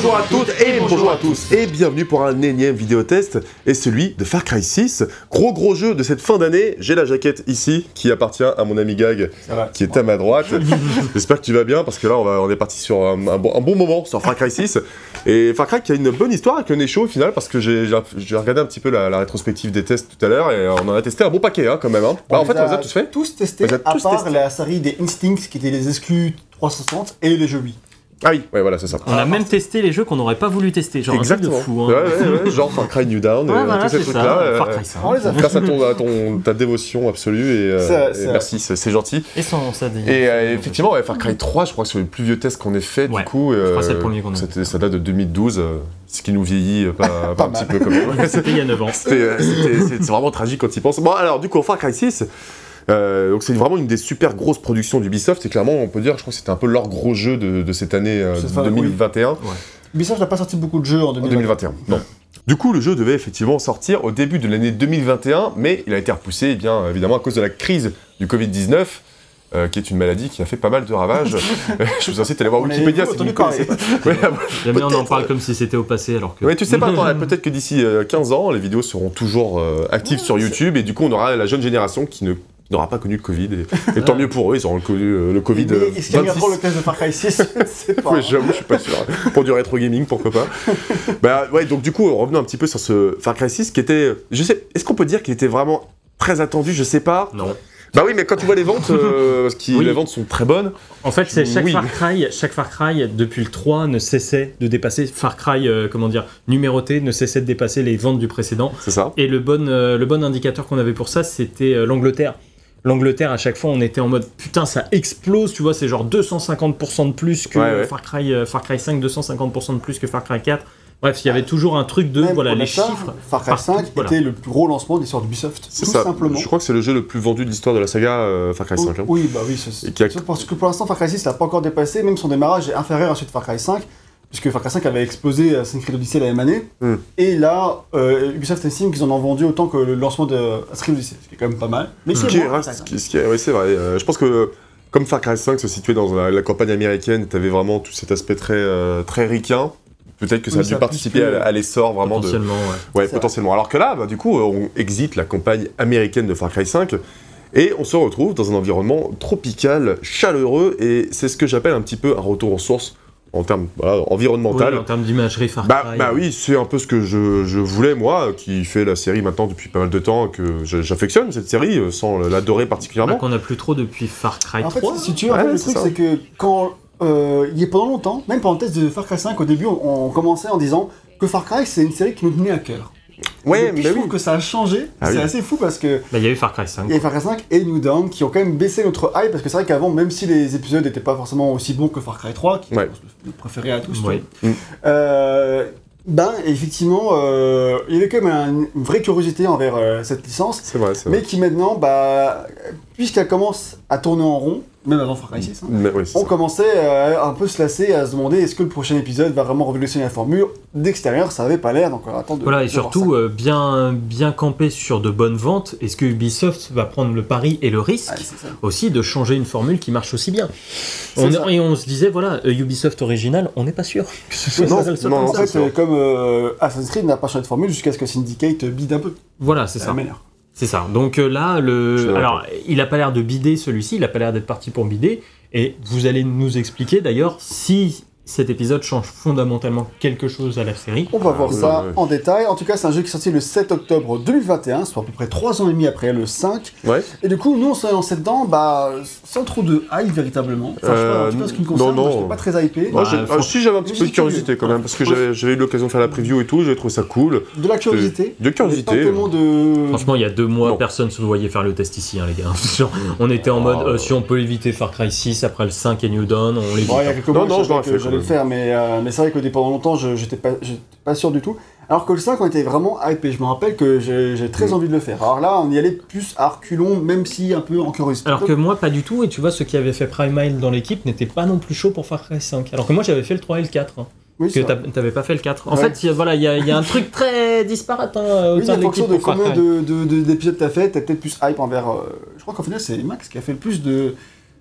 Bonjour à toutes et bonjour à tous et bienvenue pour un énième vidéotest et celui de Far Cry 6. Gros jeu de cette fin d'année. J'ai la jaquette ici qui appartient à mon ami Gag qui est à ma droite. J'espère que tu vas bien parce que là on est parti sur un bon moment sur Far Cry 6. Et Far Cry qui a une bonne histoire avec un écho au final parce que j'ai regardé un petit peu la rétrospective des tests tout à l'heure et on en a testé un bon paquet quand même. Bah, en fait on les a tous fait. Tous testés à part la série des Instincts qui étaient les exclus 360 et les jeux Wii. Ah oui, ouais, voilà, c'est ça. On a même testé les jeux qu'on n'aurait pas voulu tester, genre exactement. Un truc de fou. Hein. Ouais, genre Far Cry New Dawn, voilà, tous ces trucs-là. Far Cry 5. On les a fait. Grâce à ta dévotion absolue et merci, c'est gentil. Et ça dit. Et effectivement, Far Cry 3, je crois que c'est le plus vieux test qu'on ait fait, du coup. Je crois que c'est le premier qu'on a fait. Ça date de 2012, ce qui nous vieillit pas un petit peu quand même. C'était il y a 9 ans. C'est vraiment tragique quand tu y penses. Bon, alors, du coup, Far Cry 6. Donc c'est vraiment une des super grosses productions d'Ubisoft et clairement on peut dire, je crois que c'était un peu leur gros jeu de cette année 2021. Oui. Ubisoft n'a pas sorti beaucoup de jeux en 2021. Non. Du coup le jeu devait effectivement sortir au début de l'année 2021 mais il a été repoussé évidemment à cause de la crise du Covid-19 qui est une maladie qui a fait pas mal de ravages. Je vous incite à aller voir Wikipédia si vous ne connaissez pas. Jamais on en parle comme si c'était au passé alors que... Mais tu sais pas, peut-être que d'ici 15 ans les vidéos seront toujours actives sur YouTube et du coup on aura la jeune génération qui n'aura pas connu le Covid, et tant mieux pour eux, ils auront connu le Covid. Est-ce qu'il y a trop le test de Far Cry 6? C'est pas. Ouais, j'avoue, je suis pas sûr. Pour du rétro gaming, pourquoi pas. Donc du coup, revenons un petit peu sur ce Far Cry 6 qui était. Est-ce qu'on peut dire qu'il était vraiment très attendu? Je sais pas. Non. Bah oui, mais quand tu vois les ventes, les ventes sont très bonnes. En fait, c'est chaque Far Cry, depuis le 3, ne cessait de dépasser, Far Cry, numéroté, ne cessait de dépasser les ventes du précédent. C'est ça. Et le bon indicateur qu'on avait pour ça, c'était l'Angleterre. L'Angleterre, à chaque fois, on était en mode putain, ça explose, tu vois, c'est genre 250% de plus que Far Cry 5, 250% de plus que Far Cry 4. Bref, il y avait toujours un truc de les chiffres. Far Cry 5 était le plus gros lancement de l'histoire d'Ubisoft. C'est ça. Simplement. Je crois que c'est le jeu le plus vendu de l'histoire de la saga Far Cry 5. Oui, parce que pour l'instant, Far Cry 6 l'a pas encore dépassé, même son démarrage est inférieur à celui de Far Cry 5. Puisque Far Cry 5 avait explosé à Assassin's Creed Odyssey la même année, et là, Ubisoft estime qu'ils en ont vendu autant que le lancement de Assassin's Creed Odyssey, ce qui est quand même pas mal. Mais oui, c'est vrai. Je pense que comme Far Cry 5 se situait dans la campagne américaine, tu avais vraiment tout cet aspect très ricain. Peut-être que ça a dû participer à l'essor vraiment potentiellement, potentiellement. Alors que là, du coup, on exit la campagne américaine de Far Cry 5. Et on se retrouve dans un environnement tropical, chaleureux, et c'est ce que j'appelle un petit peu un retour aux sources. En termes environnemental. Oui, en termes d'imagerie Far Cry. Oui, c'est un peu ce que je voulais, moi, qui fait la série maintenant depuis pas mal de temps, que j'affectionne cette série, sans l'adorer particulièrement. Qu'on n'a plus trop depuis Far Cry 3. En fait, si tu veux, le truc, c'est que quand il y a pendant longtemps, même pendant le test de Far Cry 5, au début, on commençait en disant que Far Cry, c'est une série qui nous tenait à cœur. Ouais, mais je trouve que ça a changé, c'est assez fou parce que... Il y a eu Far Cry 5. Il y a eu Far Cry 5 et New Dawn qui ont quand même baissé notre hype parce que c'est vrai qu'avant, même si les épisodes n'étaient pas forcément aussi bons que Far Cry 3, qui est le préféré à tous, effectivement, il y avait quand même une vraie curiosité envers cette licence, mais qui maintenant, puisqu'elle commence à tourner en rond, même avant Far Cry 6, on commençait un peu se lasser, à se demander est-ce que le prochain épisode va vraiment révolutionner la formule. D'extérieur, ça avait pas l'air, donc on attend de et surtout, bien camper sur de bonnes ventes, est-ce que Ubisoft va prendre le pari et le risque aussi de changer une formule qui marche aussi bien et on se disait, Ubisoft original, on n'est pas sûr que ce soit en fait, comme Assassin's Creed n'a pas changé de formule jusqu'à ce que Syndicate bide un peu. Voilà, c'est ça. C'est ça. Donc là, alors, il a pas l'air de bider celui-ci, il a pas l'air d'être parti pour bider. Et vous allez nous expliquer d'ailleurs si cet épisode change fondamentalement quelque chose à la série. On va voir ça en détail. En tout cas, c'est un jeu qui est sorti le 7 octobre 2021, soit à peu près 3 ans et demi après le 5. Et du coup, nous, on s'est lancé dedans sans trop de hype véritablement. Enfin, je sais pas, en tout cas, ce qui me concerne, moi, j'étais pas très hypé. Si, j'avais un petit peu de curiosité quand même, parce que j'avais eu l'occasion de faire la preview et tout, j'avais trouvé ça cool. De la curiosité. De curiosité. Franchement, il y a 2 mois, personne ne se voyait faire le test ici, les gars. On était en mode, si on peut éviter Far Cry 6 après le 5 et New Dawn, on l'évite. Il y a quelques mois, j'allais le faire, mais c'est vrai que pendant longtemps, j'étais pas sûr du tout. Alors que le 5, on était vraiment hypé. Je me rappelle que j'ai très envie de le faire. Alors là, on y allait plus à reculons, même si un peu en curiosité. Alors que moi, pas du tout. Et tu vois, ceux qui avaient fait Primal dans l'équipe n'étaient pas non plus chauds pour Far Cry 5. Alors que moi, j'avais fait le 3 et le 4. Oui, que t'avais pas fait le 4. En fait, il y a un truc très disparate au sein de l'équipe. En fonction de combien d'épisodes t'as fait, t'as peut-être plus hype envers... je crois qu'en final, c'est Max qui a fait le plus de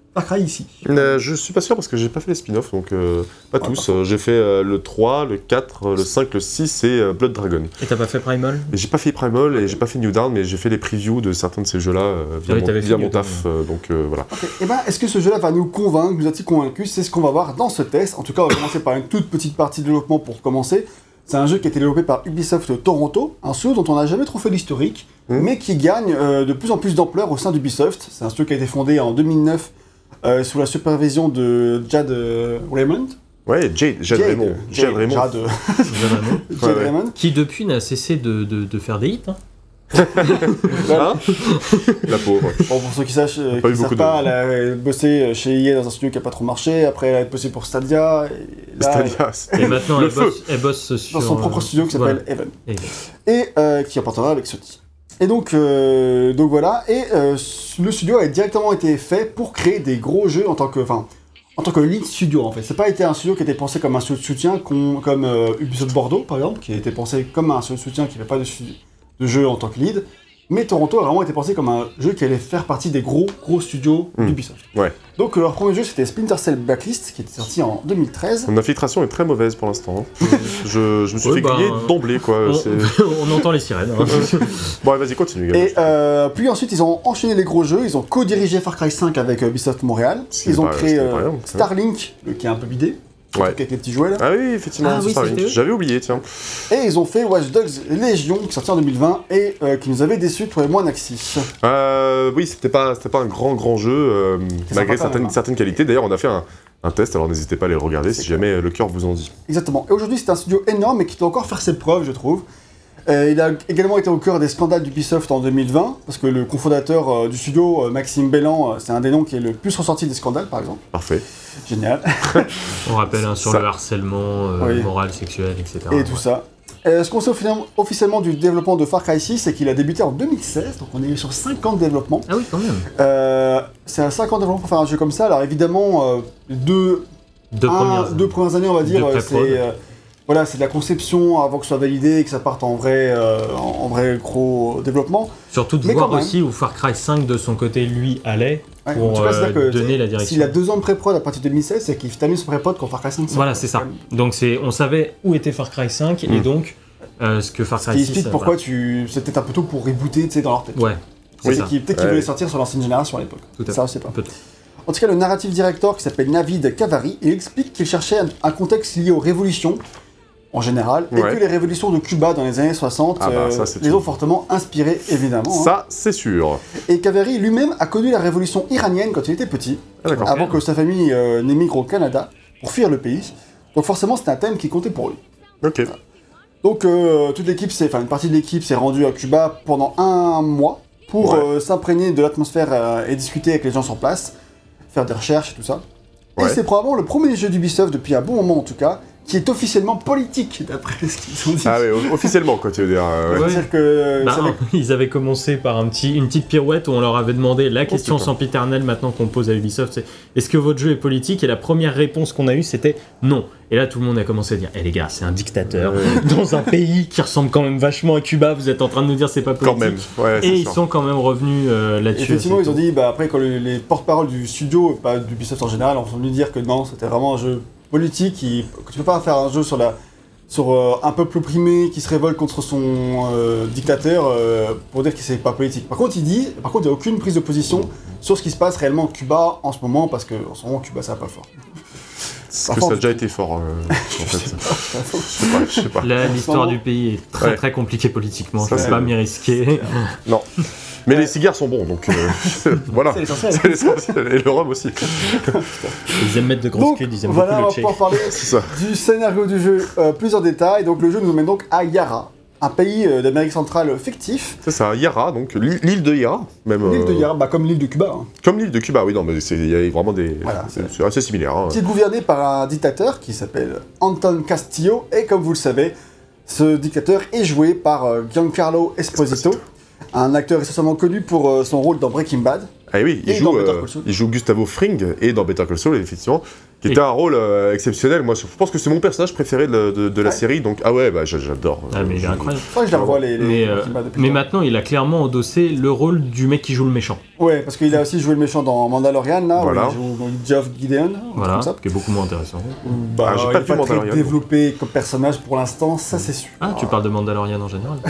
Far Cry ici. Je suis pas sûr parce que j'ai pas fait les spin-offs, donc pas tous. J'ai fait le 3, le 4, le 5, le 6 et Blood Dragon. Et t'as pas fait Primal? J'ai pas fait Primal et j'ai pas fait New Dawn, mais j'ai fait les previews de certains de ces jeux-là via mon taf, donc voilà. Okay. Et est-ce que ce jeu-là va nous convaincre, nous a-t-il convaincus? C'est ce qu'on va voir dans ce test. En tout cas, on va commencer par une toute petite partie de développement pour commencer. C'est un jeu qui a été développé par Ubisoft Toronto, un studio dont on n'a jamais trop fait l'historique, mais qui gagne de plus en plus d'ampleur au sein d'Ubisoft. C'est un studio qui a été fondé en 2009 sous la supervision de Jade Raymond. Ouais, Jade Raymond. Raymond. Qui depuis n'a cessé de faire des hits. Hein la pauvre. Bon, pour ceux qui savent pas, elle a bossé chez EA dans un studio qui n'a pas trop marché. Après, elle a bossé pour Stadia. Et maintenant, elle bosse sur... dans son propre studio qui s'appelle Even. Et qui est en partenariat avec Sony. Et donc voilà. Et le studio a directement été fait pour créer des gros jeux en tant que lead studio, en fait. C'est pas été un studio qui était pensé comme un studio de soutien, comme Ubisoft Bordeaux, par exemple, qui a été pensé comme un studio de soutien qui ne fait pas de jeu en tant que lead, mais Toronto a vraiment été pensé comme un jeu qui allait faire partie des gros studios d'Ubisoft. Ouais. Donc leur premier jeu c'était Splinter Cell Blacklist, qui était sorti en 2013. Mon infiltration est très mauvaise pour l'instant. Je me suis fait griller d'emblée, quoi. On entend les sirènes. Hein. Bon, vas-y, continue. Et puis ensuite ils ont enchaîné les gros jeux, ils ont co-dirigé Far Cry 5 avec Ubisoft Montréal, ils ont créé Starlink, qui est un peu bidé. Avec les petits jouets là. Ah oui, effectivement, j'avais oublié, tiens. Et ils ont fait Watch Dogs Légion, qui est sorti en 2020 et qui nous avait déçus, toi et moi, Naxxis. Oui, c'était pas un grand jeu, malgré certaines qualités. D'ailleurs, on a fait un test, alors n'hésitez pas à les regarder si jamais le cœur vous en dit. Exactement. Et aujourd'hui, c'est un studio énorme et qui doit encore faire ses preuves, je trouve. Il a également été au cœur des scandales d'Ubisoft en 2020, parce que le cofondateur du studio, Maxime Bellan, c'est un des noms qui est le plus ressorti des scandales, par exemple. Parfait. Génial. On rappelle sur le harcèlement moral, sexuel, etc. Et tout ça. Ce qu'on sait officiellement du développement de Far Cry 6, c'est qu'il a débuté en 2016, donc on est sur 5 ans de développement. Ah oui, quand même. C'est 5 ans de développement pour faire un jeu comme ça, alors évidemment, deux premières années, on va dire, c'est de la conception avant que ce soit validé et que ça parte en vrai gros développement. Surtout de voir aussi où Far Cry 5 de son côté, lui, allait pour donner la direction. S'il a 2 ans de pré-prod à partir de 2016, c'est qu'il termine son pré-prod quand Far Cry 5 sort. Voilà, c'est ça. Donc on savait où était Far Cry 5 et donc ce que Far Cry 6... Ce qui explique pourquoi c'est peut-être un peu tôt pour rebooter dans leur tête. Ouais. Peut-être qu'ils voulaient sortir sur l'ancienne génération à l'époque. Tout à fait. Ça, on sait pas. En tout cas, le narrative director qui s'appelle Navid Kavari, il explique qu'il cherchait un contexte lié aux révolutions en général, et que les révolutions de Cuba dans les années 60 les ont fortement inspirés, évidemment. Ça, c'est sûr. Et Kavari lui-même a connu la révolution iranienne quand il était petit, avant que sa famille n'émigre au Canada pour fuir le pays. Donc forcément, c'était un thème qui comptait pour lui. Ok. Voilà. Donc toute l'équipe, une partie de l'équipe s'est rendue à Cuba pendant 1 mois pour s'imprégner de l'atmosphère et discuter avec les gens sur place, faire des recherches et tout ça. Et c'est probablement le premier jeu d'Ubisoft depuis un bon moment en tout cas, qui est officiellement politique, d'après ce qu'ils ont dit. Ah oui, officiellement, quoi, tu veux dire. C'est-à-dire que... ils avaient commencé par une petite pirouette où on leur avait demandé la question sempiternelle maintenant qu'on pose à Ubisoft, c'est est-ce que votre jeu est politique? Et la première réponse qu'on a eue, c'était non. Et là, tout le monde a commencé à dire les gars, c'est un dictateur dans un pays qui ressemble quand même vachement à Cuba, vous êtes en train de nous dire c'est pas politique. Quand même. Et ils sont quand même revenus là-dessus. Effectivement, ils ont dit, après, quand les porte-paroles du studio, pas d'Ubisoft en général, ont voulu dire que non, c'était vraiment un jeu politique, que tu peux pas faire un jeu sur un peuple opprimé qui se révolte contre son dictateur pour dire que c'est pas politique. Par contre, il n'y a aucune prise de position sur ce qui se passe réellement au Cuba en ce moment, parce que en ce moment, Cuba, ça va pas fort. Parce que ça a déjà été fort, en fait. Je sais pas. Là, l'histoire du pays est très très compliquée politiquement, je ne vais pas m'y risquer. Non. Mais les cigares sont bons, donc voilà. C'est l'essentiel. Et le rhum aussi. Ils aiment mettre de grosses culs, ils aiment beaucoup le on va pouvoir parler du scénario du jeu plus en détail. Donc le jeu nous emmène donc à Yara, un pays d'Amérique centrale fictif. C'est ça, Yara, donc l'île de Yara. L'île de Yara, comme l'île de Cuba. Hein. Comme l'île de Cuba, oui, non, mais il y a vraiment des... Voilà, c'est assez similaire. Hein. Qui est gouverné par un dictateur qui s'appelle Anton Castillo, et comme vous le savez, ce dictateur est joué par Giancarlo Esposito. Un acteur essentiellement connu pour son rôle dans Breaking Bad. Ah oui, il joue Gustavo Fring, et dans Better Call Saul, effectivement, qui était un rôle exceptionnel. Moi, je pense que c'est mon personnage préféré de la série, donc j'adore. Ah, mais il est incroyable. Je crois que je la revois mais maintenant, il a clairement endossé le rôle du mec qui joue le méchant. Ouais, parce qu'il a aussi joué le méchant dans Mandalorian, là, où il joue Geoff Gideon, voilà, qui est beaucoup moins intéressant. J'ai pas vu Mandalorian. Très développé comme personnage pour l'instant, ça c'est sûr. Ah, tu parles de Mandalorian en général.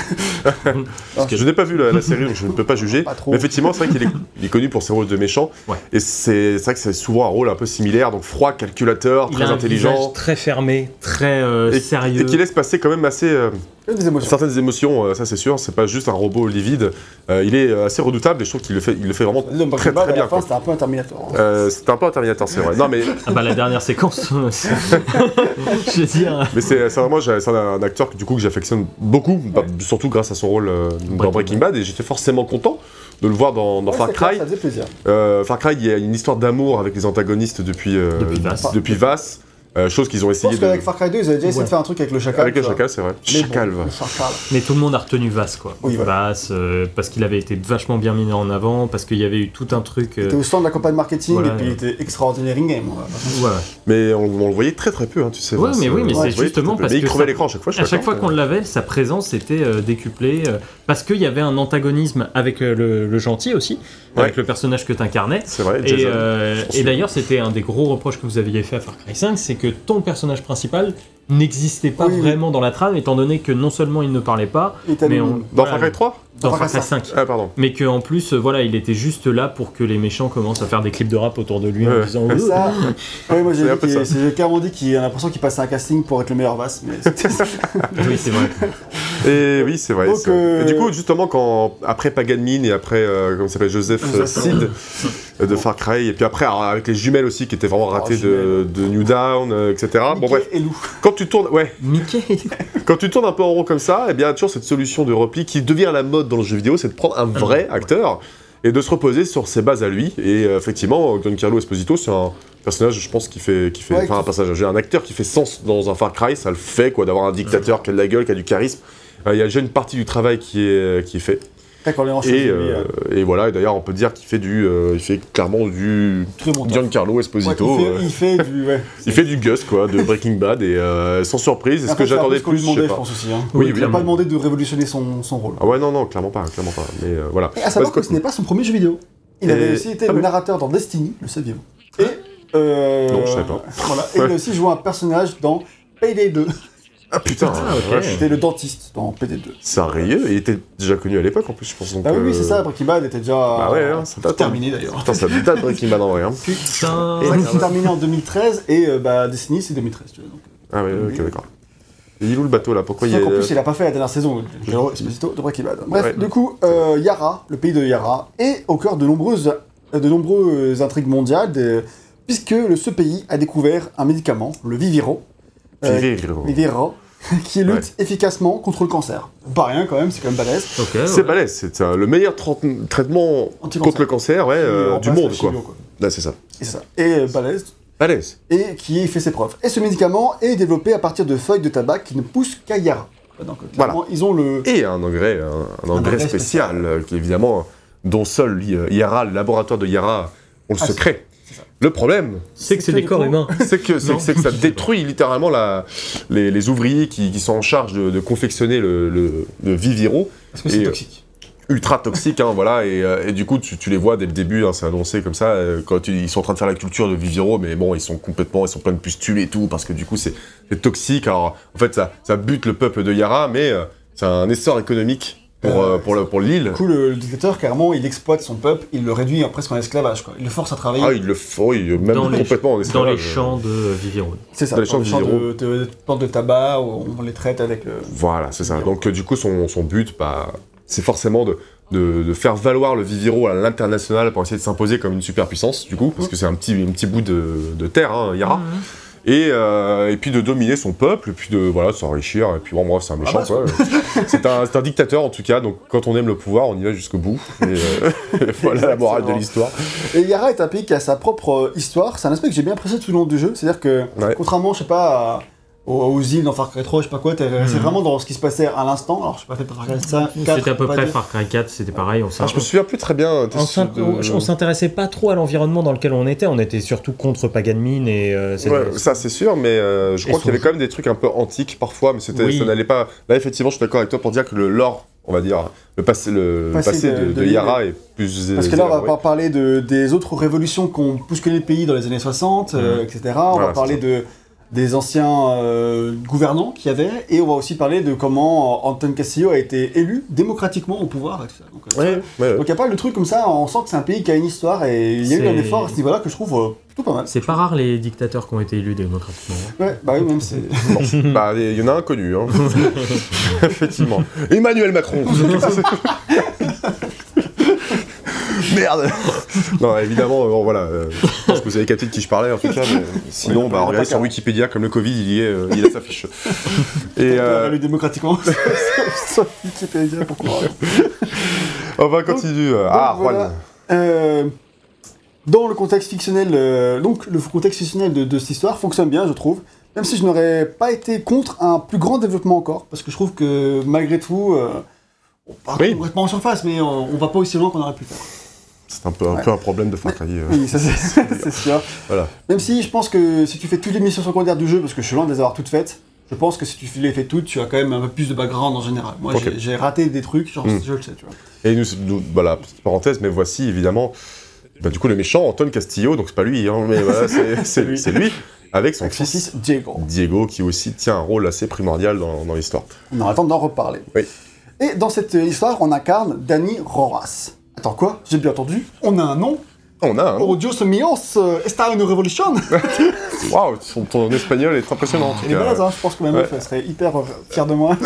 Je n'ai pas vu la série, donc je ne peux pas juger. Mais effectivement, c'est vrai qu'il est connu pour ses rôles de méchant. Et c'est vrai que c'est souvent un rôle un peu similaire, donc froid, calculateur, très intelligent. Visage très fermé, très sérieux. Et qui laisse passer quand même assez... certaines émotions, ça c'est sûr, c'est pas juste un robot livide. Il est assez redoutable et je trouve qu'il le fait vraiment très bien. À la fin, c'était un peu un Terminator. C'était un peu un Terminator, c'est vrai. Non, mais... la dernière séquence, je veux dire... Mais c'est vraiment un acteur que j'affectionne beaucoup, surtout grâce à son rôle dans Breaking Bad, et j'étais forcément content de le voir dans Far Cry. Ça faisait plaisir. Far Cry, il y a une histoire d'amour avec les antagonistes depuis Vass. Chose qu'ils ont essayé. Je pense qu'avec Far Cry 2, ils avaient déjà essayé de faire un truc avec le chacal. Avec le chacal, c'est vrai. Chacal. Mais tout le monde a retenu Vass, quoi. Oui, Vass, parce qu'il avait été vachement bien mis en avant, parce qu'il y avait eu tout un truc. Il était au stand de la campagne marketing, et puis il était extraordinaire in-game. Mais on le voyait très très peu, tu sais. Oui, mais c'est justement parce que. Il crevait l'écran à chaque fois. À chaque fois qu'on l'avait, sa présence était décuplée, parce qu'il y avait un antagonisme avec le gentil aussi, avec le personnage que tu incarnais. C'est vrai, et d'ailleurs, c'était un des gros reproches que vous aviez fait à Far Cry 5, c'est que ton personnage principal n'existait pas vraiment dans la trame, étant donné que non seulement il ne parlait pas, mais dans Far Cry 3 dans Far Cry 5. Ah, pardon. Mais qu'en plus, il était juste là pour que les méchants commencent à faire des clips de rap autour de lui en disant ça. Oui, moi j'ai carrément dit qu'il a l'impression qu'il passait un casting pour être le meilleur Vass. Mais oui, c'est vrai. Et oui, c'est vrai. Donc, et du coup, justement, après Pagan Min et après, comment s'appelle, Joseph Seed de Far Cry, et puis après, avec les jumelles aussi qui étaient vraiment ratées de New Dawn, etc. Bon, bref. Et Lou. Quand tu tournes, Mickey. Quand tu tournes un peu en rond comme ça, eh bien, toujours cette solution de repli qui devient la mode dans le jeu vidéo, c'est de prendre un vrai acteur et de se reposer sur ses bases à lui. Et effectivement, Giancarlo Esposito, c'est un personnage, je pense, qui fait un passage. J'ai un acteur qui fait sens dans un Far Cry, ça le fait, quoi, d'avoir un dictateur qui a de la gueule, qui a du charisme. Il y a déjà une partie du travail qui est fait. Et voilà, et d'ailleurs on peut dire qu'il fait il fait clairement du Giancarlo Esposito. Il fait du Gus, quoi, de Breaking Bad, et sans surprise. Est-ce que j'attendais plus, je pense aussi. Il n'a pas demandé de révolutionner son rôle. Ah ouais, non, clairement pas. Mais voilà. Et à savoir que ce n'est pas son premier jeu vidéo. Il avait aussi été le narrateur dans Destiny, le saviez-vous. Non, je savais pas. Voilà. Et il a aussi joué un personnage dans Payday 2. Ah putain, C'était le dentiste dans PD2. Sérieux? Il était déjà connu à l'époque en plus, je pense. Donc, oui, c'est ça, Breaking Bad était déjà. Bah ouais, ça date terminé d'ailleurs. Putain, ça date Breaking Bad en vrai. Putain. Et c'est terminé en 2013 et Destiny c'est 2013, tu vois. Donc, ah ouais, ok, d'accord. Et il est où le bateau là? Pourquoi en plus, il a pas fait la dernière saison, Esposito de Breaking Bad. Bref, du coup, Yara, le pays de Yara, est au cœur de nombreuses intrigues mondiales, puisque ce pays a découvert un médicament, le Viviro. Viviro, qui lutte efficacement contre le cancer. Pas rien quand même, c'est quand même balèze. C'est balèze, c'est le meilleur traitement contre le cancer du monde, quoi. Là, c'est ça. Et balèze. Et qui fait ses preuves. Et ce médicament est développé à partir de feuilles de tabac qui ne poussent qu'à Yara. Donc, clairement, ils ont le... Et un engrais spécial, qui évidemment, dont seul Yara, le laboratoire de Yara, ont le secret. Le problème, c'est que c'est des corps humains. C'est que ça détruit littéralement les ouvriers qui sont en charge de confectionner le Viviro. Parce que c'est toxique. Ultra toxique, voilà, et du coup tu les vois dès le début, c'est annoncé comme ça, quand ils sont en train de faire la culture de Viviro, mais bon, ils sont plein de pustules et tout, parce que du coup c'est toxique. Alors en fait ça bute le peuple de Yara, mais c'est un essor économique pour l'île. Du coup, le dictateur, carrément, il exploite son peuple, il le réduit presque en esclavage, quoi. Il le force à travailler. Ah, il le force, même complètement en esclavage. Dans les champs de Viviro. C'est ça, dans les champs de plantes de tabac, où on les traite avec le... Voilà, c'est ça. Donc, du coup, son but, c'est forcément de faire valoir le Viviro à l'international pour essayer de s'imposer comme une superpuissance, du coup, parce que c'est un petit bout de terre, Yara. Et puis de dominer son peuple, et puis de s'enrichir, et puis bon, bref, c'est un méchant, quoi. C'est un dictateur, en tout cas, donc quand on aime le pouvoir, on y va jusqu'au bout. Et voilà la morale de l'histoire. Et Yara est un pays qui a sa propre histoire, c'est un aspect que j'ai bien apprécié tout le long du jeu, c'est-à-dire que, contrairement, je sais pas, aux îles dans Far Cry 3, je sais pas quoi, c'est vraiment dans ce qui se passait à l'instant. Alors je sais pas fait Far Cry 5, 4. C'était à peu près Far Cry 4, c'était pareil. Je me souviens plus très bien. On s'intéressait pas trop à l'environnement dans lequel on était surtout contre Pagan Min et... ça c'est sûr, mais je crois qu'il y avait quand même des trucs un peu antiques parfois, mais ça n'allait pas... Là effectivement je suis d'accord avec toi pour dire que le lore, on va dire, le passé de Yara est plus... Parce que là on va parler des autres révolutions qui ont bousculé le pays dans les années 60, etc. On va parler des anciens gouvernants qu'il y avait, et on va aussi parler de comment Anton Castillo a été élu démocratiquement au pouvoir et tout ça. Donc il y a pas mal de trucs comme ça, on sent que c'est un pays qui a une histoire, et il y a eu un effort à ce niveau-là que je trouve plutôt pas mal. C'est pas rare les dictateurs qui ont été élus démocratiquement. Ouais, bah oui, même c'est... il y en a un connu, hein. Effectivement. Emmanuel Macron. Merde. Non, évidemment, je pense que vous avez capté de qui je parlais en tout cas, mais sinon, regardez sur Wikipédia, comme le Covid, il a sa fiche. Et élu démocratiquement sur Wikipédia, pourquoi? On va continuer. Juan. Dans le contexte fictionnel, donc le contexte fictionnel de cette histoire fonctionne bien, je trouve. Même si je n'aurais pas été contre un plus grand développement encore, parce que je trouve que malgré tout, on part complètement en surface, mais on va pas aussi loin qu'on aurait pu faire. C'est un peu un problème de Far Cry. Oui, ça c'est sûr. Voilà. Même si je pense que si tu fais toutes les missions secondaires du jeu, parce que je suis loin de les avoir toutes faites, je pense que si tu les fais toutes, tu as quand même un peu plus de background en général. Moi, j'ai raté des trucs, je le sais, tu vois. Et nous voilà, petite parenthèse, mais voici évidemment, du coup, le méchant, Anton Castillo, donc c'est pas lui, hein, mais voilà, c'est lui, avec son fils Diego, qui aussi tient un rôle assez primordial dans l'histoire. On attend d'en reparler. Oui. Et dans cette histoire, on incarne Dani Rojas. Attends, quoi? J'ai bien entendu. On a un nom? On a un nom. Oh, Dios míos, está une révolution. Waouh, ton espagnol est impressionnant en tout cas. Il est balèze, hein, je pense que ma meuf serait hyper fière de moi.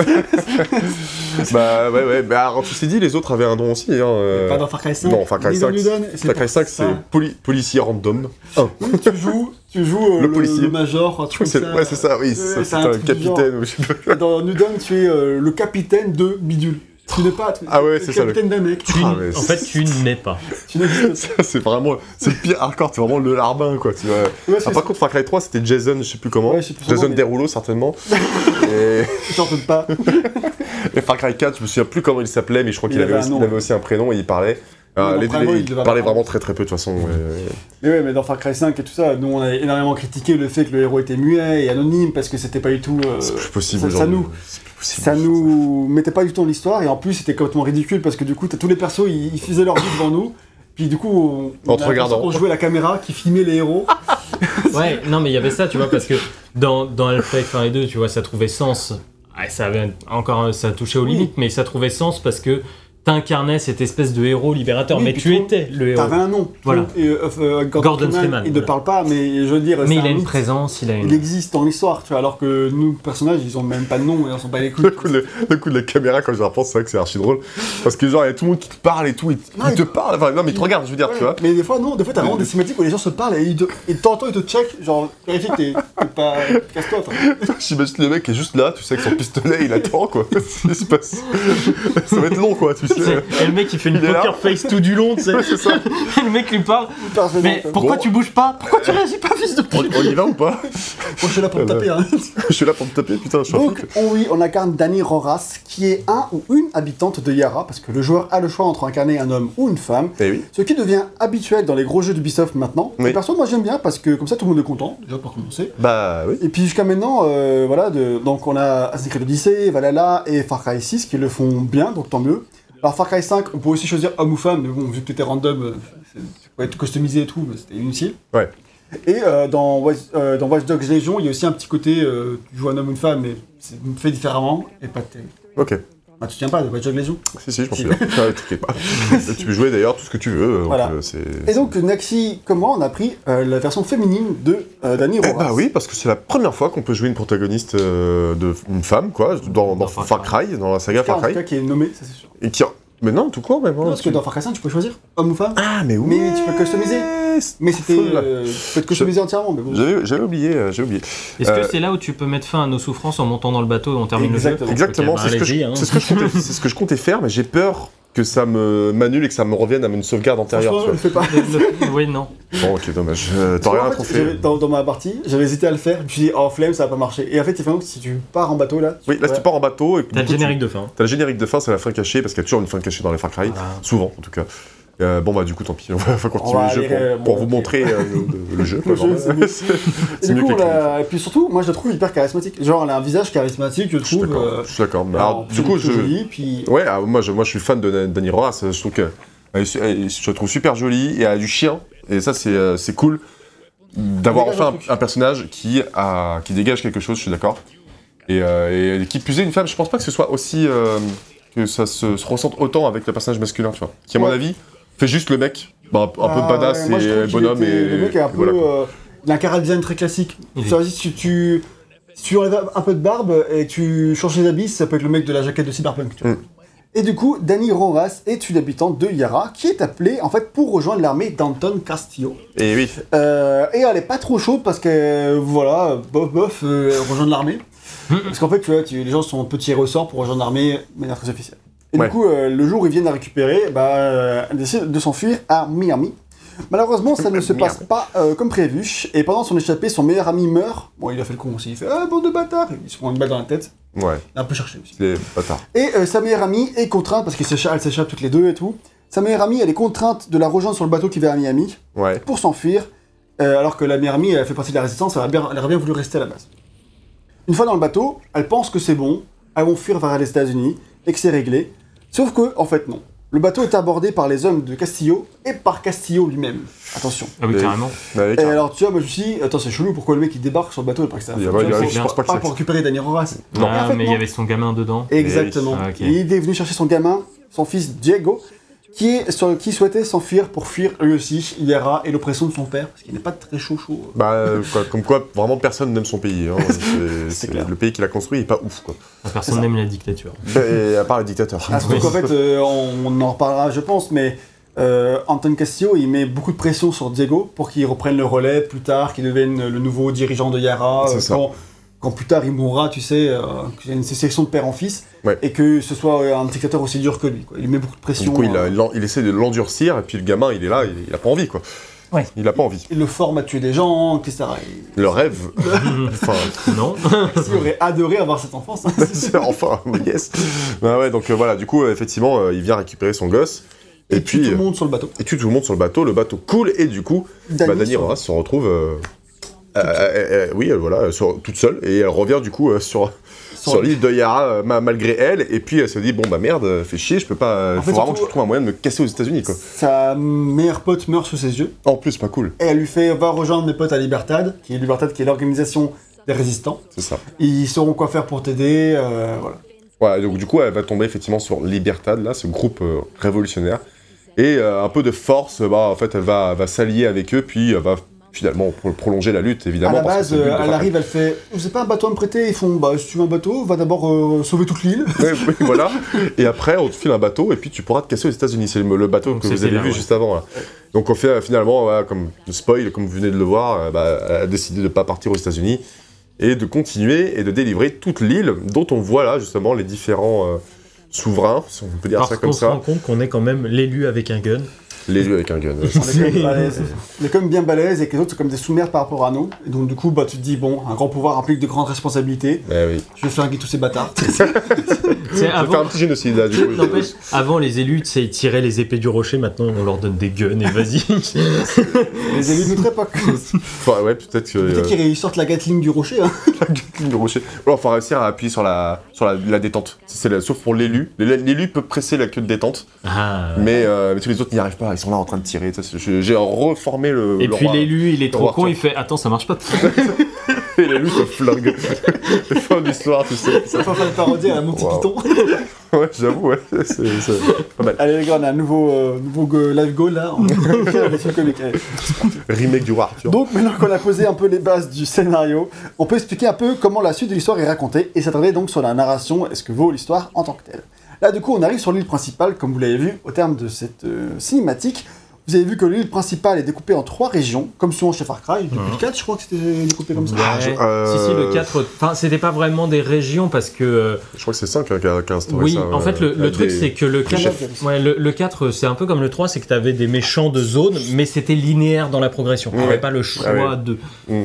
ouais. Alors, tu sais dit, les autres avaient un nom aussi. Hein, Pas dans Far Cry 5. Non, Far Cry 5. Far Cry 5, c'est policier random. Oui, tu joues le policier. Le major, c'est ça, oui. C'est un capitaine. Dans New Dawn, tu es le capitaine de Bidule. Tu n'es pas c'est ça, le capitaine d'un mec. En fait, tu n'es pas. Tu n'existes pas. C'est vraiment... C'est le pire hardcore, c'est vraiment le larbin, quoi. Tu vois. Par contre, Far Cry 3, c'était Jason, je sais plus comment. Jason Derulo, certainement. J'en doute pas. Et Far Cry 4, je me souviens plus comment il s'appelait, mais je crois qu'il avait aussi un prénom et il parlait. Il parlait vraiment très très peu de toute façon. Mais dans Far Cry 5 et tout ça, nous on a énormément critiqué le fait que le héros était muet et anonyme parce que c'était pas du tout... c'est plus possible ça nous mettait pas du tout dans l'histoire, et en plus c'était complètement ridicule parce que du coup tous les persos ils faisaient leur vie devant nous, puis du coup on jouait la caméra qui filmait les héros. Ouais, non mais il y avait ça, tu vois, parce que dans Half-Life 1 et 2, tu vois, ça trouvait sens. Ça touchait aux limites, mais ça trouvait sens parce que t'incarnais cette espèce de héros libérateur, mais tu étais le héros. T'avais un nom. Voilà. Gordon Freeman. Il ne parle pas, mais je veux dire... Mais il a une présence, il existe dans l'histoire, tu vois, alors que nous, personnages, ils ont même pas de nom, et on s'en bat les couilles. Le coup de la caméra, quand je repense, c'est vrai que c'est archi drôle. Parce que genre, il y a tout le monde qui te parle et tout, il te parle, enfin, non mais il te regarde, je veux dire, tu vois. Mais des fois, non, t'as vraiment des cinématiques où les gens se parlent et de temps en temps, ils te check, genre, vérifie que t'es pas... Casse-toi, J'imagine le mec qui est juste là, tu sais, avec son pistolet, il attend, quoi. Il se passe... Ça va être long, quoi, tu sais. Et le mec qui fait une poker face tout du long, tu sais. C'est ça. Et le mec lui parle. Mais pourquoi tu bouges pas? Pourquoi tu réagis pas, fils de pute? On y va ou pas? Je suis là pour te taper, hein. Je suis là pour te taper, putain, je suis Donc, on incarne Dani Rojas, qui est un ou une habitante de Yara, parce que le joueur a le choix entre incarner un homme ou une femme. Ce qui devient habituel dans les gros jeux d'Ubisoft maintenant. Et perso, moi j'aime bien, parce que comme ça tout le monde est content, déjà pour commencer. Bah oui. Et puis jusqu'à maintenant, donc on a Assassin's Creed Odyssey, Valhalla et Far Cry 6 qui le font bien, donc tant mieux. Alors Far Cry 5, on peut aussi choisir homme ou femme, mais bon, vu que t'étais random, ça pouvait être customisé et tout, c'était inutile. Ouais. Et dans Watch Dogs Legion, il y a aussi un petit côté, tu joues un homme ou une femme, mais c'est fait différemment, et pas terrible. Ok. Ah, tu tiens pas de Watch Dogs Legion? Si, je m'en souviens. T'inquiète pas. Tu peux jouer d'ailleurs tout ce que tu veux. Voilà. Et donc, Naxi, comment on a pris la version féminine de Dani Rojas? Bah oui, parce que c'est la première fois qu'on peut jouer une protagoniste une femme, quoi, dans Far Cry, dans la saga Far Cry. En tout cas, qui est nommée, ça c'est sûr. Et qui... Mais non, tout court, même. Non, parce que dans Far Cry 5, tu peux choisir homme ou femme. Ah, mais oui. Mais tu peux customiser. Mais c'était... tu peux te customiser entièrement, mais bon. J'avais oublié, Est-ce que c'est là où tu peux mettre fin à nos souffrances en montant dans le bateau et on termine Exactement, le jeu? c'est ce que je comptais faire, mais j'ai peur que ça m'annule et que ça me revienne à une sauvegarde antérieure. Je le fais pas. Oui, non. Bon, ok, dommage. T'as rien trop fait. Dans ma partie, j'avais hésité à le faire. Je me suis dit, flemme, ça va pas marcher. Et en fait, il fait que si tu pars en bateau là. Oui, là, si tu pars en bateau. T'as le générique de fin. T'as le générique de fin, c'est la fin cachée, parce qu'il y a toujours une fin cachée dans les Far Cry. Souvent, en tout cas. Bon bah du coup tant pis, on va continuer le jeu pour vous montrer le jeu. Et du coup, et puis surtout, moi je la trouve hyper charismatique. Genre elle a un visage charismatique, je trouve. Je suis d'accord. Alors du coup ouais, moi je suis fan de Dani Rojas. Je trouve que je la trouve super jolie et elle a du chien. Et ça c'est cool d'avoir enfin un personnage qui dégage quelque chose. Je suis d'accord. Et qui plus est une femme. Je pense pas que ce soit aussi que ça se ressente autant avec le personnage masculin, tu vois. Qui à mon avis fait juste le mec, un peu badass et bonhomme. Le mec est un peu. Il a un chara-design très classique. Si tu enlèves un peu de barbe et tu changes les habits, ça peut être le mec de la jaquette de Cyberpunk. Tu vois. Et du coup, Dani Rojas est une habitante de Yara qui est appelée en fait pour rejoindre l'armée d'Anton Castillo. Et oui. Et elle est pas trop chaude parce que rejoindre l'armée. Parce qu'en fait, tu vois, les gens sont un peu tirés au sort pour rejoindre l'armée de manière très officielle. Et du coup, le jour où ils viennent la récupérer, elle décide de s'enfuir à Miami. Malheureusement, ça ne se passe pas comme prévu. Et pendant son échappée, son meilleur ami meurt. Bon, il a fait le con aussi. Il fait « Ah, bande de bâtards !» Il se prend une balle dans la tête. Ouais. Il a un peu cherché aussi. Les bâtards. Et sa meilleure amie est contrainte, parce qu'elles s'échappent toutes les deux et tout. Sa meilleure amie, elle est contrainte de la rejoindre sur le bateau qui va à Miami pour s'enfuir. Alors que la meilleure amie, elle fait partie de la résistance, elle aurait bien voulu rester à la base. Une fois dans le bateau, elle pense que c'est bon, elles vont fuir vers les États-Unis et que c'est réglé. Sauf que, en fait, non. Le bateau est abordé par les hommes de Castillo et par Castillo lui-même. Attention. Ah oui, carrément. Et alors, tu vois, moi je me suis dit, attends, c'est chelou, pourquoi le mec il débarque sur le bateau et pas que ça. Je pense pas que pas pour récupérer Dani Rojas. Non, en fait, mais il y avait son gamin dedans. Exactement. Ah, okay. Il est venu chercher son gamin, son fils Diego, qui souhaitait s'enfuir pour fuir lui aussi Yara et l'oppression de son père, parce qu'il n'est pas très chaud. Comme quoi, vraiment personne n'aime son pays. Hein. C'est le pays qu'il a construit, il est pas ouf, quoi. Personne n'aime la dictature. Et à part le dictateur. Donc en fait, on en reparlera, je pense, mais Anton Castillo, il met beaucoup de pression sur Diego pour qu'il reprenne le relais plus tard, qu'il devienne le nouveau dirigeant de Yara. Quand plus tard il mourra, tu sais, qu'il y a une sélection de père en fils, et que ce soit un dictateur aussi dur que lui, quoi. Il met beaucoup de pression. Du coup, il essaie de l'endurcir, et puis le gamin, il est là, il a pas envie, quoi. Ouais. Il a pas envie. Il le forme à tuer des gens, etc. Le rêve. Enfin, non. Il aurait adoré avoir cette enfance. Enfin, yes. Ouais, donc voilà, du coup, effectivement, il vient récupérer son gosse. Et tue tout le monde sur le bateau. Et tue tout le monde sur le bateau coule, et du coup, Dani Rojas se retrouve... toute seule, et elle revient du coup sur l'île de Yara malgré elle, et puis elle se dit bon bah merde, fait chier, je peux pas, faut vraiment que je trouve un moyen de me casser aux États-Unis, quoi. Sa meilleure pote meurt sous ses yeux. En plus, pas cool. Et elle lui fait va rejoindre mes potes à Libertad, qui est l'organisation des résistants. C'est ça. Ils sauront quoi faire pour t'aider, voilà. Ouais, donc du coup elle va tomber effectivement sur Libertad, là, ce groupe révolutionnaire, et un peu de force, en fait elle va s'allier avec eux, puis elle va finalement prolonger la lutte, évidemment. À la base, elle arrive, elle fait « Vous n'avez pas un bateau à me prêter ?» Ils font « Bah, si tu veux un bateau, va d'abord sauver toute l'île. » Oui, voilà. Et après, on te file un bateau, et puis tu pourras te casser aux États-Unis. C'est le bateau que vous avez vu juste avant, là. Donc on fait finalement, comme spoil, comme vous venez de le voir, elle a décidé de ne pas partir aux États-Unis, et de continuer et de délivrer toute l'île, dont on voit là, justement, les différents souverains, si on peut dire ça comme ça. On se rend compte qu'on est quand même l'élu avec un gun. L'élu avec un gun. On est quand même bien balèze et que les autres sont comme des sous-merdes par rapport à nous. Et donc du coup, tu te dis, bon, un grand pouvoir implique de grandes responsabilités. Oui. Je vais flinguer tous ces bâtards. Je vais faire un petit génocide là, du coup. N'empêche, avant les élus, ils tiraient les épées du rocher, maintenant on leur donne des guns et vas-y. Les élus de notre époque. Enfin, ouais, peut-être que... Peut-être qu'ils sortent la Gatling du rocher. Hein. La Gatling du rocher. Alors, il faut réussir à appuyer sur la détente. Sauf pour l'élu. L'élu peut presser la queue de détente. Mais tous les autres n'y arrivent pas. Ils sont là en train de tirer. J'ai reformé le Et puis roi, l'élu, il est trop con, il fait « Attends, ça marche pas. » Et l'élu se flingue. C'est fin de l'histoire, tu sais. Ça va faire une parodie à mon petit Python. Ouais, j'avoue, ouais. C'est pas mal. Allez les gars, on a un nouveau live goal là. Remake du War Arthur. Donc maintenant qu'on a posé un peu les bases du scénario, on peut expliquer un peu comment la suite de l'histoire est racontée et s'attarder donc sur la narration et ce que vaut l'histoire en tant que telle. Là du coup on arrive sur l'île principale, comme vous l'avez vu, au terme de cette cinématique, Vous avez vu que l'île principale est découpée en 3 régions, comme souvent chez Far Cry. Depuis le 4, je crois que c'était découpé comme ça. Si, le 4, enfin, c'était pas vraiment des régions parce que... Je crois que c'est 5 qui a instauré oui, ça. En fait, le truc, c'est que le 4, le 4, c'est un peu comme le 3, c'est que tu avais des méchants de zone, mais c'était linéaire dans la progression. Tu n'avais pas le choix de...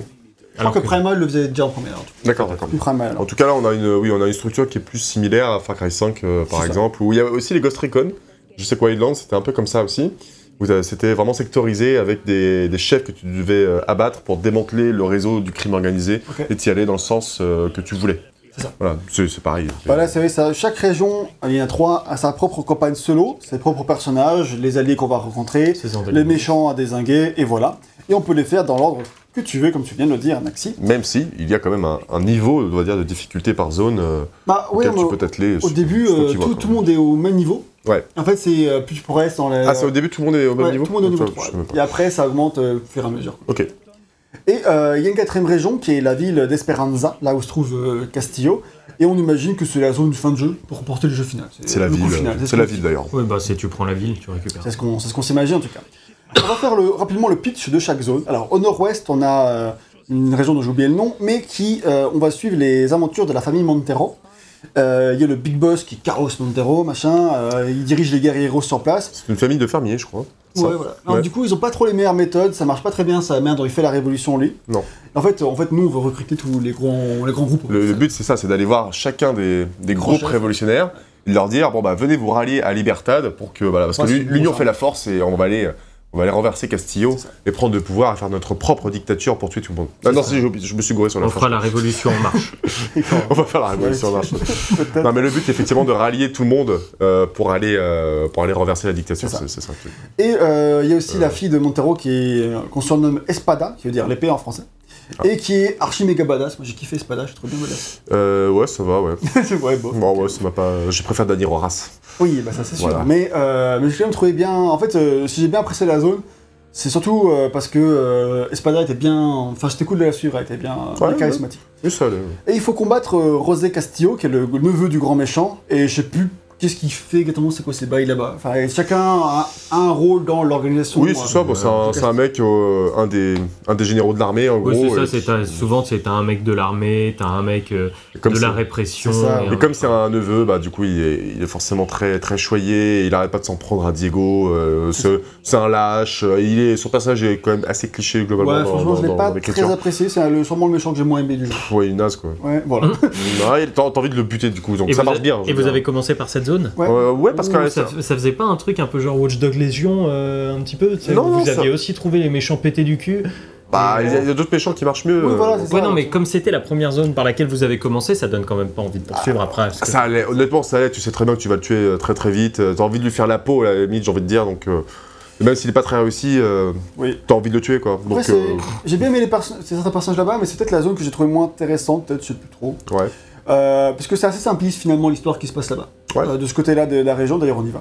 Je crois que Primal le faisait déjà en première. D'accord. En tout cas, là, on a une structure qui est plus similaire à Far Cry 5, par exemple, où il y a aussi les Ghost Recon. Je sais que Wildlands, c'était un peu comme ça aussi. C'était vraiment sectorisé avec des chefs que tu devais abattre pour démanteler le réseau du crime organisé et t'y aller dans le sens que tu voulais. C'est ça. Voilà, c'est pareil. Voilà, c'est vrai, ça. Chaque région, il y en a 3, a sa propre campagne solo, ses propres personnages, les alliés qu'on va rencontrer, les méchants à dézinguer, et voilà. Et on peut les faire dans l'ordre que tu veux, comme tu viens de le dire, Naxi. Même si il y a quand même un niveau, on doit dire, de difficulté par zone auquel tu peux t'atteler. Au début, tout le monde est au même niveau. Ouais. En fait, c'est plus tu progresses dans les... Ah, c'est au début, tout le monde est au même niveau. Tout le monde est au niveau 3. Et après, ça augmente au fur et à mesure. Ok. Et il y a une 4e région qui est la ville d'Esperanza, là où se trouve Castillo. Et on imagine que c'est la zone de fin de jeu pour remporter le jeu final. C'est la ville. C'est la ville d'ailleurs. Oui, bah tu prends la ville, tu récupères. C'est ce qu'on s'imagine en tout cas. On va faire rapidement le pitch de chaque zone. Alors au nord-ouest, on a une région dont j'ai oublié le nom, mais on va suivre les aventures de la famille Montero. Il y a le big boss qui est Carlos Montero, machin. Il dirige les guerrieros sur place. C'est une famille de fermiers, je crois. Ouais, voilà. Alors, du coup, ils ont pas trop les meilleures méthodes, ça marche pas très bien, sa mère dont il fait la révolution, lui. Non. En fait, nous, on veut recruter tous les grands groupes. Le but, c'est ça, c'est d'aller voir chacun des groupes révolutionnaires, et de leur dire, bon, bah, venez vous rallier à Libertad, pour que, parce que l'union fait la force, et on va aller renverser Castillo, et prendre le pouvoir, et faire notre propre dictature pour tuer tout le monde. Ah non, je me suis gouré sur la fin. On fera la révolution en marche. On va faire la révolution en marche. Non, mais le but, c'est effectivement de rallier tout le monde pour aller renverser la dictature, c'est ça. Et il y a aussi la fille de Montero qu'on surnomme Espada, qui veut dire l'épée en français. Et qui est archi méga badass. Moi j'ai kiffé Espada, je suis trop bien badass. Ouais, ça va, ouais. Ouais, bon. Bon, ouais, ça m'a pas. Je préfère Dani Roras. Oui, bah ça c'est sûr. Mais j'ai quand même trouvé bien. En fait, si j'ai bien apprécié la zone, c'est surtout parce que Espada était bien. Enfin, c'était cool de la suivre, elle était bien charismatique. Ouais. Ça, et il faut combattre José Castillo, qui est le neveu du grand méchant, et je sais plus. Qu'est-ce qu'il fait exactement? C'est quoi ces bails là-bas? Enfin, chacun a un rôle dans l'organisation. Oui, c'est ça. C'est un mec, un des généraux de l'armée, en gros. Oui, c'est ça. Souvent, t'as un mec de l'armée, t'as un mec de la répression. Et comme c'est un neveu, bah du coup, il est forcément très très choyé. Il arrête pas de s'en prendre à Diego. C'est un lâche. Son personnage est quand même assez cliché globalement. Ouais, franchement, je l'ai pas très apprécié. C'est sûrement le méchant que j'ai moins aimé du jeu. Ouais, il est naze quoi. Ouais, voilà. T'as envie de le buter du coup, donc ça marche bien. Et vous avez commencé par cette zone? Ouais, parce que ça faisait pas un truc un peu genre Watch Dogs Légion un petit peu, vous aviez aussi trouvé les méchants pétés du cul. Bah, il y a d'autres méchants qui marchent mieux. Oui, voilà, c'est ça. Non, mais comme c'était la première zone par laquelle vous avez commencé, ça donne quand même pas envie de poursuivre après. Ça allait, honnêtement, ça allait. Tu sais très bien que tu vas le tuer très très vite. T'as envie de lui faire la peau, à la limite, j'ai envie de dire. Donc, même s'il est pas très réussi, t'as envie de le tuer, quoi. Donc, j'ai bien aimé certains personnages là-bas, mais c'est peut-être la zone que j'ai trouvé moins intéressante, peut-être, je sais plus trop. Ouais. Parce que c'est assez simpliste finalement l'histoire qui se passe là-bas. Ouais. De ce côté-là de la région, d'ailleurs on y va.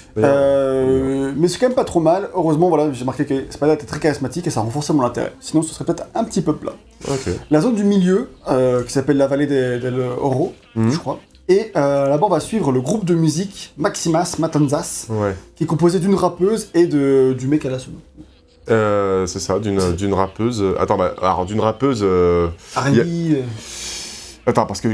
Mais c'est quand même pas trop mal. Heureusement, voilà, j'ai marqué que Espada était très charismatique et ça renforçait mon intérêt. Sinon, ce serait peut-être un petit peu plat. Okay. La zone du milieu, qui s'appelle la vallée del Oro, je crois. Et là-bas, on va suivre le groupe de musique Maximas Matanzas, qui est composé d'une rappeuse et du mec à la sono. C'est ça, d'une rappeuse. Attends, alors d'une rappeuse. R&B. Attends, parce que.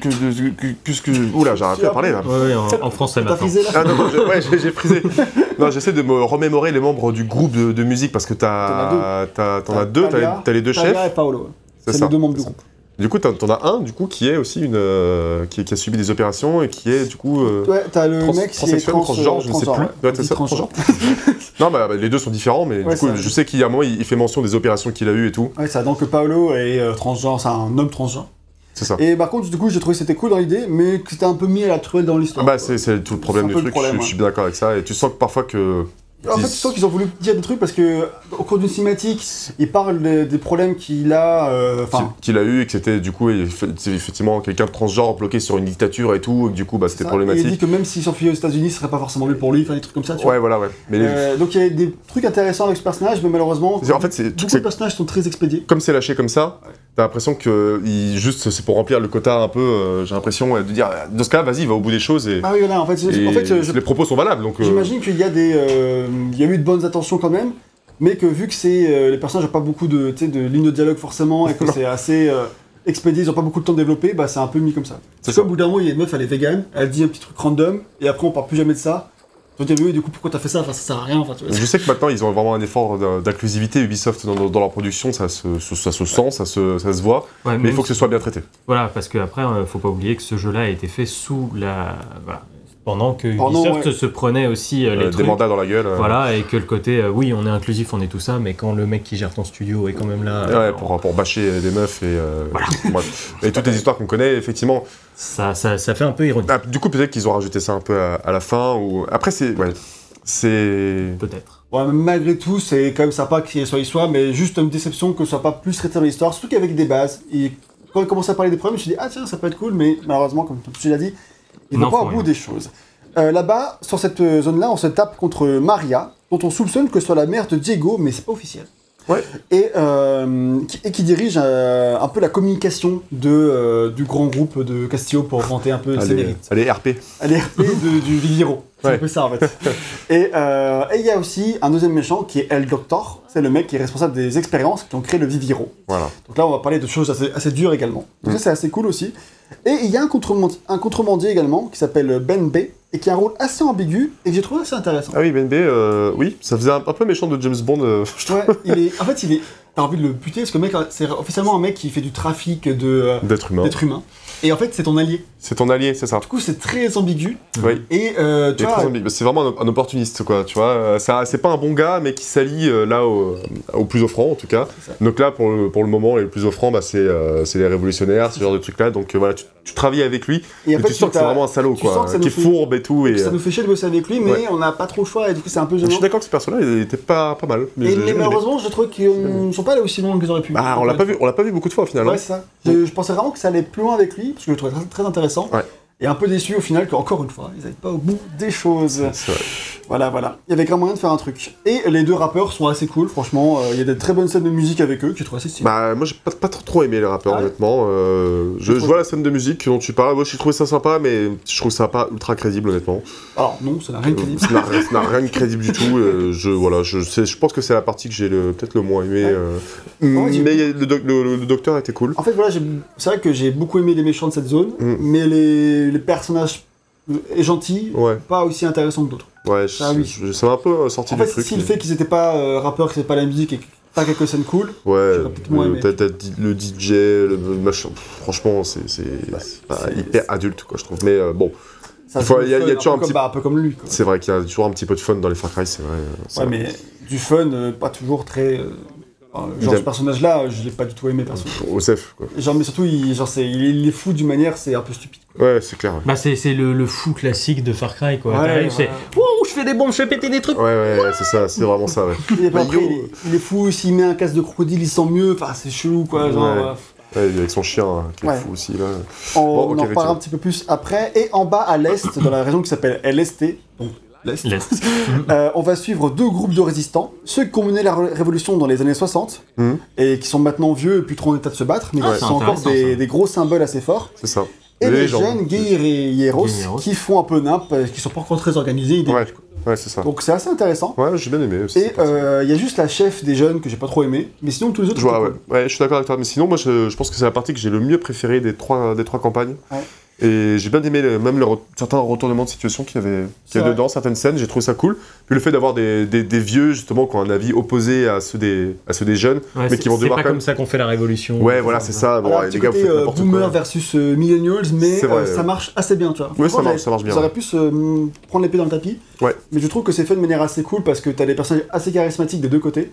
Oula, j'arrive plus à parler là. Ouais, en français maintenant. T'as frisé là? Ah non, j'ai frisé. Non, j'essaie de me remémorer les membres du groupe de musique parce que t'en as deux, t'as les deux chefs. Talia et Paolo. C'est les deux membres du groupe. Du coup, t'en as un du coup qui est aussi qui a subi des opérations et qui est du coup. Ouais, t'as le mec qui est transgenre, je ne sais plus. Ouais, c'est ça, transgenre. Non, bah les deux sont différents, mais du coup, je sais qu'il y a un moment, il fait mention des opérations qu'il a eues et tout. Ouais, ça. Donc Paolo est transgenre, c'est un homme transgenre. C'est ça. Et par contre, du coup, j'ai trouvé que c'était cool dans l'idée, mais que c'était un peu mis à la truelle dans l'histoire. Bah, c'est tout le problème du truc, je suis bien d'accord avec ça. Et tu sens que parfois que. En fait, tu sens qu'ils ont voulu dire des trucs parce que au cours d'une cinématique, il parle des problèmes qu'il a, qu'il a eu et que c'était du coup effectivement quelqu'un de transgenre bloqué sur une dictature et tout, et que du coup bah c'était problématique. Et il dit que même s'il s'enfuyait aux États-Unis, ce serait pas forcément mieux pour lui, enfin des trucs comme ça. Tu vois. Voilà, ouais. Mais donc il y a des trucs intéressants avec ce personnage, mais malheureusement, en fait, beaucoup de personnages sont très expédiés. Comme c'est lâché comme ça, T'as l'impression que juste c'est pour remplir le quota un peu, j'ai l'impression de dire dans ce cas vas-y, va au bout des choses et ah oui voilà en fait les propos sont valables donc j'imagine qu'il y a il y a eu de bonnes intentions quand même, mais que vu que c'est les personnages n'ont pas beaucoup de lignes de dialogue forcément et que c'est assez expédié, ils n'ont pas beaucoup de temps de développer, bah c'est un peu mis comme ça. C'est comme au bout d'un moment il y a une meuf, elle est végane, elle dit un petit truc random et après on parle plus jamais de ça. Donc oui, du coup pourquoi t'as fait ça, enfin ça sert à rien. Je sais que maintenant ils ont vraiment un effort d'inclusivité Ubisoft dans leur production, ça se sent, ça se voit, ouais, mais il faut que ce soit bien traité. Voilà, parce qu'après faut pas oublier que ce jeu-là a été fait sous la... Voilà. Pendant que Ubisoft se prenait aussi les des mandats dans la gueule. Voilà, et que le côté, oui, on est inclusif, on est tout ça, mais quand le mec qui gère ton studio est quand même là... Ouais, pour bâcher des meufs et... voilà. Et toutes les histoires qu'on connaît, effectivement... Ça fait un peu ironique. Ah, du coup, peut-être qu'ils ont rajouté ça un peu à la fin, ou... Après, c'est... Peut-être. Ouais, malgré tout, c'est quand même sympa qu'il soit l'histoire, mais juste une déception que ce soit pas plus traité dans l'histoire, surtout qu'avec des bases. Et quand on commence à parler des problèmes, je me suis dit, ah tiens, ça peut être cool, mais malheureusement, comme tu l'as dit, il ne va pas au bout des choses. Là-bas, sur cette zone-là, on se tape contre Maria, dont on soupçonne que ce soit la mère de Diego, mais c'est pas officiel. Ouais. Et qui dirige un peu la communication du grand groupe de Castillo pour vanter un peu ses mérites. Elle est RP. Elle est RP du Viviero. C'est un peu ça en fait. Et il y a aussi un deuxième méchant qui est El Doctor. C'est le mec qui est responsable des expériences qui ont créé le Viviero. Voilà. Donc là, on va parler de choses assez dures également. Donc ça, c'est assez cool aussi. Et il y a un contrebandier également qui s'appelle Ben B et qui a un rôle assez ambigu et que j'ai trouvé assez intéressant. Ah oui, Ben B, oui, ça faisait un peu méchant de James Bond. Je trouve. Ouais, en fait, t'as envie de le buter parce que le mec, c'est officiellement un mec qui fait du trafic d'êtres humains. Et en fait, c'est ton allié. C'est ton allié, c'est ça. Du coup, c'est très ambigu. Oui. Et tu vois, c'est vraiment un opportuniste, quoi. Tu vois, c'est pas un bon gars, mais qui s'allie là au plus offrant, en tout cas. Donc là, pour le moment, les plus offrants, bah, c'est les révolutionnaires, ce genre de trucs-là. Donc voilà, tu travailles avec lui, et tu sens que c'est vraiment un salaud, quoi, qui est fourbe et tout. Ça nous fait chier de bosser avec lui, mais on n'a pas trop le choix, et du coup, c'est un peu gênant. Je suis d'accord que ce personnage, il était pas mal. Mais malheureusement, je trouve qu'ils ne sont pas allés aussi loin qu'ils auraient pu. Ah, on l'a pas vu beaucoup de fois, au final. Ouais, c'est ça. Je pensais vraiment que ça allait plus loin avec lui, parce que je le trouvais très intéressant. Ouais. Et un peu déçu au final qu'encore une fois, ils n'aillent pas au bout des choses. C'est vrai. Voilà. Il y avait grand moyen de faire un truc. Et les deux rappeurs sont assez cool, franchement. Il y a des très bonnes scènes de musique avec eux que je trouve assez stylées. Bah, moi j'ai pas trop aimé les rappeurs, honnêtement. Je vois la scène de musique dont tu parles. Moi j'ai trouvé ça sympa, mais je trouve ça pas ultra crédible, honnêtement. Alors non, ça n'a rien de crédible. Ça n'a rien de crédible du tout. Je pense que c'est la partie que j'ai peut-être le moins aimé. Mais le docteur était cool. En fait, voilà, c'est vrai que j'ai beaucoup aimé les méchants de cette zone, mais les personnages gentils, pas aussi intéressants que d'autres. Ouais, ça m'a un peu sorti du truc. En fait, si le fait qu'ils étaient pas rappeurs, que c'était pas la musique et que pas quelques scènes cool, ouais, t'as le DJ, le machin, franchement, c'est hyper adulte, quoi, je trouve. Mais bon, il y a toujours un peu comme lui. C'est vrai qu'il y a toujours un petit peu de fun dans les Far Cry, c'est vrai. Ouais, mais du fun, pas toujours très... Genre ce personnage-là, je l'ai pas du tout aimé personnellement. Osef, quoi. Genre, mais surtout, il est fou d'une manière, c'est un peu stupide. Quoi. Ouais, c'est clair. Ouais. Bah, c'est le fou classique de Far Cry, quoi. Ouais, c'est wow, je fais des bombes, je fais péter des trucs. Ouais, c'est ça, c'est vraiment ça, ouais. Et après, il est fou, s'il met un casque de crocodile, il sent mieux, enfin, c'est chelou, quoi. Genre, ouais, avec son chien, qui est fou aussi, là. On en reparlera un petit peu plus après. Et en bas, à l'est, dans la région qui s'appelle LST, donc l'Est. On va suivre deux groupes de résistants, ceux qui ont mené la révolution dans les années 60 et qui sont maintenant vieux et plus trop en état de se battre, mais qui sont encore des gros symboles assez forts. C'est ça. Et les jeunes guerrieros qui font un peu nimp, qui sont pas encore très organisés. Ouais, c'est ça. Donc c'est assez intéressant. Ouais, j'ai bien aimé aussi. Et il y a juste la chef des jeunes que j'ai pas trop aimé, mais sinon tous les autres. Ouais, je suis d'accord avec toi. Mais sinon, moi, je pense que c'est la partie que j'ai le mieux préférée des trois campagnes. Ouais. Et j'ai bien aimé certains retournements de situation qu'il y avait dedans, certaines scènes, j'ai trouvé ça cool. Puis le fait d'avoir des vieux, justement, qui ont un avis opposé à ceux des jeunes, mais qui vont devoir. C'est pas comme ça qu'on fait la révolution. Ouais, voilà, c'est ça. Bon, les gars, vous faites n'importe quoi. Boomer versus millennials, mais ça marche assez bien, tu vois. Oui, ça marche bien. J'aurais pu prendre l'épée dans le tapis, mais je trouve que c'est fait de manière assez cool parce que t'as des personnages assez charismatiques des deux côtés.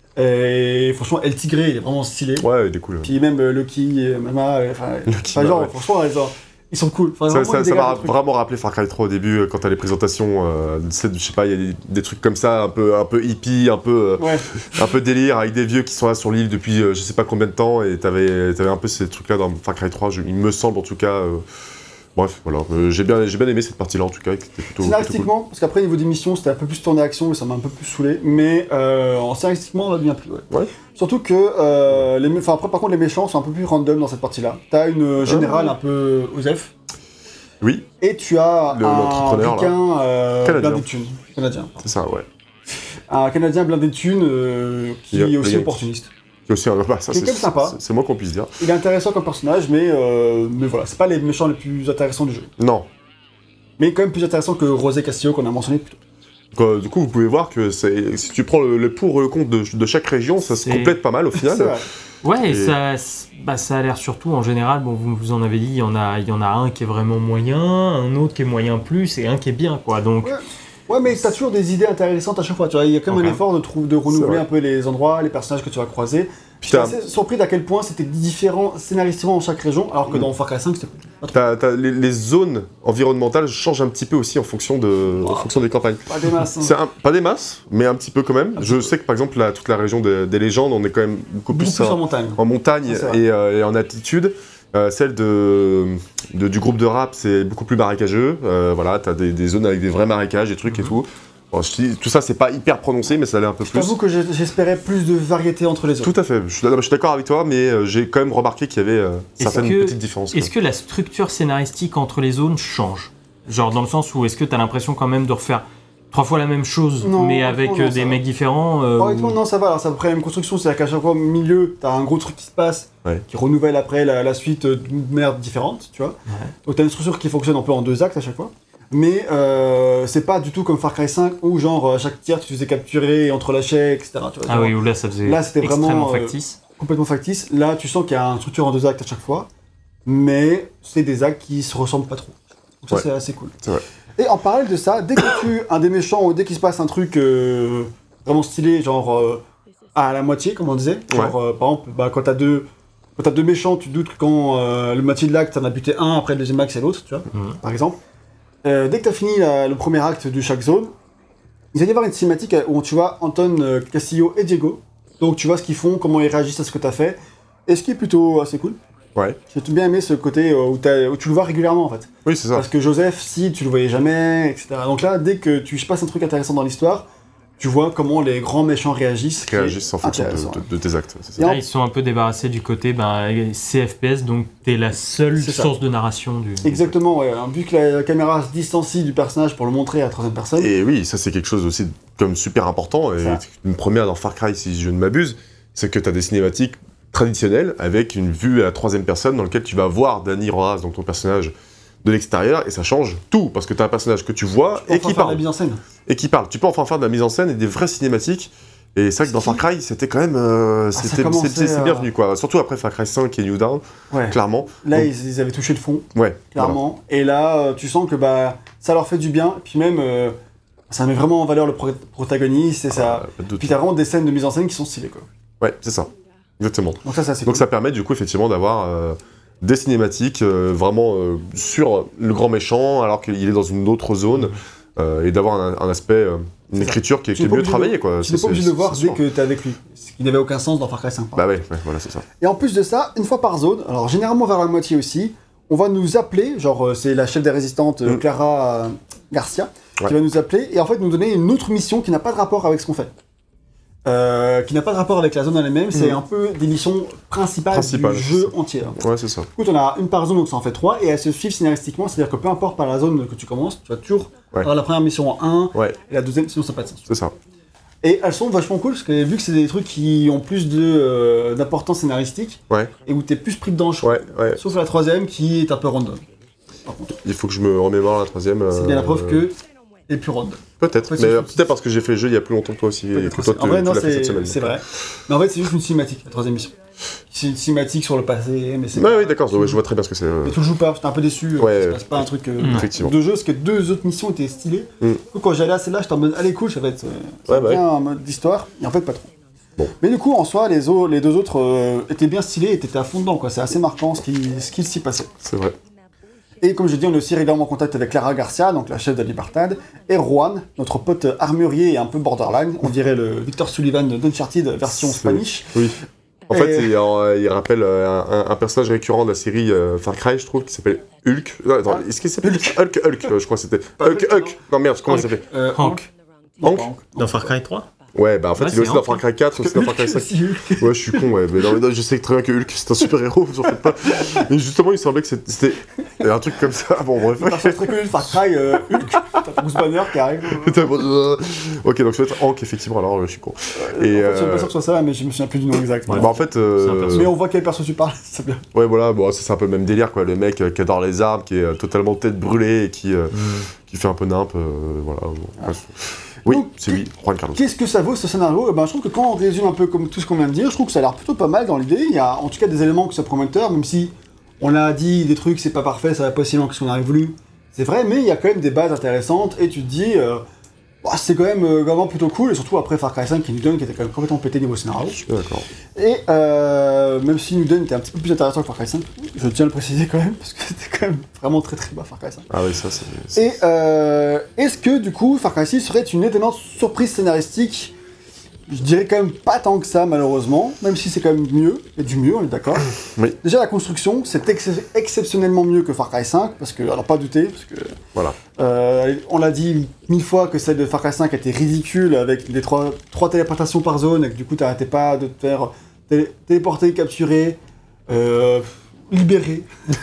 Et franchement, El Tigré, il est vraiment stylé. Ouais, il est cool. Puis même Lucky et Mama, genre, franchement, ils sont cool. Enfin, ça m'a vraiment rappelé Far Cry 3 au début, quand t'as les présentations, je sais pas, il y a des trucs comme ça, un peu hippie, un peu délire, avec des vieux qui sont là sur l'île depuis je sais pas combien de temps, et t'avais un peu ces trucs-là dans Far Cry 3, il me semble en tout cas. Bref, voilà, j'ai bien aimé cette partie-là en tout cas. Scénaristiquement, parce qu'après niveau des missions, c'était un peu plus tourné action et ça m'a un peu plus saoulé, mais scénaristiquement, on va bien plus. Ouais. Surtout que, après par contre, les méchants sont un peu plus random dans cette partie-là. T'as une générale un peu Osef. Oui. Et tu as un Ricain blindé de thunes. Canadien. C'est ça, ouais. Un Canadien blindé de thunes qui est aussi opportuniste. Qui est aussi un repas, ça c'est sympa. C'est moins qu'on puisse dire. Il est intéressant comme personnage, mais voilà, c'est pas les méchants les plus intéressants du jeu. Non. Mais quand même plus intéressant que Rosé Castillo qu'on a mentionné plus tôt. Du coup, vous pouvez voir que si tu prends le pour et le contre de chaque région, ça se complète pas mal au final. Ouais, et ça a l'air surtout, en général, bon, vous en avez dit, il y en a un qui est vraiment moyen, un autre qui est moyen plus, et un qui est bien, quoi, donc... Ouais, mais t'as toujours des idées intéressantes à chaque fois, tu vois, il y a quand même un effort de renouveler un peu les endroits, les personnages que tu vas croiser. J'étais assez surpris d'à quel point c'était différent scénaristiquement dans chaque région, alors que dans Far Cry 5, c'était les zones environnementales changent un petit peu aussi en fonction des campagnes. Pas des masses. Hein. Pas des masses, mais un petit peu quand même. Je sais que par exemple, toute la région des légendes, on est quand même beaucoup plus en montagne. En montagne et en altitude. Celle du groupe de rap, c'est beaucoup plus marécageux. Voilà, t'as des zones avec des vrais marécages, des trucs et tout. Bon, tout ça, c'est pas hyper prononcé, mais ça allait un peu plus. J'avoue que j'espérais plus de variété entre les zones. Tout à fait. Je suis d'accord avec toi, mais j'ai quand même remarqué qu'il y avait certaines petites différences. Est-ce que la structure scénaristique entre les zones change ? Genre dans le sens où est-ce que t'as l'impression quand même de refaire 3 fois la même chose, mais avec des mecs différents Honnêtement, non, ça va. Alors, c'est à peu près la même construction, c'est-à-dire qu'à chaque fois, au milieu, t'as un gros truc qui se passe, qui renouvelle après la suite d'une merde différente, tu vois. Ouais. Donc, t'as une structure qui fonctionne un peu en 2 actes à chaque fois. Mais c'est pas du tout comme Far Cry 5 où, genre, à chaque tir, tu te faisais capturer et on te relâchait, etc. Tu vois, oui, où là, ça faisait c'était extrêmement factice. Complètement factice. Là, tu sens qu'il y a une structure en 2 actes à chaque fois, mais c'est des actes qui se ressemblent pas trop. Donc, ça, c'est assez cool. C'est vrai. Et en parallèle de ça, dès que tu un des méchants ou dès qu'il se passe un truc vraiment stylé, genre à la moitié, comme on disait, genre par exemple, quand t'as deux méchants, tu te doutes que quand le moitié de l'acte, t'en as buté un, après le deuxième acte, c'est l'autre, tu vois, par exemple. Dès que t'as fini le premier acte de chaque zone, il va y avoir une cinématique où tu vois Anton, Castillo et Diego. Donc tu vois ce qu'ils font, comment ils réagissent à ce que t'as fait, et ce qui est plutôt assez cool. Ouais. J'ai bien aimé ce côté où tu le vois régulièrement en fait. Oui, c'est ça. Parce que Joseph, tu le voyais jamais, etc. Donc là, dès que tu passes un truc intéressant dans l'histoire, tu vois comment les grands méchants réagissent. En fonction de tes actes. C'est ça. Là, ils sont un peu débarrassés du côté CFPS, donc t'es la seule source de narration du. Exactement, ouais. Vu que la caméra se distancie du personnage pour le montrer à la troisième personne. Et oui, ça c'est quelque chose aussi comme super important, et une première dans Far Cry, si je ne m'abuse, c'est que t'as des cinématiques traditionnel avec une vue à la troisième personne dans laquelle tu vas voir Dani Rojas, donc ton personnage, de l'extérieur, et ça change tout parce que tu as un personnage que tu vois et qui parle. La mise en scène. Et qui parle. Tu peux enfin faire de la mise en scène et des vraies cinématiques. Et c'est vrai que dans Far Cry, c'était quand même. C'est bienvenu, quoi. Surtout après Far Cry 5 et New Dawn, clairement. Là, ils avaient touché le fond. Ouais. Clairement. Voilà. Et là, tu sens que ça leur fait du bien. Et puis même, ça met vraiment en valeur le protagoniste. Et puis t'as vraiment des scènes de mise en scène qui sont stylées, quoi. Ouais, c'est ça. Exactement. Donc ça permet du coup effectivement d'avoir des cinématiques vraiment sur le grand méchant alors qu'il est dans une autre zone et d'avoir un aspect, une écriture qui est mieux travaillée, quoi. Tu n'es pas obligé de le voir dès que tu es avec lui. Ce qui n'avait aucun sens dans Far Cry 5. Bah ouais, voilà, c'est ça. Et en plus de ça, une fois par zone, alors généralement vers la moitié aussi, on va nous appeler, genre c'est la chef des résistantes Clara Garcia, qui va nous appeler et en fait nous donner une autre mission qui n'a pas de rapport avec ce qu'on fait. Qui n'a pas de rapport avec la zone en elle-même, c'est un peu des missions principales du jeu entier. Ouais, c'est ça. Écoute, on a une par zone, donc ça en fait 3, et elles se suivent scénaristiquement, c'est-à-dire que peu importe par la zone que tu commences, tu vas toujours avoir la première mission en 1, et la deuxième, sinon ça n'a pas de sens. C'est ça. Et elles sont vachement cool, parce que vu que c'est des trucs qui ont plus d'importance scénaristique, et où t'es plus pris dedans, sauf la troisième qui est un peu random. Par contre. Il faut que je me remémore la troisième. C'est bien la preuve que et plus random. Peut-être, mais peut-être parce que j'ai fait le jeu il y a plus longtemps que toi aussi, et que toi tu l'as fait cette semaine. C'est vrai. Mais en fait, c'est juste une cinématique, la troisième mission. C'est une cinématique sur le passé, mais c'est... Oui, d'accord, je vois très bien ce que c'est. Mais tu le joues pas, j'étais un peu déçu, c'est pas un truc de jeu, parce que 2 autres missions étaient stylées. Donc quand j'allais à celle-là, j'étais en mode, allez cool, ça va être bien un mode d'histoire, et en fait pas trop. Bon. Mais du coup, en soi, les 2 autres étaient bien stylés, et t'étais à fond dedans, quoi. C'est assez marquant ce qu'il s'y passait. C'est vrai. Et comme je dis, on est aussi régulièrement en contact avec Clara Garcia, donc la chef de Libertad, et Juan, notre pote armurier et un peu borderline, on dirait le Victor Sullivan d'Uncharted version Spanish. Oui. En fait, il rappelle un personnage récurrent de la série Far Cry, je trouve, qui s'appelle Hulk. Non, attends, est-ce qu'il s'appelle Hulk, je crois que c'était. Hulk. Non, merde, comment il s'appelle Hank. Hank. Dans Far Cry 3 Ouais, bah en fait, il est aussi dans Far Cry 4, aussi dans Far Cry 5. Ouais, je suis con, ouais. Mais non, je sais très bien que Hulk, c'est un super-héros, vous en faites pas. Mais justement, il semblait que c'était un truc comme ça. Bon, bref. C'est très connu de Far Cry, Hulk. T'as Bruce Banner qui arrive. Ok, donc ça va être Hank, effectivement, alors je suis con. Et en fait, je suis pas sûr que ce soit ça, mais je me souviens plus du nom exact. Ouais. Bah en fait... Mais on voit quel perso tu parles, c'est bien. Ouais, voilà, bon, c'est un peu le même délire, quoi. Le mec qui adore les armes, qui est totalement tête brûlée et qui fait un peu nimp, voilà. Oui, c'est lui, Juan Carlos. Qu'est-ce que ça vaut ce scénario ? Je trouve que quand on résume un peu comme tout ce qu'on vient de dire, je trouve que ça a l'air plutôt pas mal dans l'idée. Il y a en tout cas des éléments qui sont prometteurs, même si on l'a dit, des trucs, c'est pas parfait, ça va pas aussi loin que ce qu'on aurait voulu. C'est vrai, mais il y a quand même des bases intéressantes et tu te dis, c'est quand même vraiment plutôt cool, et surtout après Far Cry 5 qui nous donne, qui était quand même complètement pété niveau scénario. Je suis d'accord. Et même si New Dawn était un petit peu plus intéressant que Far Cry 5, je tiens à le préciser quand même, parce que c'était quand même vraiment très très bas Far Cry 5. Ah oui, ça c'est... Et est-ce que du coup Far Cry 6 serait une étonnante surprise scénaristique ? Je dirais quand même pas tant que ça malheureusement, même si c'est quand même mieux, et du mieux, on est d'accord. Oui. Déjà la construction, c'est exceptionnellement mieux que Far Cry 5, parce que, alors pas douter, parce que... Voilà. On l'a dit 1000 fois que celle de Far Cry 5 était ridicule, avec les 3 téléportations par zone, et que du coup t'arrêtais pas de te faire téléporter, capturer, libérer.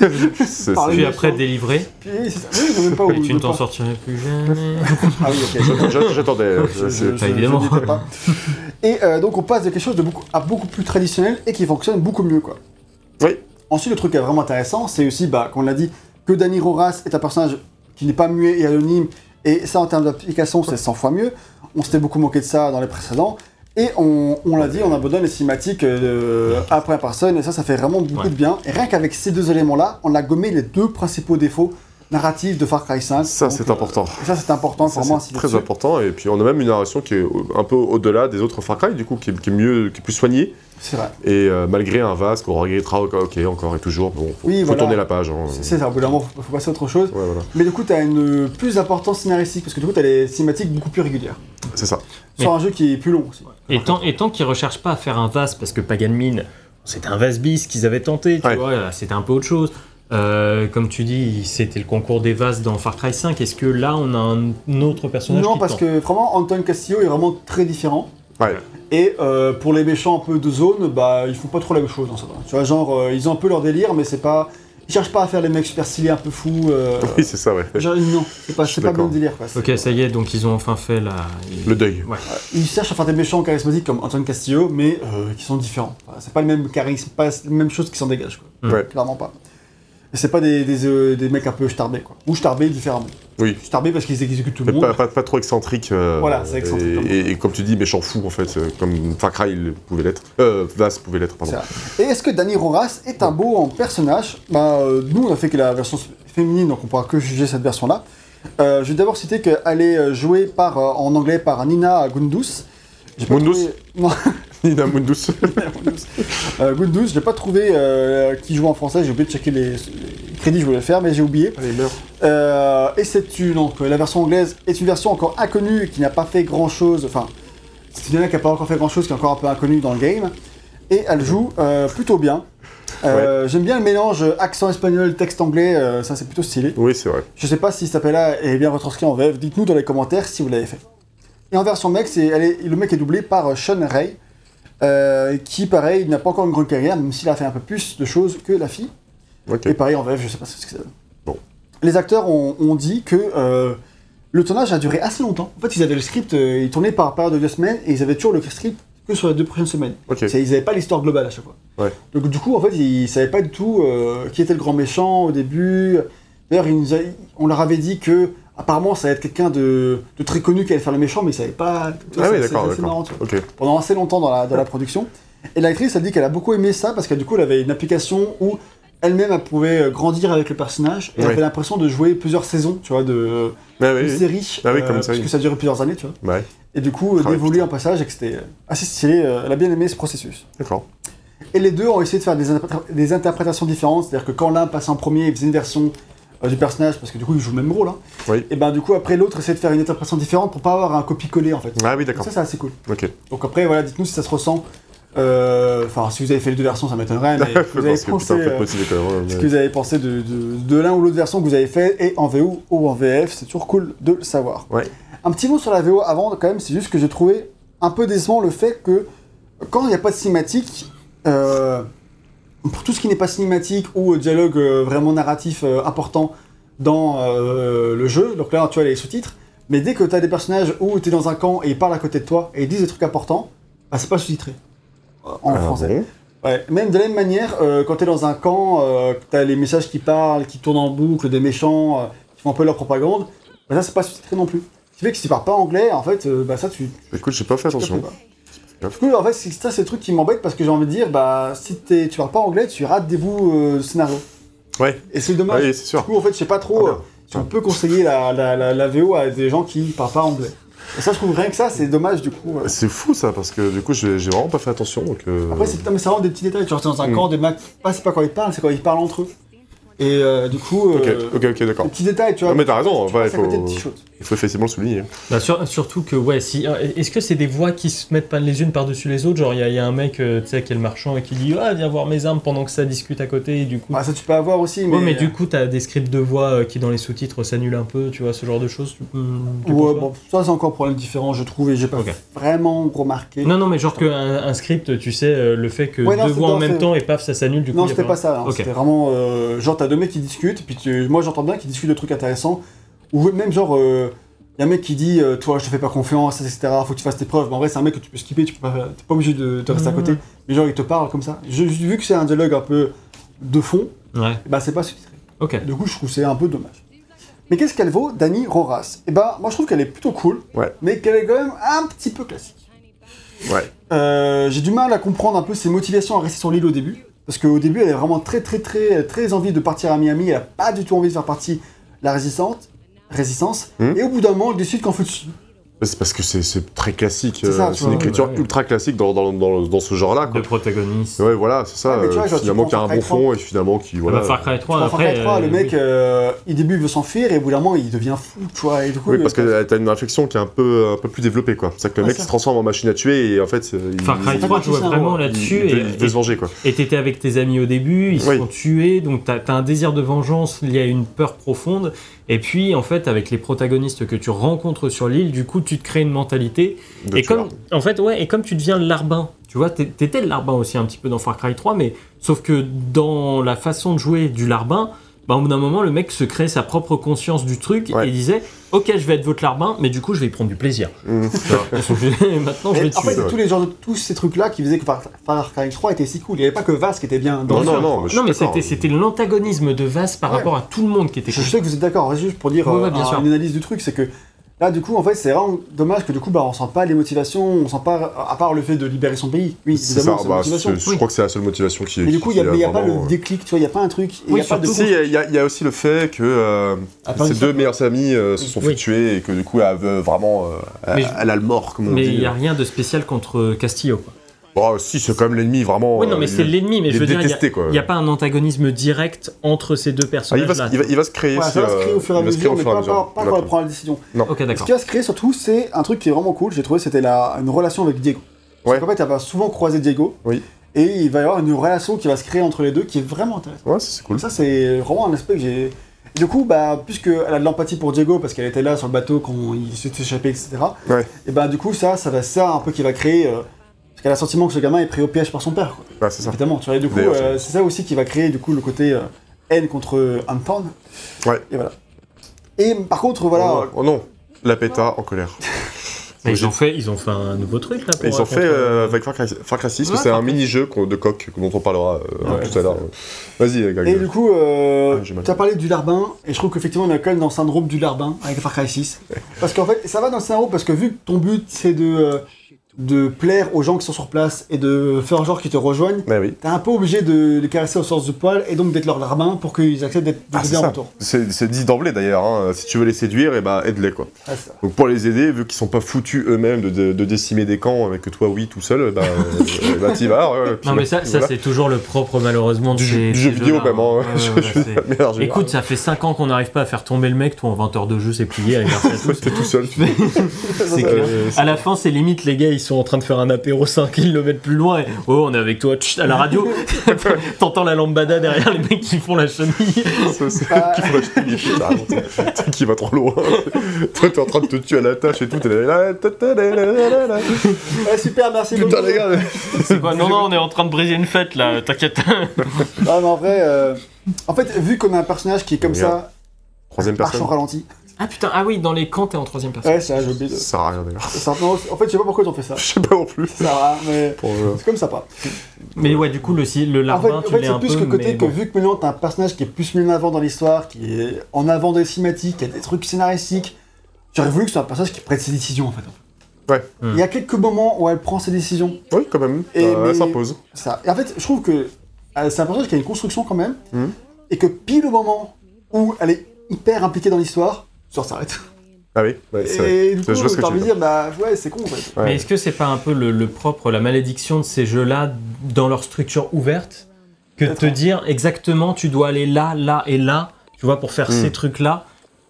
Puis après délivrer. Puis oui, même pas où. Et tu ne t'en sortirais plus jamais. Ah oui, ok. J'attendais. Évidemment. Pas. Et donc on passe de quelque chose de beaucoup plus traditionnel et qui fonctionne beaucoup mieux, quoi. Oui. Ensuite, le truc qui est vraiment intéressant, c'est aussi, comme on l'a dit, que Dani Rojas est un personnage qui n'est pas muet et anonyme, et ça en termes d'application, c'est 100 fois mieux. On s'était beaucoup moqué de ça dans les précédents. Et on l'a dit, on abandonne les cinématiques à première personne, et ça fait vraiment beaucoup de bien. Et rien qu'avec ces deux éléments-là, on a gommé les 2 principaux défauts narratifs de Far Cry 5. Ça, c'est important. Et ça, c'est important pour moi. C'est très important, et puis on a même une narration qui est un peu au-delà des autres Far Cry, du coup, qui est mieux, qui est plus soignée. C'est vrai. Et malgré un vase qu'on regrettera, ok, encore et toujours, bon, faut tourner la page. Hein. C'est ça, au bout d'un moment, faut passer à autre chose. Ouais, voilà. Mais du coup, t'as une plus d'importance scénaristique, parce que du coup, t'as les cinématiques beaucoup plus régulières. C'est ça. Sur un jeu qui est plus long aussi. Et tant qu'ils recherchent pas à faire un vase, parce que Pagan Min, c'était un vase bis qu'ils avaient tenté, tu vois, c'était un peu autre chose. Comme tu dis, c'était le concours des vases dans Far Cry 5. Est-ce que là, on a un autre personnage Non, parce que vraiment, Anton Castillo est vraiment très différent. Ouais. Et pour les méchants un peu de zone, ils font pas trop la même chose dans ça. Tu vois, genre, ils ont un peu leur délire, mais c'est pas... Ils cherchent pas à faire les mecs super stylés, un peu fous. Oui, c'est ça, ouais. Genre, non, c'est pas le même délire, quoi. Ok, ça y est, donc ils ont enfin fait le deuil. Ouais. Ils cherchent à faire des méchants charismatiques comme Anton Castillo, mais qui sont différents. C'est pas le même charisme, pas la même chose qui s'en dégage, quoi. Ouais. Clairement pas. Et c'est pas des mecs un peu starbés, quoi. Ou starbés différemment. Oui. Starbés parce qu'ils exécutent tout le monde. Pas trop excentrique. Voilà, c'est excentrique. Et comme tu dis, méchant fou, en fait, comme Far Cry pouvait l'être. Vaz pouvait l'être, pardon. Et est-ce que Dani Rojas est un beau en personnage ? Nous, on a fait que la version féminine, donc on pourra que juger cette version-là. Je vais d'abord citer qu'elle est jouée en anglais par Nina Gunduz. Mundus ? Non. Nina Mundus. Gunduz, je l'ai pas trouvé qui joue en français, j'ai oublié de checker les crédits, je voulais le faire, mais j'ai oublié. Allez, meurs. Et la version anglaise est une version encore inconnue, qui n'a pas fait grand-chose, enfin, c'est une nana qui n'a pas encore fait grand-chose, qui est encore un peu inconnue dans le game, et elle joue plutôt bien. J'aime bien le mélange accent espagnol, texte anglais, ça c'est plutôt stylé. Oui, c'est vrai. Je sais pas si cet appel-là est bien retranscrit en VF, dites-nous dans les commentaires si vous l'avez fait. Et en version mec, le mec est doublé par Sean Ray, qui pareil n'a pas encore une grande carrière, même s'il a fait un peu plus de choses que la fille. Okay. Et pareil en VF, je sais pas ce que ça donne. Bon. Les acteurs ont dit que le tournage a duré assez longtemps. En fait, ils avaient le script, ils tournaient par période de 2 semaines, et ils avaient toujours le script que sur les 2 prochaines semaines. Okay. Ils n'avaient pas l'histoire globale à chaque fois. Ouais. Donc du coup, en fait, ils savaient pas du tout qui était le grand méchant au début. D'ailleurs, on leur avait dit que apparemment, ça allait être quelqu'un de très connu qui allait faire le méchant, mais ils savaient pas. Ah oui, d'accord. C'est marrant, tu vois. Okay. Pendant assez longtemps dans la production. Et l'actrice, elle dit qu'elle a beaucoup aimé ça parce que du coup, elle avait une application où elle-même, elle pouvait grandir avec le personnage et elle avait l'impression de jouer plusieurs saisons, tu vois, de séries. Ah oui, comme parce que ça durait plusieurs années, tu vois. Ouais. Et du coup, d'évoluer en passage et que c'était assez stylé. Elle a bien aimé ce processus. D'accord. Et les deux ont essayé de faire des interprétations différentes, c'est-à-dire que quand l'un passait en premier, il faisait une version du personnage, parce que du coup, il joue le même rôle. Hein. Oui. Et ben du coup, après l'autre essaie de faire une interprétation différente pour pas avoir un copie-coller en fait. Ah oui, d'accord. Ça, c'est assez cool. Ok. Donc après, voilà, dites-nous si ça se ressent Enfin, si vous avez fait les deux versions, ça m'étonnerait, mais vous avez pensé, ce que vous avez pensé de l'un ou l'autre version que vous avez fait, et en VO ou en VF, c'est toujours cool de le savoir. Ouais. Un petit mot sur la VO avant, quand même, c'est juste que j'ai trouvé un peu décevant le fait que quand il n'y a pas de cinématique, pour tout ce qui n'est pas cinématique ou dialogue vraiment narratif important dans le jeu, donc là tu as les sous-titres, mais dès que tu as des personnages où tu es dans un camp et ils parlent à côté de toi et ils disent des trucs importants, bah c'est pas sous-titré en français. Bon. Ouais. Même de la même manière, quand tu es dans un camp, tu as les messages qui parlent, qui tournent en boucle, des méchants qui font un peu leur propagande, bah ça c'est pas sous-titré non plus. Ce qui fait que si tu parles pas anglais, en fait, bah ça tu... Écoute, j'ai pas fait attention. Du coup, en fait, c'est le truc qui m'embête parce que j'ai envie de dire, bah, si tu parles pas anglais, tu rates des bouts de scénario. Ouais. Et c'est dommage. Oui, c'est sûr. Du coup, en fait, je sais pas trop si on peut conseiller la VO à des gens qui parlent pas anglais. Et ça, je trouve rien que ça, c'est dommage du coup. C'est fou ça, parce que du coup, j'ai vraiment pas fait attention. Donc, Après, c'est vraiment des petits détails. Tu restes dans un camp, des mecs, c'est pas quand ils parlent, c'est quand ils parlent entre eux. Et du coup, ok, d'accord. Des petits détails, tu vois. Non, mais t'as raison, il faut effectivement le souligner. Bah, surtout que, ouais, est-ce que c'est des voix qui se mettent pas les unes par-dessus les autres? Genre, il y a un mec, tu sais, qui est le marchand et qui dit ah, viens voir mes armes pendant que ça discute à côté, et du coup. Ah, ça tu peux avoir aussi, mais. Ouais, mais du coup, t'as des scripts de voix qui, dans les sous-titres, s'annulent un peu, tu vois, ce genre de choses. Ouais, bon, ça c'est encore un problème différent, je trouve, et j'ai pas vraiment remarqué. Non, mais genre qu'un script, tu sais, le fait que deux voix en même temps et paf, ça s'annule, du coup. Non, c'était pas ça, c'était vraiment. Genre, t'as deux mecs qui discutent, puis moi j'entends bien qu'ils discutent de trucs intéressants, ou même genre. Y a un mec qui dit toi je te fais pas confiance, etc. Faut que tu fasses tes preuves. Mais en vrai c'est un mec que tu peux skipper, t'es pas obligé de rester à côté. Mais genre il te parle comme ça. Vu que c'est un dialogue un peu de fond, bah c'est pas sous-titré. Okay. Du coup je trouve que c'est un peu dommage. Mais qu'est-ce qu'elle vaut, Dani Roras? Et bah moi je trouve qu'elle est plutôt cool, mais qu'elle est quand même un petit peu classique. Ouais. J'ai du mal à comprendre un peu ses motivations à rester sur l'île au début. Parce qu'au début elle est vraiment très envie de partir à Miami, elle a pas du tout envie de faire partie de la résistance, et au bout d'un moment, elle décide qu'en fait... C'est parce que c'est très classique, c'est une écriture ultra classique dans ce genre-là. De protagoniste. Ouais, voilà, c'est ça, finalement qui a un bon fond, et finalement qui... Voilà. Far Cry 3, Far Cry 3, le mec, au début, il veut s'enfuir, et au bout d'un moment, il devient fou, tu vois, et du coup... Oui, parce que t'as une réflexion qui est un peu plus développée, quoi. C'est-à-dire que le mec, il se transforme en machine à tuer, et en fait... Far Cry 3, tu vois vraiment là-dessus, il veut se venger, quoi. Et t'étais avec tes amis au début, ils se font tuer, donc t'as un désir de vengeance lié à une peur profonde, et puis, en fait, avec les protagonistes que tu rencontres sur l'île, du coup, tu te crées une mentalité. Et comme, en fait, et comme tu deviens le larbin, tu vois, t'étais le larbin aussi un petit peu dans Far Cry 3, mais sauf que dans la façon de jouer du larbin, bah, au bout d'un moment, le mec se crée sa propre conscience du truc et disait « Ok, je vais être votre larbin, mais du coup, je vais y prendre du plaisir. Et maintenant, je vais le tuer. » En fait, tous ces trucs-là qui faisaient que Far Cry 3 était si cool. Il n'y avait pas que Vaas qui était bien dans Non, mais c'était l'antagonisme de Vaas par rapport à tout le monde qui était cool. Je sais que vous êtes d'accord, juste pour dire une analyse du truc, c'est que là, du coup, en fait, c'est vraiment dommage que du coup, bah, on sent pas les motivations, on sent pas, à part le fait de libérer son pays. Oui, évidemment, c'est la motivation. Je crois que c'est la seule motivation qui est. Mais du coup, il n'y a pas le déclic, tu vois, il n'y a pas un truc. Il y a aussi le fait que ses deux meilleurs amis se sont fait tuer et que du coup, elle veut vraiment. Elle a le mort, comme on dit. Mais il n'y a rien de spécial contre Castillo, quoi. Bon, si, c'est quand même l'ennemi, vraiment. Oui, non, mais c'est l'ennemi, mais je veux dire, il n'y a pas un antagonisme direct entre ces deux personnages. Il va se créer. Ça va se créer au fur et à mesure, mais pas quand elle prend la décision. Non. Ok, d'accord. Ce qui va se créer, surtout, c'est un truc qui est vraiment cool, j'ai trouvé, c'était une relation avec Diego. Parce qu'en fait, elle va souvent croiser Diego. Oui. Et il va y avoir une relation qui va se créer entre les deux qui est vraiment intéressante. Ouais, c'est cool. Ça, c'est vraiment un aspect que j'ai. Du coup, bah, puisqu'elle a de l'empathie pour Diego, parce qu'elle était là sur le bateau quand il s'est échappé, etc. Et bah, du coup, ça va ça un peu qui va créer. Parce qu'elle a le sentiment que ce gamin est pris au piège par son père. Ouais, c'est ça. Évidemment, tu vois, et du coup, c'est ça aussi qui va créer du coup le côté haine contre Anton. Ouais. Et voilà. Et par contre, voilà. Oh non, la péta en colère. Mais ils ont fait un nouveau truc là. Ils ont fait avec Far Cry 6, c'est un mini-jeu de coq dont on parlera tout à l'heure. Vas-y, Gag. Et du coup, tu as parlé du larbin, et je trouve qu'effectivement on est quand même dans le syndrome du larbin avec Far Cry 6. Parce qu'en fait, ça va dans le syndrome parce que vu que ton but c'est de plaire aux gens qui sont sur place et de faire genre qu'ils te rejoignent, t'es un peu obligé de les caresser au sens du poil et donc d'être leur larbin pour qu'ils acceptent d'être en retour. C'est dit d'emblée d'ailleurs, hein. Si tu veux les séduire, aide-les quoi. Donc pour les aider, vu qu'ils sont pas foutus eux-mêmes de décimer des camps, mais que toi oui tout seul, t'y vas. Non mais ça c'est toujours le propre malheureusement du jeu vidéo vraiment. Écoute, ça fait 5 ans qu'on n'arrive pas à faire tomber le mec, toi en 20 heures de jeu c'est plié, allez merci à tous. T'es tout seul. C'est clair. À la fin c'est limite les gars ils sont en train de faire un apéro 5 km plus loin et oh, on est avec toi à la radio. T'entends la lambada derrière les mecs qui font la chenille. Qui font la chenille, qui va trop loin. Toi, t'es en train de te tuer à la tâche et tout. T'es là. Super, merci beaucoup. Putain, les gars. C'est quoi ? Non, on est en train de briser une fête là, t'inquiète. Non, mais en vrai, en fait, vu qu'on a un personnage qui est comme ça, troisième personne. marche en ralenti. Ah putain, ah oui, dans les camps, t'es en troisième personne. Ouais, ça, j'ai oublié. Ça sert à rien d'ailleurs. En fait, je sais pas pourquoi ils ont fait ça. Je sais pas non plus. Ça sert à rien, mais c'est comme ça pas. Mais ouais, du coup, le larbin, en fait, c'est plus que côté que vu que maintenant t'as un personnage qui est plus mis en avant dans l'histoire, qui est en avant des cinématiques, qui a des trucs scénaristiques, j'aurais voulu que ce soit un personnage qui prenne ses décisions en fait. Ouais. Il y a quelques moments où elle prend ses décisions. Oui, quand même. Elle s'impose. Ça. Et en fait, je trouve que c'est un personnage qui a une construction quand même, et que pile au moment où elle est hyper impliquée dans l'histoire, ça s'arrête. Ah oui, ouais, c'est vrai. Et du coup, t'as envie de dire, bah ouais, c'est con en fait. Ouais. Mais est-ce que c'est pas un peu le propre, la malédiction de ces jeux-là dans leur structure ouverte, que de te dire exactement tu dois aller là, là et là, tu vois, pour faire ces trucs-là,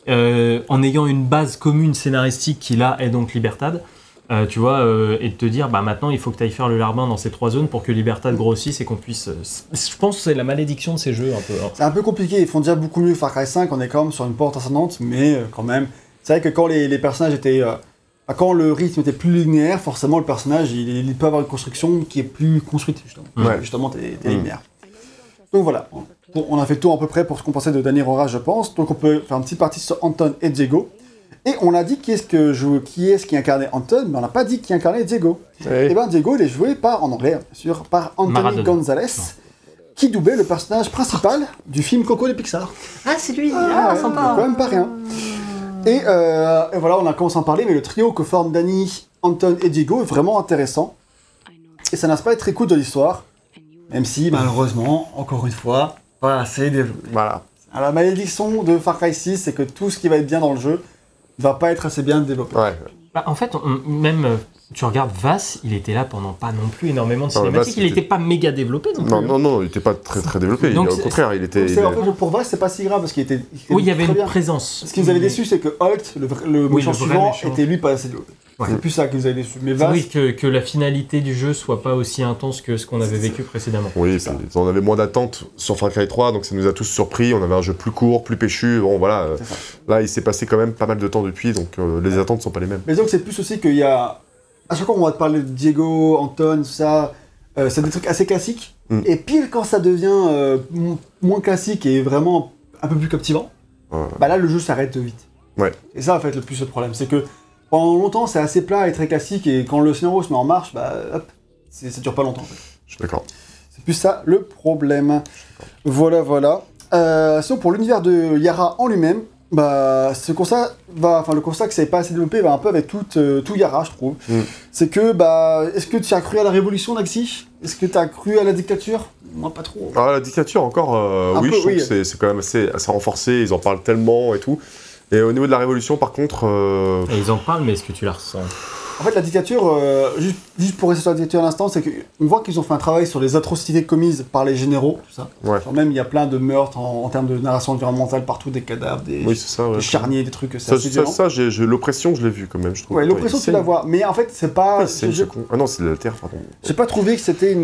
en ayant une base commune scénaristique qui là est donc Libertad, tu vois, et de te dire bah maintenant il faut que tu ailles faire le larbin dans ces 3 zones pour que Libertad grossisse et qu'on puisse. Je pense que c'est la malédiction de ces jeux un peu. Hein. C'est un peu compliqué, ils font déjà beaucoup mieux que Far Cry 5, on est quand même sur une porte ascendante, mais quand même. C'est vrai que quand les personnages étaient. Quand le rythme était plus linéaire, forcément le personnage il peut avoir une construction qui est plus construite, justement. Ouais. Justement, t'es linéaire. Donc voilà. On a fait le tour à peu près pour ce qu'on pensait de Danny Rora, je pense. Donc on peut faire une petite partie sur Anton et Diego. Et on a dit qui est-ce qui incarnait Anton, mais on n'a pas dit qui incarnait Diego. Ouais. Et bien Diego, il est joué par, en anglais, bien sûr, par Anthony Gonzalez, qui doublait le personnage principal du film Coco de Pixar. Ah, c'est lui. Sympa. Quand même pas rien. Et voilà, on a commencé à en parler, mais le trio que forment Danny, Anton et Diego est vraiment intéressant. Et ça n'a pas être très cool de l'histoire, même si, malheureusement, encore une fois, pas assez développé. Voilà. Alors, la malédiction de Far Cry 6, c'est que tout ce qui va être bien dans le jeu ne va pas être assez bien développé. Ouais. Bah, en fait, même tu regardes Vass, il était là pendant pas non plus énormément de cinématiques, il n'était pas méga développé. Non, il n'était pas très développé. Donc, au contraire, il était. En fait, pour Vass, c'est pas si grave parce qu'il était. Oui, il y avait une présence. Ce qui nous avait déçu, c'est que Holt, le méchant suivant, était lui pas assez développé. Ouais. C'est plus ça qui nous avait déçu. Mais Vass. Oui, que la finalité du jeu soit pas aussi intense que ce qu'on avait vécu précédemment. Oui, on avait moins d'attentes sur Far Cry 3, donc ça nous a tous surpris. On avait un jeu plus court, plus péchu. Bon, voilà. Là, il s'est passé quand même pas mal de temps depuis, donc les attentes sont pas les mêmes. Mais donc, c'est plus aussi qu'il y a. À chaque fois, on va te parler de Diego, Anton, tout ça. C'est des trucs assez classiques. Et pile quand ça devient moins classique et vraiment un peu plus captivant, bah là, le jeu s'arrête vite. Ouais. Et ça, en fait, le plus le problème, c'est que pendant longtemps, c'est assez plat et très classique, et quand le scénario se met en marche, bah hop, ça dure pas longtemps. En fait. Je suis d'accord. C'est plus ça le problème. Voilà. Sinon, pour l'univers de Yara en lui-même, bah, le constat que c'est pas assez développé va un peu avec tout Yara, je trouve. C'est que, bah, est-ce que tu as cru à la révolution, Naxi ? Est-ce que tu as cru à la dictature ? Moi, pas trop. Ah, la dictature, encore, oui, je trouve que c'est quand même assez renforcé, ils en parlent tellement et tout. Et au niveau de la révolution, par contre... Et ils en parlent, mais est-ce que tu la ressens ? En fait, la dictature, juste pour rester sur la dictature à l'instant, c'est qu'on voit qu'ils ont fait un travail sur les atrocités commises par les généraux, tout ça. Ouais. Genre même, il y a plein de meurtres en termes de narration environnementale partout, des cadavres, des charniers, des trucs, c'est assez violent. Ça, l'oppression, je l'ai vu quand même, je trouve. Ouais, l'oppression, tu la vois. Mais en fait, c'est pas... Ah non, c'est de la terre, pardon. J'ai pas trouvé que c'était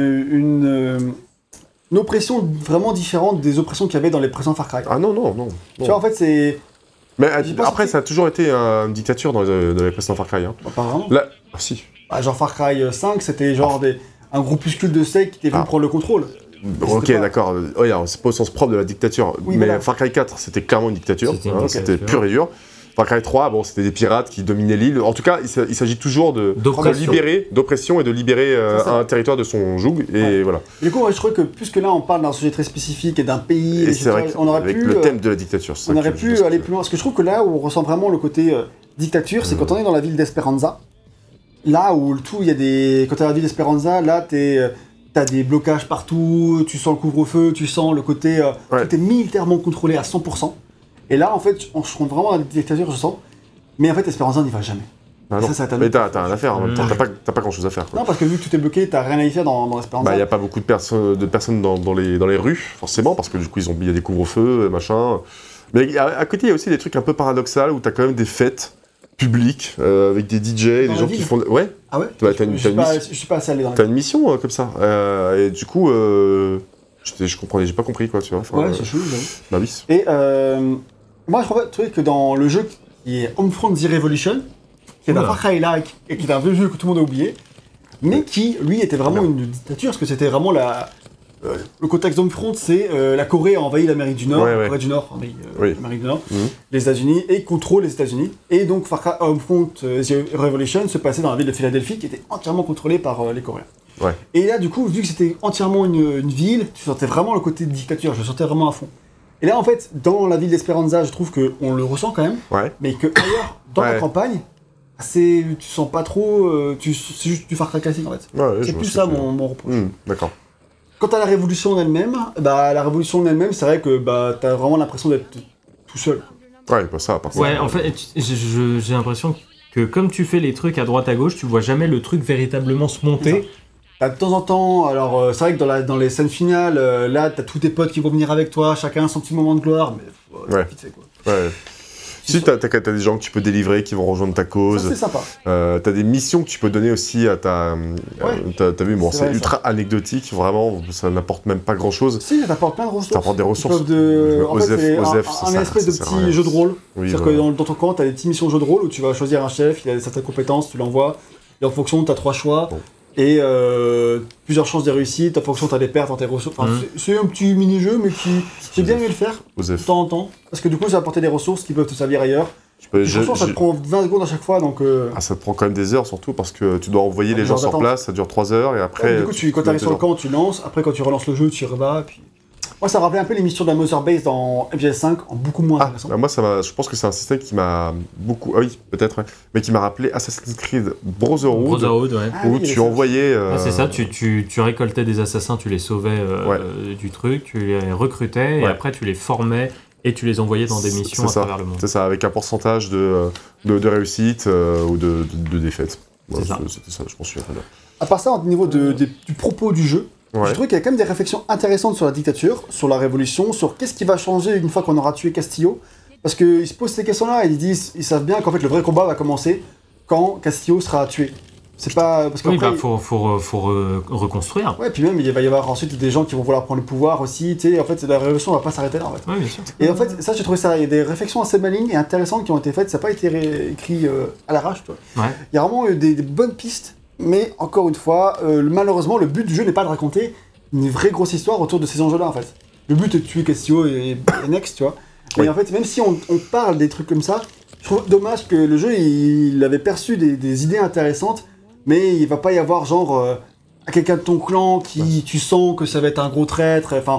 une oppression vraiment différente des oppressions qu'il y avait dans les précédents Far Cry. Ah non. Tu vois, en fait, c'est... Mais après, ça a toujours été une dictature dans les précédents Far Cry. Hein. Bah, pas vraiment. Là... Ah, si. Bah, genre Far Cry 5, c'était genre un groupuscule de sectes qui était venu prendre le contrôle. Ok, d'accord. Oui, c'est pas au sens propre de la dictature. Oui, mais Far Cry 4, c'était clairement une dictature. C'était pur et dur. Far Cry 3, bon, c'était des pirates qui dominaient l'île. En tout cas, il s'agit toujours d'oppression et de libérer un territoire de son joug. Et voilà. Du coup, je trouve que puisque là, on parle d'un sujet très spécifique et d'un pays, et c'est vrai on aurait pu le thème de la dictature. On aurait pu aller plus loin. Parce que je trouve que là où on ressent vraiment le côté dictature, c'est quand on est dans la ville d'Esperanza. Là où il y a des. Quand t'es dans la ville d'Esperanza, là, t'as des blocages partout, tu sens le couvre-feu, tu sens le côté. Tout est militairement contrôlé à 100%. Et là, en fait, on se rend vraiment dans la dictature, je sens. Mais en fait, Esperanza n'y va jamais. Ah non. Mais t'as rien à faire en même temps, t'as pas grand chose à faire. Quoi. Non, parce que vu que tout est bloqué, t'as rien à y faire dans Esperanza. Bah, y a pas beaucoup de personnes dans les rues, forcément, parce que du coup, il y a des couvre-feux, machin. Mais à côté, il y a aussi des trucs un peu paradoxaux où t'as quand même des fêtes public, avec des DJ, des gens qui font... Ouais. Ah ouais. Je suis pas assez allé dans la T'as une mission comme ça. Et du coup, je comprenais, j'ai pas compris quoi, tu vois. Ouais, c'est chou, j'avoue. Bah oui. Et moi, je trouvais que dans le jeu qui est Homefront The Revolution, qui est un Far Cry-like, et qui est un vieux jeu que tout le monde a oublié, mais qui, lui, était vraiment une dictature, parce que c'était vraiment le contexte d'Homefront, c'est la Corée a envahi l'Amérique du Nord, la Corée du Nord envahit l'Amérique du Nord, les États-Unis, et contrôle les États-Unis. Et donc Far Cry Homefront The Revolution se passait dans la ville de Philadelphie, qui était entièrement contrôlée par les Coréens. Ouais. Et là, du coup, vu que c'était entièrement une ville, tu sentais vraiment le côté de dictature, je le sentais vraiment à fond. Et là, en fait, dans la ville d'Esperanza, je trouve qu'on le ressent quand même, mais que ailleurs, dans la campagne, tu sens pas trop, c'est juste du Far Cry classique en fait. C'est plus ça mon reproche. D'accord. Quant à la révolution en elle-même, c'est vrai que t'as vraiment l'impression d'être tout seul. Ouais, pas ça, à part ça. Ouais, en fait, j'ai l'impression que comme tu fais les trucs à droite à gauche, tu vois jamais le truc véritablement se monter. T'as de temps en temps, alors c'est vrai que dans les scènes finales, là t'as tous tes potes qui vont venir avec toi, chacun son petit moment de gloire, mais vite fait quoi. Ouais. Si t'as des gens que tu peux délivrer, qui vont rejoindre ta cause. Ça, c'est sympa. T'as des missions que tu peux donner aussi à ta... t'as vu, bon, c'est ultra anecdotique, vraiment, ça n'apporte même pas grand-chose. Si, ça t'apporte plein de ressources. Ça t'apporte des ressources. En fait, c'est un espèce de petit jeu de rôle. C'est-à-dire que dans ton camp, t'as des petites missions de jeu de rôle où tu vas choisir un chef, il a certaines compétences, tu l'envoies, et en fonction, t'as 3 choix. Et plusieurs chances de réussite, en fonction t'as des pertes dans tes ressources. Enfin, c'est un petit mini-jeu, mais j'ai bien aimé le faire de temps en temps. Parce que du coup, ça va apporter des ressources qui peuvent te servir ailleurs. Franchement, ça te prend 20 secondes à chaque fois, donc... ça te prend quand même des heures, surtout, parce que tu dois envoyer les gens sur place, ça dure 3 heures, et après... du coup, quand t'arrives sur le camp, tu lances, après quand tu relances le jeu, tu y revas, puis... Moi, ça rappelait un peu les missions de la Mother Base dans MGS5, en beaucoup moins intéressant. Moi, je pense que c'est un système qui m'a beaucoup... Ah oui, peut-être, mais qui m'a rappelé Assassin's Creed Brotherhood, où tu envoyais... c'est ça, tu récoltais des assassins, tu les sauvais du truc, tu les recrutais, et après tu les formais, et tu les envoyais dans des missions à travers le monde. C'est ça, avec un pourcentage de réussite ou de défaite. C'était ça, je pense. À part ça, au niveau du propos du jeu, je trouve qu'il y a quand même des réflexions intéressantes sur la dictature, sur la révolution, sur qu'est-ce qui va changer une fois qu'on aura tué Castillo. Parce qu'ils se posent ces questions-là et ils savent bien qu'en fait le vrai combat va commencer quand Castillo sera tué. C'est pas... Parce qu'après, faut reconstruire. Ouais, puis même il va y avoir ensuite des gens qui vont vouloir prendre le pouvoir aussi, tu sais, en fait la révolution va pas s'arrêter là en fait. Ouais, bien sûr. Et en fait, ça j'ai trouvé ça, il y a des réflexions assez malignes et intéressantes qui ont été faites, ça n'a pas été écrit à l'arrache, toi. Ouais. Il y a vraiment eu des bonnes pistes. Mais encore une fois, malheureusement, le but du jeu n'est pas de raconter une vraie grosse histoire autour de ces enjeux-là, en fait. Le but est de tuer Castillo et Next, tu vois. Mais en fait, même si on parle des trucs comme ça, je trouve dommage que le jeu, il avait perçu des idées intéressantes, mais il va pas y avoir genre quelqu'un de ton clan qui tu sens que ça va être un gros traître, enfin,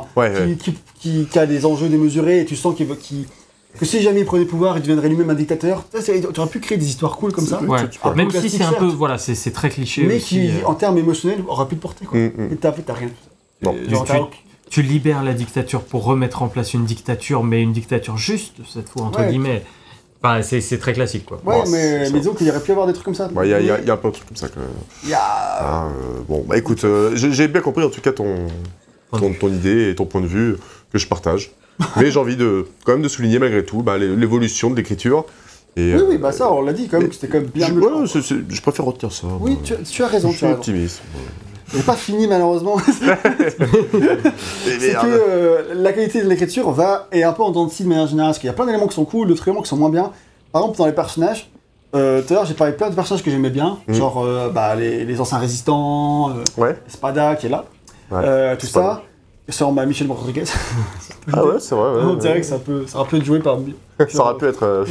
qui a des enjeux démesurés et tu sens que si jamais il prenait le pouvoir, il deviendrait lui-même un dictateur. Tu aurais pu créer des histoires cool comme ça. Ouais. Même si c'est un peu, c'est très cliché. Mais aussi, qui, en termes émotionnels, aura pu te porter, quoi. Et t'as rien. Non. Tu libères la dictature pour remettre en place une dictature, mais une dictature juste, cette fois, entre guillemets. Enfin, c'est très classique, quoi. Ouais, mais disons qu'il y aurait pu y avoir des trucs comme ça. Il y a un peu de trucs comme ça. Bon, bah écoute, j'ai bien compris en tout cas ton idée et ton point de vue que je partage. Mais j'ai envie quand même de souligner malgré tout l'évolution de l'écriture. Et, oui, ça on l'a dit quand même, que c'était quand même bien mieux. Je préfère retenir ça. Oui, tu as raison. Je suis optimiste. Il n'est pas fini malheureusement. C'est que la qualité de l'écriture est un peu en dents de scie de manière générale, parce qu'il y a plein d'éléments qui sont cool, d'autres éléments qui sont moins bien. Par exemple, dans les personnages, tout à l'heure j'ai parlé de plein de personnages que j'aimais bien, genre les anciens résistants, Spada qui est là, tout ça. C'est en Michel Rodriguez. Ah ouais, c'est vrai. On dirait que ça aurait pu être joué par... ça aurait pu être...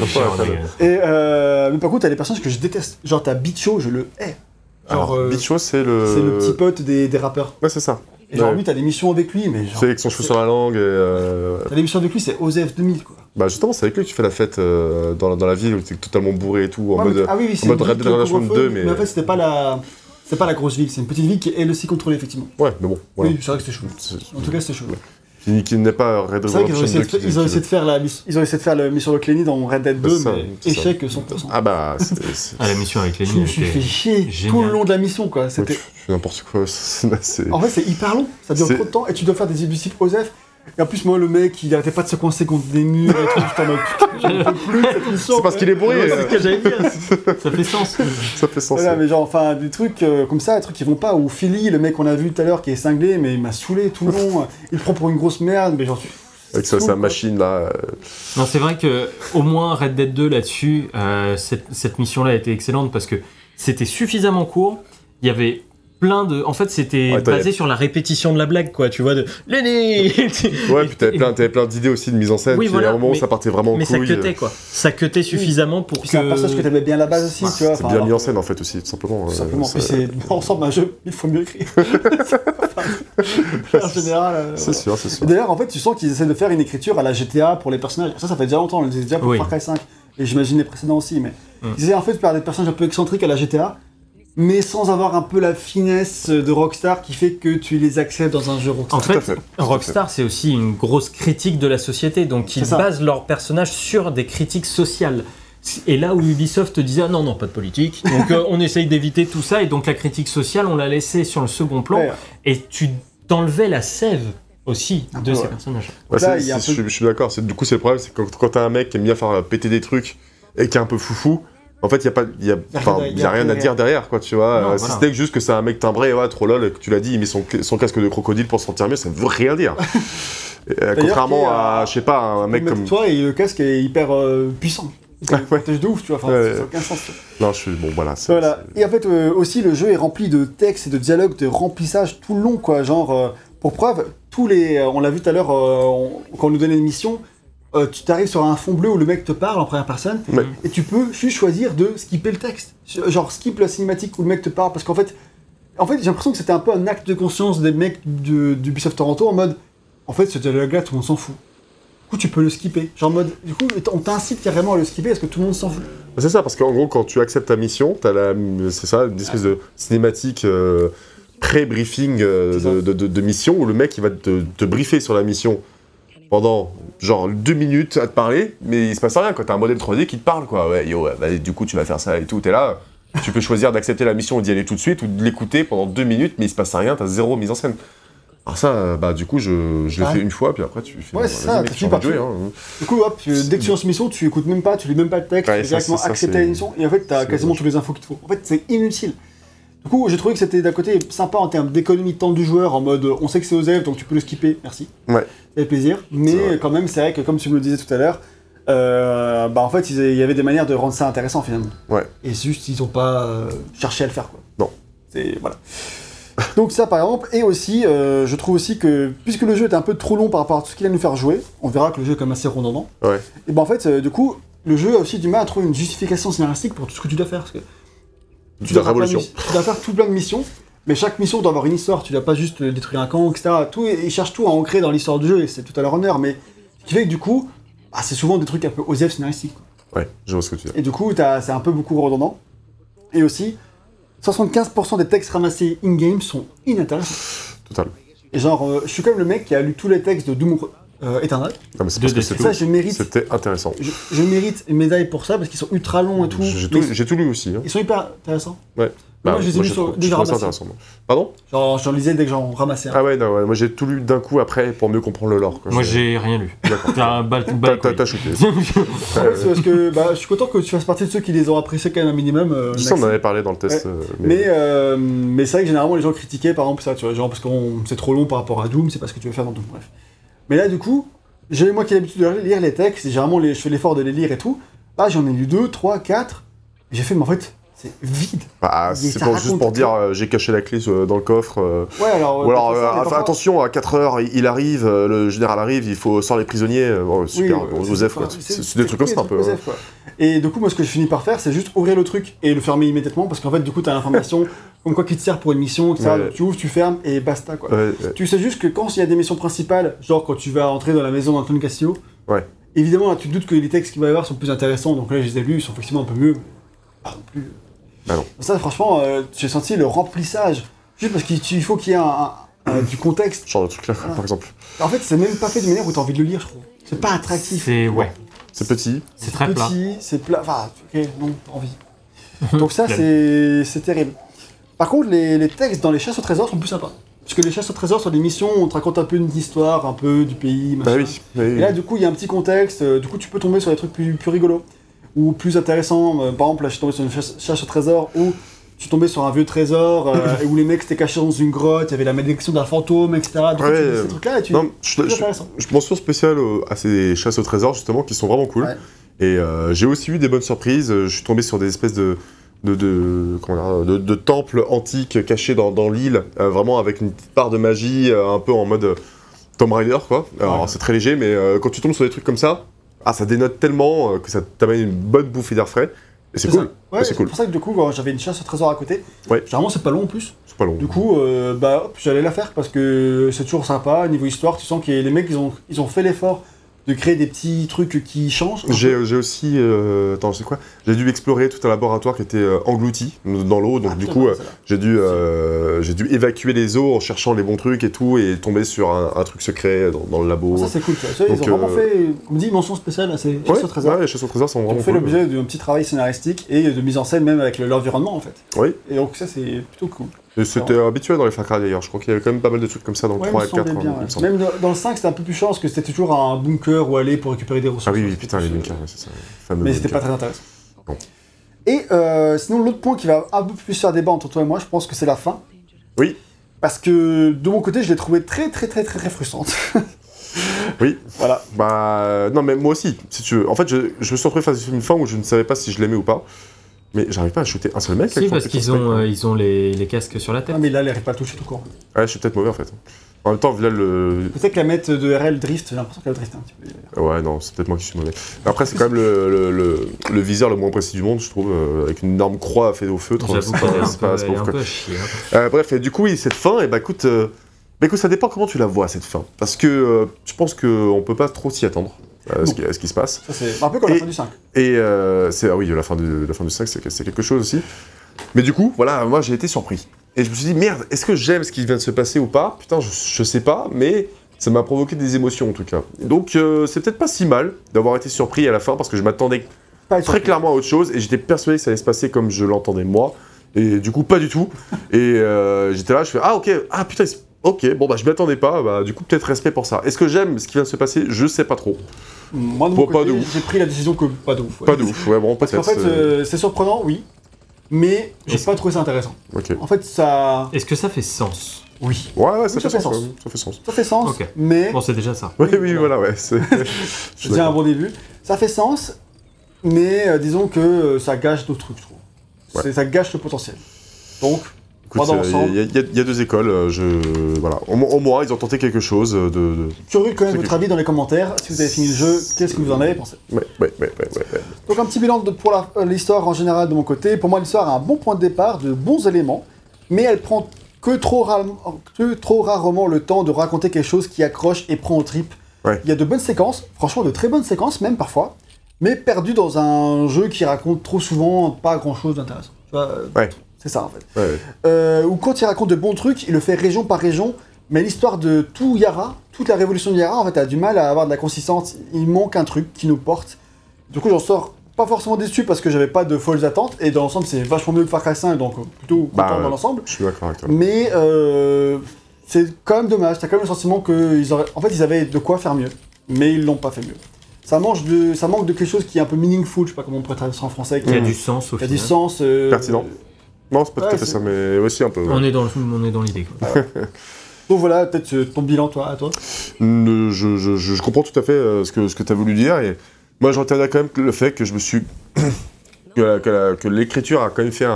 mais par contre, t'as des personnages que je déteste. Genre, t'as Bicho, je le hais. Bicho, c'est le... C'est le petit pote des rappeurs. Ouais, c'est ça. Et genre, lui, t'as des missions avec lui, mais genre... C'est avec son cheveu sur la langue T'as des missions avec lui, c'est Osef 2000, quoi. Bah justement, c'est avec lui que tu fais la fête dans la ville où t'es totalement bourré et tout, en mode Red Dead Redemption 2, mais... Mais en fait, c'est pas la grosse ville, c'est une petite ville qui est aussi contrôlée, effectivement. Ouais, mais bon, voilà. Oui, c'est vrai que c'était chaud. En tout cas, c'était chaud. Qui n'est pas Red Dead Redemption 2. Ils ont essayé de faire la mission avec Lenny dans Red Dead 2, mais échec 100%. Ah bah, la mission avec Lenny, je me suis fait chier tout le long de la mission, quoi. C'était n'importe quoi. En fait, c'est hyper long, ça dure trop de temps, et tu dois faire des objectifs OSEF. Et en plus, moi, le mec, il arrêtait pas de se coincer contre des murs et tout. J'étais en mode, j'en peux plus cette mission. C'est parce qu'il est bourré. C'est ce que j'allais dire. Ça fait sens. Ça fait sens. Voilà, mais genre, enfin, des trucs comme ça, des trucs qui vont pas. Ou Philly, le mec qu'on a vu tout à l'heure qui est cinglé, mais il m'a saoulé tout le long. Il le prend pour une grosse merde, mais genre. Avec sa machine là. Non, c'est vrai que au moins Red Dead 2 là-dessus, cette mission-là a été excellente parce que c'était suffisamment court. Il y avait plein de. En fait, c'était basé sur la répétition de la blague, quoi. Tu vois, de l'aîné. Ouais, puis t'avais plein d'idées aussi de mise en scène. Oui, puis voilà, à un moment où ça partait vraiment en couille. Mais ça cutait, quoi. Ça cutait suffisamment pour que. C'est un personnage que t'aimais bien à la base aussi, tu vois. C'est bien mis en scène en fait aussi, tout simplement. Tout simplement. Puis c'est ensemble un jeu, il faut mieux écrire. En général. C'est sûr, c'est sûr. D'ailleurs, en fait, tu sens qu'ils essaient de faire une écriture à la GTA pour les personnages. Ça fait déjà longtemps, on le disait déjà pour Far Cry 5. Et j'imagine les précédents aussi, mais ils essaient en fait de faire des personnages un peu excentriques à la GTA, mais sans avoir un peu la finesse de Rockstar qui fait que tu les acceptes dans un jeu Rockstar. En fait, Rockstar, c'est aussi une grosse critique de la société, donc ils basent leurs personnages sur des critiques sociales. Et là où Ubisoft disait non, pas de politique, donc on essaye d'éviter tout ça, et donc la critique sociale, on l'a laissé sur le second plan, et tu t'enlevais la sève aussi de ces personnages. Ouais, je suis d'accord, du coup c'est le problème, c'est que quand t'as un mec qui aime bien faire péter des trucs et qui est un peu foufou, en fait il y a rien à dire derrière, quoi, tu vois. Si c'était juste que c'est un mec timbré, trop lol, que tu l'as dit, il met son casque de crocodile pour se sentir mieux, ça ne veut rien dire. Contrairement à, je sais pas, un mec comme toi, et le casque est hyper puissant. Ça protège de ouf, tu vois, ça n'a aucun sens. Non, voilà. Et en fait, aussi, le jeu est rempli de textes et de dialogues, de remplissage tout le long, quoi. Genre, pour preuve, on l'a vu tout à l'heure, quand on nous donnait une mission, tu t'arrives sur un fond bleu où le mec te parle en première personne, et tu peux juste choisir de skipper le texte. Genre, skip la cinématique où le mec te parle, parce qu'en fait, j'ai l'impression que c'était un peu un acte de conscience des mecs d'Ubisoft Toronto, en mode, en fait, ce dialogue-là, tout le monde s'en fout. Du coup, tu peux le skipper. Genre en mode, du coup, on t'incite carrément à le skipper parce que tout le monde s'en fout. C'est ça, parce qu'en gros, quand tu acceptes ta mission, t'as une espèce de cinématique pré-briefing de mission où le mec il va te briefer sur la mission pendant genre 2 minutes à te parler, mais il se passe rien, quoi. T'as un modèle 3D qui te parle, quoi. Du coup, tu vas faire ça et tout, t'es là. Tu peux choisir d'accepter la mission et d'y aller tout de suite ou de l'écouter pendant 2 minutes, mais il se passe rien, t'as zéro mise en scène. Alors ça, du coup, je l'ai fait une fois, puis après tu fais... Ouais, c'est ça, tu jouer, Du coup, hop, dès que tu lances une mission, tu écoutes même pas, tu lis même pas le texte, tu fais directement accepter la mission, et en fait, t'as quasiment toutes les infos qu'il te faut. En fait, c'est inutile. Du coup, j'ai trouvé que c'était d'un côté sympa en termes d'économie de temps du joueur, en mode, on sait que c'est OZEV, donc tu peux le skipper, merci. Ouais. Ça fait plaisir. Mais quand même, c'est vrai que, comme tu me le disais tout à l'heure, en fait, il y avait des manières de rendre ça intéressant, finalement. Ouais. Et juste, ils ont pas cherché à le faire, quoi. Non. Voilà. Donc ça par exemple, et aussi, je trouve aussi que, puisque le jeu est un peu trop long par rapport à tout ce qu'il a nous faire jouer, on verra que le jeu est quand même assez redondant, et en fait, du coup, le jeu a aussi du mal à trouver une justification scénaristique pour tout ce que tu dois faire, parce que tu dois faire tout plein de missions, mais chaque mission doit avoir une histoire, tu dois pas juste détruire un camp, etc. Ils cherchent tout à ancrer dans l'histoire du jeu, et c'est tout à leur honneur, mais ce qui fait que du coup, c'est souvent des trucs un peu OZEV scénaristiques. Ouais, je vois ce que tu dis. Et du coup, c'est un peu beaucoup redondant, et aussi, 75% des textes ramassés in-game sont inintéressants. Total. Et genre, je suis quand même le mec qui a lu tous les textes de Doom Eternal. Non, mais c'est parce que c'était intéressant. Je mérite une médaille pour ça parce qu'ils sont ultra longs et tout. J'ai tout lu aussi. Hein. Ils sont hyper intéressants. Ouais. Moi, je les ai lus dès que j'ai ramassé. Pardon ? Genre, j'en lisais dès que j'en ramassais. Ah ouais, non, moi j'ai tout lu d'un coup après pour mieux comprendre le lore. Quoi. Moi j'ai rien lu. T'as shooté. C'est parce que je suis content que tu fasses partie de ceux qui les ont appréciés quand même un minimum. Je sais, on en avait parlé dans le test. Mais c'est vrai que généralement les gens critiquaient par exemple ça, tu vois, genre parce que c'est trop long par rapport à Doom, c'est pas ce que tu veux faire dans Doom, bref. Mais là du coup, moi qui ai l'habitude de lire les textes, et généralement je fais l'effort de les lire et tout, là j'en ai lu 2, 3, 4, et j'ai fait, mais en fait, c'est vide. C'est juste pour dire j'ai caché la clé dans le coffre. Ouais, alors. Ou alors attention, à 4h il arrive, le général arrive, il faut sortir les prisonniers. Super, Joseph quoi. C'est des trucs comme ça un peu. Et du coup, moi ce que je finis par faire, c'est juste ouvrir le truc et le fermer immédiatement parce qu'en fait, du coup, t'as l'information comme quoi qui te sert pour une mission, etc. Donc, tu ouvres, tu fermes et basta quoi. Tu sais juste que quand il y a des missions principales, genre quand tu vas entrer dans la maison d'Antonio Castillo, évidemment là, tu te doutes que les textes qu'il va y avoir sont plus intéressants, donc là je les ai lus, ils sont effectivement un peu mieux. Pas non plus. Bah non. Ça, franchement, j'ai senti le remplissage. Juste parce qu'il faut qu'il y ait du contexte. Genre de truc là, par exemple. En fait, c'est même pas fait de manière où t'as envie de le lire, je trouve. C'est pas attractif. C'est petit. C'est très plat. C'est plat. Enfin, ok, non, t'as envie. Donc ça, c'est terrible. Par contre, les textes dans les chasses au trésor sont plus sympas. Parce que les chasses au trésor sur des missions, on te raconte un peu une histoire, un peu du pays, machin. Bah oui. Et là, du coup, il y a un petit contexte, du coup, tu peux tomber sur des trucs plus rigolos, ou plus intéressants. Par exemple, là, je suis tombé sur une chasse au trésor où je suis tombé sur un vieux trésor, où les mecs étaient cachés dans une grotte, il y avait la malédiction d'un fantôme, etc. Du coup, tu fais ces trucs-là et je mention spéciale à ces chasses au trésor, justement, qui sont vraiment cool. Ouais. Et j'ai aussi eu des bonnes surprises. Je suis tombé sur des espèces de temples antiques cachés dans l'île, vraiment avec une petite part de magie, un peu en mode Tomb Raider, quoi. Alors c'est très léger, mais quand tu tombes sur des trucs comme ça, ça dénote tellement que ça t'amène une bonne bouffée d'air frais. Et c'est cool. Ouais, c'est cool. Pour ça que du coup, j'avais une chasse au trésor à côté. Ouais. Généralement, c'est pas long en plus. C'est pas long. Du coup, j'allais la faire parce que c'est toujours sympa. Niveau histoire, tu sens que les mecs, ils ont fait l'effort de créer des petits trucs qui changent. J'ai aussi... attends, c'est quoi ? J'ai dû explorer tout un laboratoire qui était englouti dans l'eau, donc du coup, j'ai dû évacuer les eaux en cherchant les bons trucs et tout, et tomber sur un truc secret dans le labo. Ça, c'est cool, tu vois. Ils ont vraiment fait, comme dit, mention spéciale à ces chasses au trésor. Ouais, les chasses au trésor sont vraiment cool. Ils ont fait l'objet d'un petit travail scénaristique et de mise en scène, même avec l'environnement, en fait. Oui. Et donc ça, c'est plutôt cool. Et c'était habituel dans les Far Cry d'ailleurs, je crois qu'il y avait quand même pas mal de trucs comme ça dans le 3 et 4. Même dans le 5, c'était un peu plus chiant parce que c'était toujours un bunker où aller pour récupérer des ressources. Ah oui, putain, les bunkers, c'est ça. Mais c'était pas très intéressant. Bon. Et sinon, l'autre point qui va un peu plus faire débat entre toi et moi, je pense que c'est la fin. Oui. Parce que de mon côté, je l'ai trouvée très frustrante. Oui. Voilà. Bah, non, mais moi aussi, si tu veux. En fait, je me suis retrouvé face à une fin où je ne savais pas si je l'aimais ou pas. Mais j'arrive pas à shooter un seul mec. Si, parce qu'ils ont les casques sur la tête. Ah, mais là, elle n'arrive pas à toucher tout court. Ouais, je suis peut-être mauvais en fait. En même temps, là, peut-être qu'elle met de RL drift, j'ai l'impression qu'elle drift un petit peu. Ouais, non, c'est peut-être moi qui suis mauvais. Après, c'est quand même le viseur le moins précis du monde, je trouve, avec une énorme croix faite au feutre. J'avoue c'est pas un peu chier. Bref, et du coup, oui, cette fin, et écoute, ça dépend comment tu la vois, cette fin. Parce que je pense qu'on peut pas trop s'y attendre. Ce qui se passe. Ça, c'est un peu comme la fin du 5. Et oui, la fin du 5, c'est quelque chose aussi. Mais du coup, voilà, moi j'ai été surpris. Et je me suis dit, merde, est-ce que j'aime ce qui vient de se passer ou pas ? Putain, je sais pas, mais ça m'a provoqué des émotions en tout cas. Donc c'est peut-être pas si mal d'avoir été surpris à la fin parce que je m'attendais très clairement à autre chose et j'étais persuadé que ça allait se passer comme je l'entendais moi. Et du coup, pas du tout. Et j'étais là, je fais, putain, ok, bon bah je m'y attendais pas, du coup peut-être respect pour ça. Est-ce que j'aime ce qui vient de se passer ? Je sais pas trop. Moi de mon côté, j'ai pris la décision que pas de ouf. Ouais. Pas de ouf, ouais, bon, parce qu'en fait, c'est surprenant, oui, mais j'ai pas trouvé ça intéressant. Okay. En fait, ça... Est-ce que ça fait sens ? Oui. Ouais, ça fait sens. Ça fait sens. Ça fait sens, okay. Mais... Bon, c'est déjà ça. Oui, voilà, ouais. C'est déjà un bon début. Ça fait sens, mais disons que ça gâche d'autres trucs, je trouve. Ouais. Ça gâche le potentiel. Donc... Il y a deux écoles, voilà. Au moins, ils ont tenté quelque chose de... Curieux quand même votre avis dans les commentaires. Si vous avez fini le jeu, qu'est-ce que vous en avez pensé ? Ouais. Donc un petit bilan pour l'histoire en général de mon côté. Pour moi, l'histoire a un bon point de départ, de bons éléments, mais elle prend que trop rarement le temps de raconter quelque chose qui accroche et prend aux tripes. Ouais. Il y a de bonnes séquences, franchement de très bonnes séquences même parfois, mais perdues dans un jeu qui raconte trop souvent pas grand-chose d'intéressant. Tu vois, ouais. C'est ça en fait. Ou quand il raconte de bons trucs, il le fait région par région, mais l'histoire de tout Yara, toute la révolution de Yara, en fait, a du mal à avoir de la consistance. Il manque un truc qui nous porte. Du coup, j'en sors pas forcément déçu parce que j'avais pas de folles attentes, et dans l'ensemble, c'est vachement mieux que Far Cry 5, donc plutôt content dans l'ensemble. Je suis d'accord avec toi. Mais c'est quand même dommage, t'as quand même le sentiment qu'ils avaient de quoi faire mieux, mais ils l'ont pas fait mieux. Ça manque de quelque chose qui est un peu meaningful, je sais pas comment on pourrait traduire ça en français. Qui a du sens au final. Qui a du sens. Pertinent. Non, c'est pas tout à fait ça, mais aussi un peu. On est dans l'idée. Donc voilà, peut-être ton bilan, à toi. Je comprends tout à fait ce que tu as voulu dire. Et moi, je retiendrai quand même le fait que je me suis. que l'écriture a quand même fait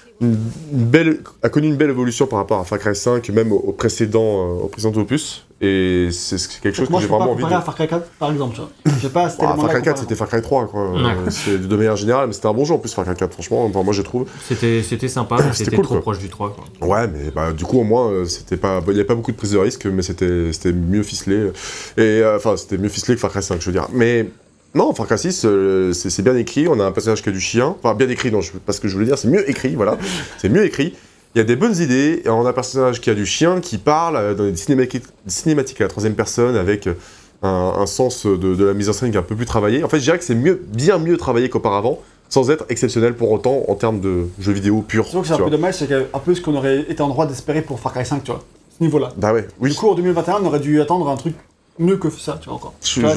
a connu une belle évolution par rapport à Far Cry 5, même au précédent opus. Et c'est quelque chose que j'ai vraiment envie de... Moi, je peux pas comparer à Far Cry 4, par exemple, tu vois. J'ai pas cet élément-là. Far Cry 4, c'était Far Cry 3, quoi. C'est de manière générale, mais c'était un bon jeu en plus, Far Cry 4, franchement. Enfin, moi, je trouve. C'était sympa, mais c'était cool, trop proche du 3, quoi. Ouais, mais du coup, au moins, c'était pas... Il n'y avait pas beaucoup de prise de risque, mais c'était mieux ficelé. Et, c'était mieux ficelé que Far Cry 5, je veux dire. Mais... Non, Far Cry 6, c'est bien écrit, on a un personnage qui a du chien. Enfin, bien écrit, non, pas ce que je voulais dire, c'est mieux écrit, voilà. C'est mieux écrit. Il y a des bonnes idées, et on a un personnage qui a du chien, qui parle dans des cinématiques à la troisième personne, avec un sens de la mise en scène qui est un peu plus travaillé. En fait, je dirais que c'est bien mieux travaillé qu'auparavant, sans être exceptionnel pour autant en termes de jeux vidéo purs. Je trouve que c'est un peu dommage, c'est un peu ce qu'on aurait été en droit d'espérer pour Far Cry 5, tu vois. ce niveau-là. Bah ouais, oui. Du coup, en 2021, on aurait dû attendre un truc mieux que ça, tu vois, encore.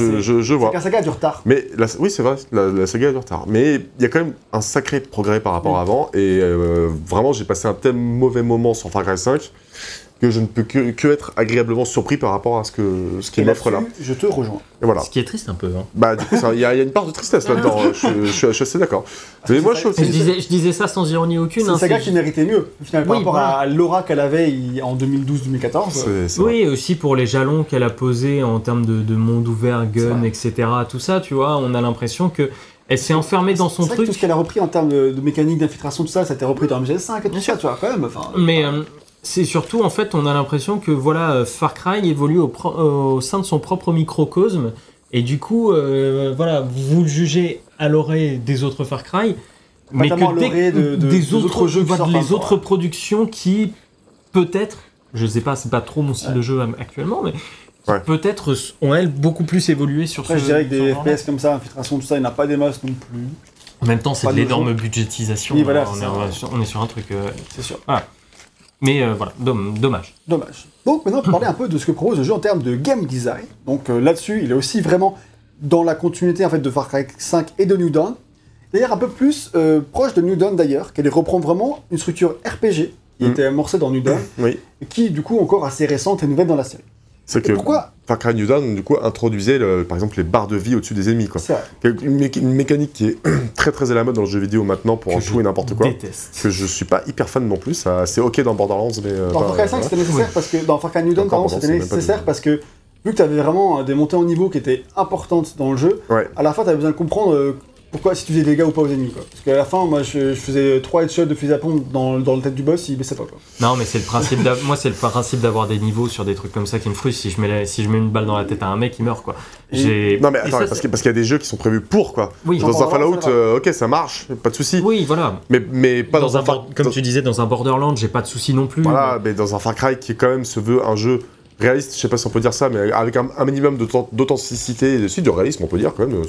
Je vois. C'est qu'un saga a du retard. Mais oui, c'est vrai, la saga a du retard. Mais il y a quand même un sacré progrès par rapport à avant. Et vraiment, j'ai passé un tel mauvais moment sur Far Cry 5 que je ne peux que être agréablement surpris par rapport à ce qu'il m'offre là. Je te rejoins. Et voilà. Ce qui est triste un peu. Hein. Bah du coup, il y a une part de tristesse là-dedans. Je suis assez d'accord. Mais moi, je disais ça sans ironie aucune. C'est une saga qui méritait mieux, au final, par rapport à l'aura qu'elle avait en 2012-2014. Oui, aussi pour les jalons qu'elle a posés en termes de monde ouvert, gun, etc. Tout ça, tu vois, on a l'impression que elle s'est enfermée dans son truc. Tout ce qu'elle a repris en termes de mécanique d'infiltration, tout ça, ça a été repris dans MGS5 et tout ça, tu vois, quand même. Mais c'est surtout, en fait, on a l'impression que voilà, Far Cry évolue au sein de son propre microcosme. Et du coup, voilà, vous le jugez à l'oreille des autres Far Cry, mais que des autres jeux, les autres productions qui, peut-être, je sais pas, c'est pas trop mon style de jeu actuellement, mais peut-être ont elles beaucoup plus évolué sur ce. Je dirais que des FPS comme ça, infiltration, tout ça, il n'y en a pas des masses non plus. En même temps, c'est de l'énorme budgétisation. Oui, voilà, on est sur un truc. C'est sûr. Voilà. Mais voilà, dommage. Donc maintenant, on peut parler un peu de ce que propose le jeu en termes de game design. Donc là-dessus, il est aussi vraiment dans la continuité en fait de Far Cry 5 et de New Dawn. D'ailleurs, un peu plus proche de New Dawn d'ailleurs, qu'elle reprend vraiment une structure RPG qui était amorcée dans New Dawn, et qui du coup encore assez récente et nouvelle dans la série. C'est que Far Cry New Dawn, du coup, introduisait par exemple les barres de vie au-dessus des ennemis, quoi. C'est vrai. Une mécanique qui est très très à la mode dans le jeu vidéo maintenant pour tout et n'importe quoi. Déteste. Que je suis pas hyper fan non plus. C'est ok dans Borderlands, mais dans Far Cry 5 c'était nécessaire parce que dans Far Cry New Dawn pardon, c'était nécessaire parce que vu que tu avais vraiment des montées en niveau qui étaient importantes dans le jeu, à la fin tu avais besoin de comprendre pourquoi si tu faisais des dégâts ou pas aux ennemis, quoi. Parce qu'à la fin, moi je faisais 3 headshots de fusil à pompe dans la tête du boss, il baissait pas, quoi. Non, mais c'est le principe moi c'est le principe d'avoir des niveaux sur des trucs comme ça qui me frustre. Si je mets une balle dans la tête à un mec, il meurt, quoi. Non mais attends, parce qu'il y a des jeux qui sont prévus pour, quoi. Oui, dans un Fallout, ok, ça marche, pas de souci. Oui, voilà. Mais pas dans un comme tu disais, dans un Borderlands, j'ai pas de souci non plus. Voilà, mais dans un Far Cry qui quand même se veut un jeu réaliste, je sais pas si on peut dire ça, mais avec un minimum d'authenticité et aussi de réalisme, on peut dire quand même.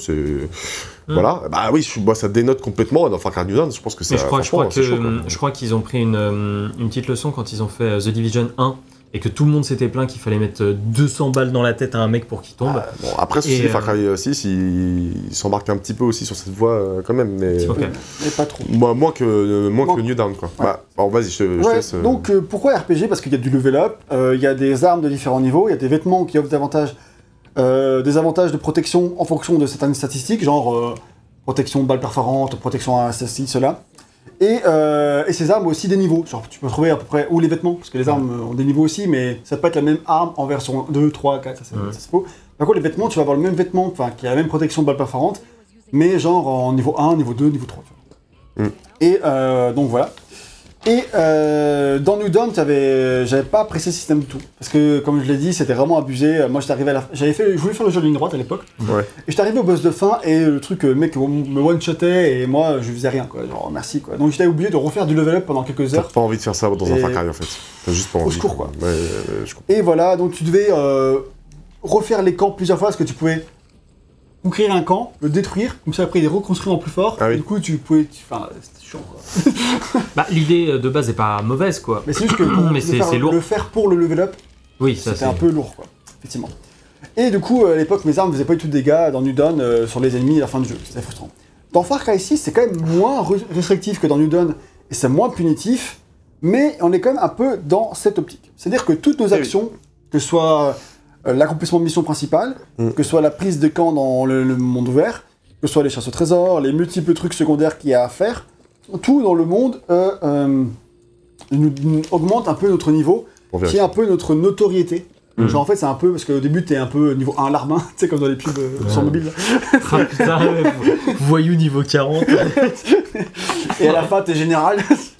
Voilà, bah oui, ça dénote complètement dans Far Cry New Dawn. Je pense que c'est. Je crois qu'ils ont pris une petite leçon quand ils ont fait The Division 1 et que tout le monde s'était plaint qu'il fallait mettre 200 balles dans la tête à un mec pour qu'il tombe. Bon, après, Far Cry 6, il s'embarque un petit peu aussi sur cette voie quand même, mais pas trop. Moins que New Dawn, quoi. Ouais. Bah, bon, vas-y, je te laisse. Donc pourquoi RPG ? Parce qu'il y a du level up, il y a des armes de différents niveaux, il y a des vêtements qui offrent des avantages de protection en fonction de certaines statistiques, genre protection balle perforante, protection à ceci, cela. Et ces armes ont aussi des niveaux, genre tu peux trouver à peu près, ou les vêtements, parce que les armes ont des niveaux aussi, mais ça peut pas être la même arme en version 2, 3, 4, ça c'est faux. Par contre les vêtements, tu vas avoir le même vêtement, enfin qui a la même protection de balle perforante, mais genre en niveau 1, niveau 2, niveau 3. Tu vois. Et donc voilà. Et dans New Dawn, j'avais pas apprécié le système du tout. Parce que, comme je l'ai dit, c'était vraiment abusé. Moi, j'étais arrivé à je voulais faire le jeu de ligne droite à l'époque. Ouais. Et j'étais arrivé au boss de fin, et le truc, mec, me one-shotait, et moi, je faisais rien, quoi. Genre, merci, quoi. Donc, j'étais obligé de refaire du level up pendant quelques heures. T'as pas envie de faire ça dans un Far Cry, en fait. T'as juste pas envie. Au secours, quoi. Ouais, je comprends. Et voilà, donc tu devais refaire les camps plusieurs fois, parce que tu pouvais conquérir un camp, le détruire, comme ça après il est reconstruit en plus fort, et du coup tu pouvais... Enfin, c'était chiant, quoi. Bah, l'idée de base est pas mauvaise, quoi. Mais c'est juste que le faire pour le level up, c'était un peu lourd, quoi, effectivement. Et du coup, à l'époque, mes armes faisaient pas du tout de dégâts dans New Dawn sur les ennemis à la fin du jeu, c'était frustrant. Dans Far Cry 6, c'est quand même moins restrictif que dans New Dawn, et c'est moins punitif, mais on est quand même un peu dans cette optique. C'est-à-dire que toutes nos actions, que ce soit l'accomplissement de mission principale, que ce soit la prise de camp dans le monde ouvert, que ce soit les chasses au trésor, les multiples trucs secondaires qu'il y a à faire, tout dans le monde augmente un peu notre niveau, qui est un peu notre notoriété. Genre en fait c'est un peu, parce qu'au début t'es un peu niveau 1 larbin, tu sais comme dans les pubs sur mobile. Ah putain, voyou niveau 40. Et à la fin t'es général.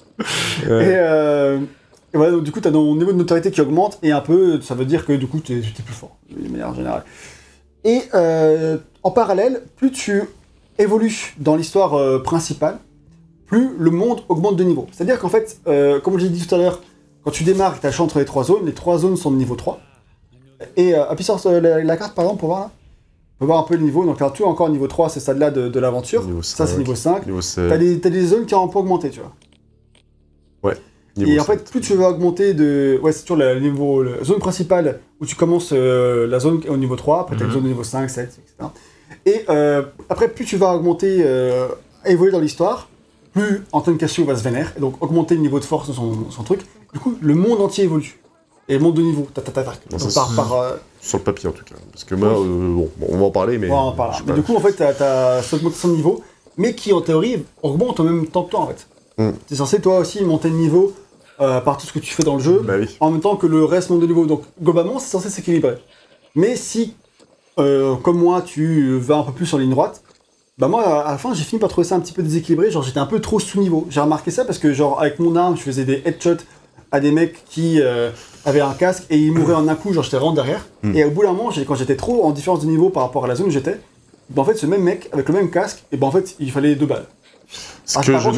Et voilà, donc du coup, tu as ton niveau de notoriété qui augmente, et un peu, ça veut dire que du coup, tu es plus fort, de manière générale. Et en parallèle, plus tu évolues dans l'histoire principale, plus le monde augmente de niveau. C'est-à-dire qu'en fait, comme je l'ai dit tout à l'heure, quand tu démarres et tu as le choix entre les 3 zones sont de niveau 3. Et appuie sur la carte, par exemple, pour voir là. On peut voir un peu le niveau, donc là, tout encore niveau 3, c'est ça de là de l'aventure. Ça, c'est niveau 5. T'as des zones qui ont un peu augmenté, tu vois. Ouais. Et en fait, plus tu vas augmenter de... Ouais, c'est toujours la zone principale où tu commences la zone au niveau 3, après t'as une zone au niveau 5, 7, etc. Et après, plus tu vas augmenter, évoluer dans l'histoire, plus Antoine Cassio va se vénérer, et donc augmenter le niveau de force de son truc. Du coup, le monde entier évolue. Et le monde de niveau, sur le papier en tout cas. Parce que moi, bon, on va en parler, mais... On va en parler. Mais du coup, en fait, t'as cette augmentation de niveau, mais qui en théorie augmente en même temps que toi, en fait. T'es censé toi aussi monter de niveau à partir de ce que tu fais dans le jeu, en même temps que le reste monte de niveau. Donc globalement, c'est censé s'équilibrer. Mais si, comme moi, tu vas un peu plus en ligne droite, bah moi, à la fin, j'ai fini par trouver ça un petit peu déséquilibré. Genre, j'étais un peu trop sous-niveau. J'ai remarqué ça parce que, genre, avec mon arme, je faisais des headshots à des mecs qui avaient un casque et ils mouraient en un coup. Genre, j'étais vraiment derrière. Et au bout d'un moment, quand j'étais trop en différence de niveau par rapport à la zone où j'étais, bah en fait, ce même mec avec le même casque, et ben en fait, il fallait 2 balles. Ce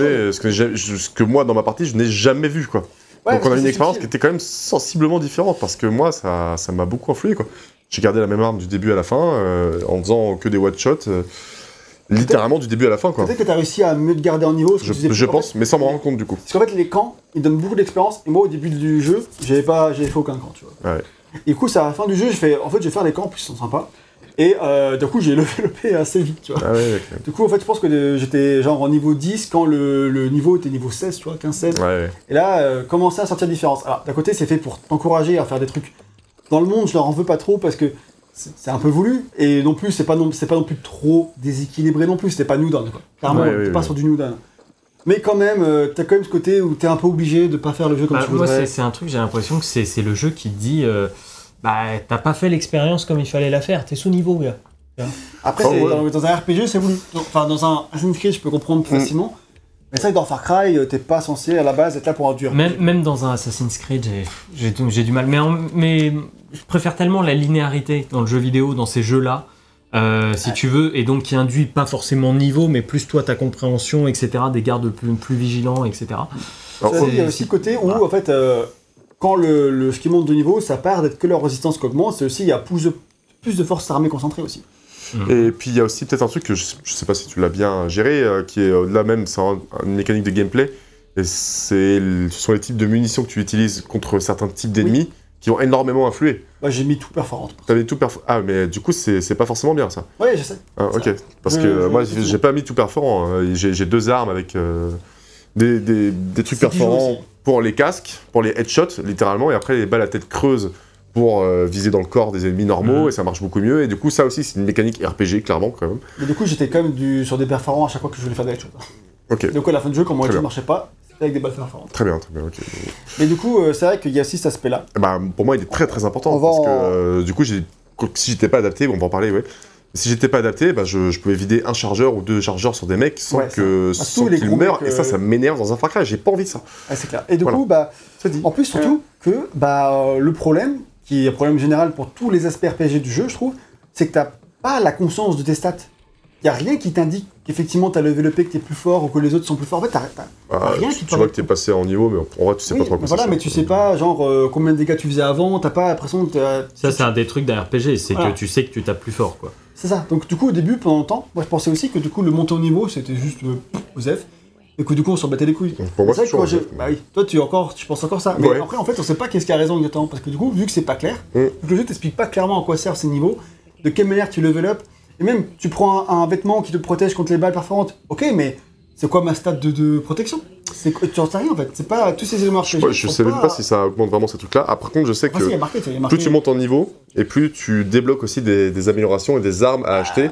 que moi, dans ma partie, je n'ai jamais vu, quoi. Ouais, donc on a une expérience qui était quand même sensiblement différente, parce que moi, ça m'a beaucoup influé, quoi. J'ai gardé la même arme du début à la fin, en faisant que des one-shots, littéralement du début à la fin, quoi. Peut-être que t'as réussi à mieux te garder en niveau. Je pense, mais sans me rendre compte, du coup. Parce qu'en fait, les camps, ils donnent beaucoup d'expérience, et moi, au début du jeu, j'avais fait aucun camp, tu vois. Ouais. Et du coup, c'est à la fin du jeu, je vais faire des camps, puis ils sont sympas. Et du coup, j'ai levé le P assez vite, tu vois. Ah ouais, okay. Du coup, en fait, je pense que j'étais genre en niveau 10 quand le niveau était niveau 16, tu vois, 15-16. Ouais. Et là, commençait à sortir la différence. Alors, d'un côté, c'est fait pour t'encourager à faire des trucs. Dans le monde, je leur en veux pas trop parce que c'est un peu voulu. Et non plus, c'est pas non plus trop déséquilibré non plus. C'était pas New Dawn, quoi. Clairement, t'es pas sur du New Dawn. Mais quand même, t'as quand même ce côté où t'es un peu obligé de pas faire le jeu comme tu voudrais. Moi, c'est un truc, j'ai l'impression que c'est le jeu qui te dit... t'as pas fait l'expérience comme il fallait la faire, t'es sous-niveau, gars. Après, dans un RPG, c'est voulu. Enfin, dans un Assassin's Creed, je peux comprendre plus facilement. Mais c'est vrai que dans Far Cry, t'es pas censé à la base être là pour un dur. Même dans un Assassin's Creed, j'ai du mal. Mais je préfère tellement la linéarité dans le jeu vidéo, dans ces jeux-là, si tu veux, et donc qui induit pas forcément niveau, mais plus toi ta compréhension, etc., des gardes plus vigilants, etc. Il y a aussi le côté où, en fait, quand ce qui monte de niveau, ça part d'être que leur résistance qui augmente, c'est aussi, il y a plus de forces armées concentrées aussi. Et puis il y a aussi peut-être un truc que je sais pas si tu l'as bien géré, qui est là même, c'est une mécanique de gameplay, et ce sont les types de munitions que tu utilises contre certains types d'ennemis qui ont énormément influé. Bah, j'ai mis tout perforant. T'as mis tout perforant. Ah, mais du coup, c'est pas forcément bien ça. Oui, je sais. Ah, ok. Parce que moi, j'ai pas mis tout perforant. J'ai 2 armes avec des trucs perforants pour les casques, pour les headshots, littéralement, et après les balles à tête creuse pour viser dans le corps des ennemis normaux, et ça marche beaucoup mieux. Et du coup, ça aussi, c'est une mécanique RPG, clairement, quand même. Mais du coup, j'étais quand même sur des perforants à chaque fois que je voulais faire des headshots. Ok. Donc à la fin du jeu, quand mon headshot marchait pas, c'était avec des balles perforantes. Très bien, ok. Mais du coup, c'est vrai qu'il y a aussi cet aspect-là. Bah, pour moi, il est très très important, parce que du coup, si j'étais pas adapté, on va en parler, ouais. Si j'étais pas adapté, bah, je pouvais vider un chargeur ou 2 chargeurs sur des mecs sans qu'ils meurent, et ça m'énerve dans un Far Cry, j'ai pas envie de ça. Ah, c'est clair. Et du coup, bah, en plus, surtout que le problème, qui est un problème général pour tous les aspects RPG du jeu, je trouve, c'est que t'as pas la conscience de tes stats. Y a rien qui t'indique qu'effectivement t'as levé le P, que t'es plus fort ou que les autres sont plus forts. En fait, t'as rien qui tu vois que t'es passé en niveau, mais en vrai, tu sais pas trop quoi voilà, mais tu sais pas, genre, combien de dégâts tu faisais avant, t'as pas l'impression que ça, c'est un des trucs d'un RPG, c'est que tu sais que tu tapes plus fort, quoi. C'est ça. Donc, du coup, au début, pendant longtemps, moi je pensais aussi que du coup, le monter au niveau, c'était juste OZEF. Et que du coup, on s'en battait les couilles. Pour moi, c'est sûr. Bah oui, toi, tu penses encore ça. Mais après, en fait, on sait pas qu'est-ce qui a raison exactement. Parce que du coup, vu que c'est pas clair, vu que le jeu t'explique pas clairement à quoi servent ces niveaux, de quelle manière tu level up, et même, tu prends un vêtement qui te protège contre les balles perforantes. Ok, mais c'est quoi ma stat de protection? Tu en sais rien en fait. C'est pas tous ces éléments RPG. Je sais même pas si ça augmente vraiment ces trucs-là. Par contre, je sais que plus tu montes en niveau, et plus tu débloques aussi des améliorations et des armes à acheter.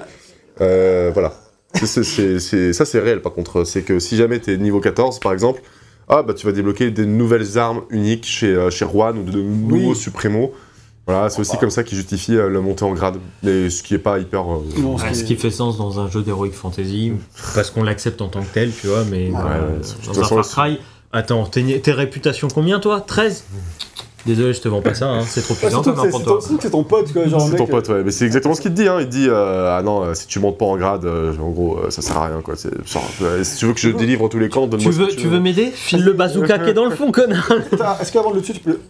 Voilà. Ça, c'est réel par contre. C'est que si jamais t'es niveau 14 par exemple, tu vas débloquer des nouvelles armes uniques chez Juan ou de nouveaux Supremo. Voilà, c'est aussi comme ça qui justifie la montée en grade, mais ce qui est pas hyper... ce qui fait sens dans un jeu d'Heroic Fantasy, parce qu'on l'accepte en tant que tel, tu vois, mais dans un Far Cry... Attends, tes réputations combien, toi? 13? Désolé, je te vends pas ça, c'est trop puissant comme pour toi. C'est ton pote, quoi, genre. C'est ton pote, ouais, mais c'est exactement ce qu'il te dit, il te dit, si tu montes pas en grade, en gros, ça sert à rien, quoi. Si tu veux que je délivre tous les camps, donne-moi tu veux m'aider? File le bazooka qui est dans le fond, connard. Est-ce qu'avant de le tuer, tu peux...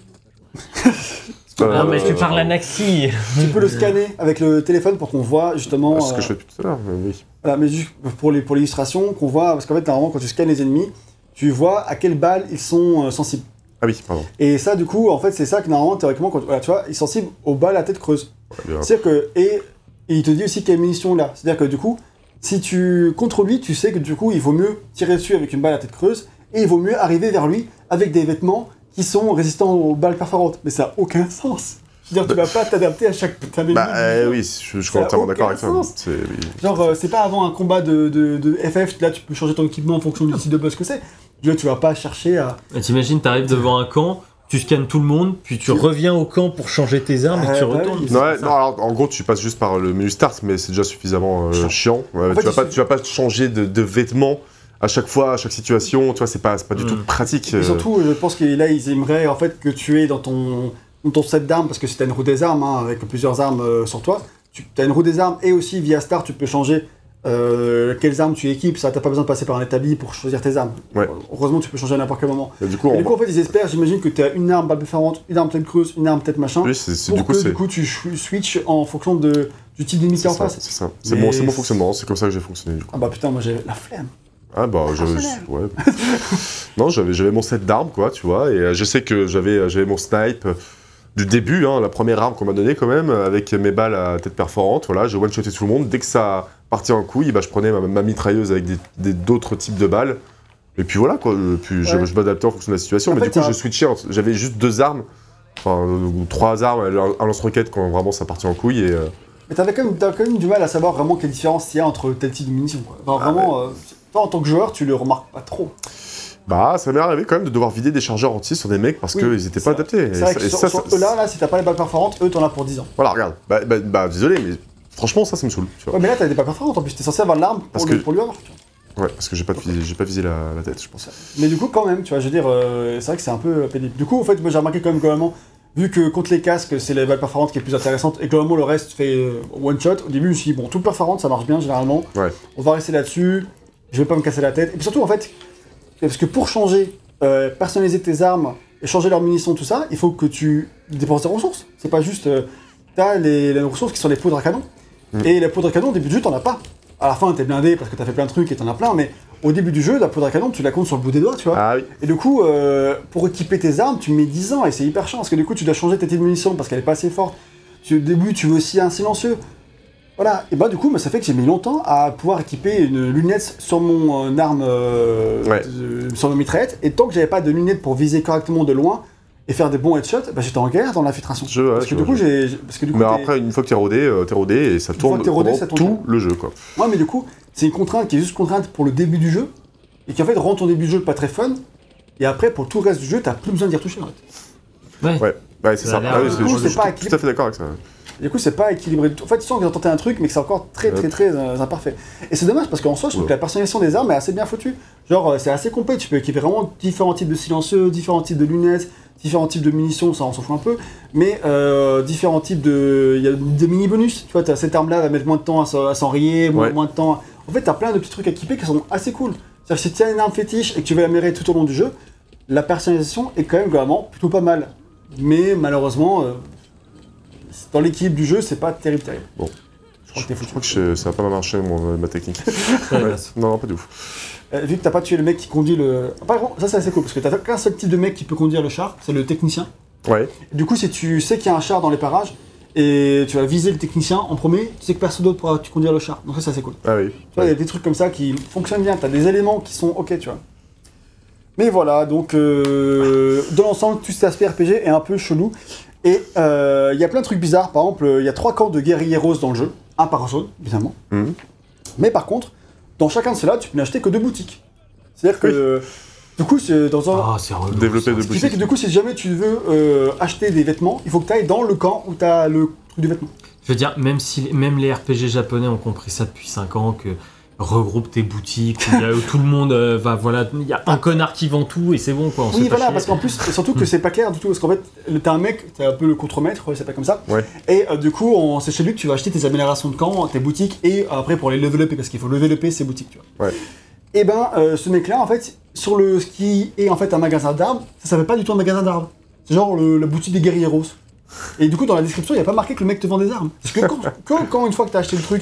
Non, mais tu parles à Naxi. Tu peux le scanner avec le téléphone pour qu'on voit justement. C'est ce que je fais depuis tout à l'heure, oui. Voilà, mais juste pour l'illustration, qu'on voit, parce qu'en fait, normalement, quand tu scannes les ennemis, tu vois à quelle balle ils sont sensibles. Ah oui, pardon. Et ça, du coup, en fait, c'est ça que normalement, théoriquement, quand, tu vois, ils sont sensibles aux balles à tête creuse. Ouais, c'est-à-dire que, et il te dit aussi quelle munition là. C'est-à-dire que du coup, si tu contre lui, tu sais que du coup, il vaut mieux tirer dessus avec une balle à tête creuse, et il vaut mieux arriver vers lui avec des vêtements qui sont résistants aux balles perforantes. Mais ça n'a aucun sens. Je veux dire, tu vas pas t'adapter à chaque... oui, je suis entièrement d'accord avec toi. Genre, c'est pas avant un combat de FF, là tu peux changer ton équipement en fonction du type de boss que c'est. Tu vas pas chercher à... T'imagines, t'arrives devant un camp, tu scannes tout le monde, puis tu reviens au camp pour changer tes armes et tu retournes. Non, alors, en gros, tu passes juste par le menu start, mais c'est déjà suffisamment chiant. En fait, tu vas pas changer de vêtements à chaque fois, à chaque situation, tu vois, c'est pas du tout pratique. Et surtout, je pense que là, ils aimeraient en fait que tu aies dans ton set d'armes, parce que si t'as une roue des armes, avec plusieurs armes sur toi, tu as une roue des armes et aussi via Start, tu peux changer quelles armes tu équipes, ça t'as pas besoin de passer par un établi pour choisir tes armes. Ouais. Heureusement, tu peux changer à n'importe quel moment. Et du coup, en fait, ils espèrent, j'imagine que tu as une arme balle différente, une arme tête creuse, une arme tête machin, oui, du coup tu switches en fonction du type d'ennemi qui est en face. C'est ça, c'est mon fonctionnement, c'est comme ça que j'ai fonctionné du coup. Ah bah putain, moi j'ai la flemme. Ah bah ouais. Non, j'avais mon set d'armes quoi, tu vois, et je sais que j'avais mon snipe du début, la première arme qu'on m'a donnée quand même, avec mes balles à tête perforante, voilà, j'ai one-shoté tout le monde, dès que ça partait en couille, bah, je prenais ma mitrailleuse avec d'autres types de balles, et puis voilà quoi, je m'adaptais en fonction de la situation, mais du coup je switchais, j'avais juste 2 armes, enfin 3 armes, un lance-roquette quand vraiment ça partait en couille, et... Mais t'as quand même du mal à savoir vraiment quelle différence il y a entre tel type de munitions, quoi. Enfin, vraiment... Toi, en tant que joueur, tu le remarques pas trop. Bah, ça m'est arrivé quand même de devoir vider des chargeurs entiers sur des mecs parce qu'ils étaient pas adaptés. C'est vrai que là, si t'as pas les balles perforantes, eux, t'en as pour 10 ans. Voilà, regarde. Bah, désolé, mais franchement, ça me saoule. Tu vois. Ouais, mais là, t'as des balles perforantes en plus. T'es censé avoir l'arme pour lui avoir. Ouais, parce que j'ai pas visé la tête, je pense. Mais du coup, quand même, tu vois, je veux dire, c'est vrai que c'est un peu pénible. Du coup, en fait, moi, j'ai remarqué quand même globalement, vu que contre les casques, c'est les balles perforantes qui est plus intéressante et globalement, le reste fait one shot. Au début, je me suis dit, bon, tout perforante, ça marche bien généralement. Ouais. On va rester là-dessus. Je vais pas me casser la tête. Et puis surtout, en fait, parce que pour changer, personnaliser tes armes, et changer leurs munitions, tout ça, il faut que tu dépenses des ressources. C'est pas juste... t'as les ressources qui sont les poudres à canon. Et la poudre à canon, au début du jeu, t'en as pas. À la fin, t'es blindé parce que t'as fait plein de trucs et t'en as plein, mais au début du jeu, la poudre à canon, tu la comptes sur le bout des doigts, tu vois. Ah oui. Et du coup, pour équiper tes armes, tu mets 10 ans et c'est hyper chiant, parce que du coup, tu dois changer tes types de munitions parce qu'elle est pas assez forte. Au début, tu veux aussi un silencieux. Voilà, et bah du coup, ça fait que j'ai mis longtemps à pouvoir équiper une lunette sur mon arme, sur ma mitraillette, et tant que j'avais pas de lunettes pour viser correctement de loin et faire des bons headshots, bah j'étais en galère dans l'infiltration. Parce que du coup, mais après, une fois que t'es rodé et ça tourne tout le jeu, quoi. Ouais, mais du coup, c'est une contrainte qui est juste contrainte pour le début du jeu, et qui en fait rend ton début du jeu pas très fun, et après, pour tout le reste du jeu, t'as plus besoin d'y retoucher, en fait. Ouais, c'est ça. Du coup, je suis tout à fait d'accord avec ça. Du coup, c'est pas équilibré du tout. En fait, tu sens qu'ils ont tenté un truc, mais que c'est encore très imparfait. Et c'est dommage parce qu'en soi, je trouve que la personnalisation des armes est assez bien foutue. Genre, c'est assez complet. Tu peux équiper vraiment différents types de silencieux, différents types de lunettes, différents types de munitions, ça on s'en fout un peu. Mais différents types de. Il y a des mini-bonus. Tu vois, cette arme-là va mettre moins de temps à s'enrayer, moins de temps. En fait, t'as plein de petits trucs à équiper qui sont assez cool. C'est-à-dire que si tu as une arme fétiche et que tu veux l'améliorer tout au long du jeu, la personnalisation est quand même globalement plutôt pas mal. Mais malheureusement. Dans l'équilibre du jeu, c'est pas terrible. Bon. Je crois que ça va pas mal marcher, ma technique. Non, pas de ouf. Vu que t'as pas tué le mec qui conduit le... Par contre, ça c'est assez cool, parce que t'as qu'un seul type de mec qui peut conduire le char, c'est le technicien. Ouais. Et du coup, si tu sais qu'il y a un char dans les parages, et tu vas viser le technicien en premier, tu sais que personne d'autre pourra conduire le char. Donc ça c'est assez cool. Ah oui. Tu vois, il y a des trucs comme ça qui fonctionnent bien, t'as des éléments qui sont ok, tu vois. Mais voilà, donc dans l'ensemble, tout cet aspect RPG est un peu chelou. Et il y a plein de trucs bizarres. Par exemple, il y a 3 camps de guerrieros dans le jeu. Un par zone, évidemment. Mais par contre, dans chacun de ceux-là, tu peux n'acheter que 2 boutiques. C'est-à-dire que, du coup, c'est dans un... Ah, c'est relou. Développer 2 boutiques. Ce qui boutiques. fait que du coup, si jamais tu veux acheter des vêtements, il faut que tu ailles dans le camp où tu as le truc du vêtement. Je veux dire, même les RPG japonais ont compris ça depuis 5 ans, que regroupe tes boutiques, où tout le monde va, voilà, il y a un connard qui vend tout et c'est bon quoi. Oui, voilà, parce qu'en plus, surtout que c'est pas clair du tout, parce qu'en fait, t'as un mec, t'as un peu le contremaître, c'est pas comme ça, et du coup, c'est chez lui que tu vas acheter tes améliorations de camp, tes boutiques, et après pour les level up, parce qu'il faut level up ces boutiques, tu vois. Ouais. Et ben, ce mec-là, en fait, sur ce qui est en fait un magasin d'armes, ça s'appelle pas du tout un magasin d'armes. C'est genre la boutique des guerrieros. Et du coup, dans la description, il n'y a pas marqué que le mec te vend des armes. Parce que quand une fois que t'as acheté le truc,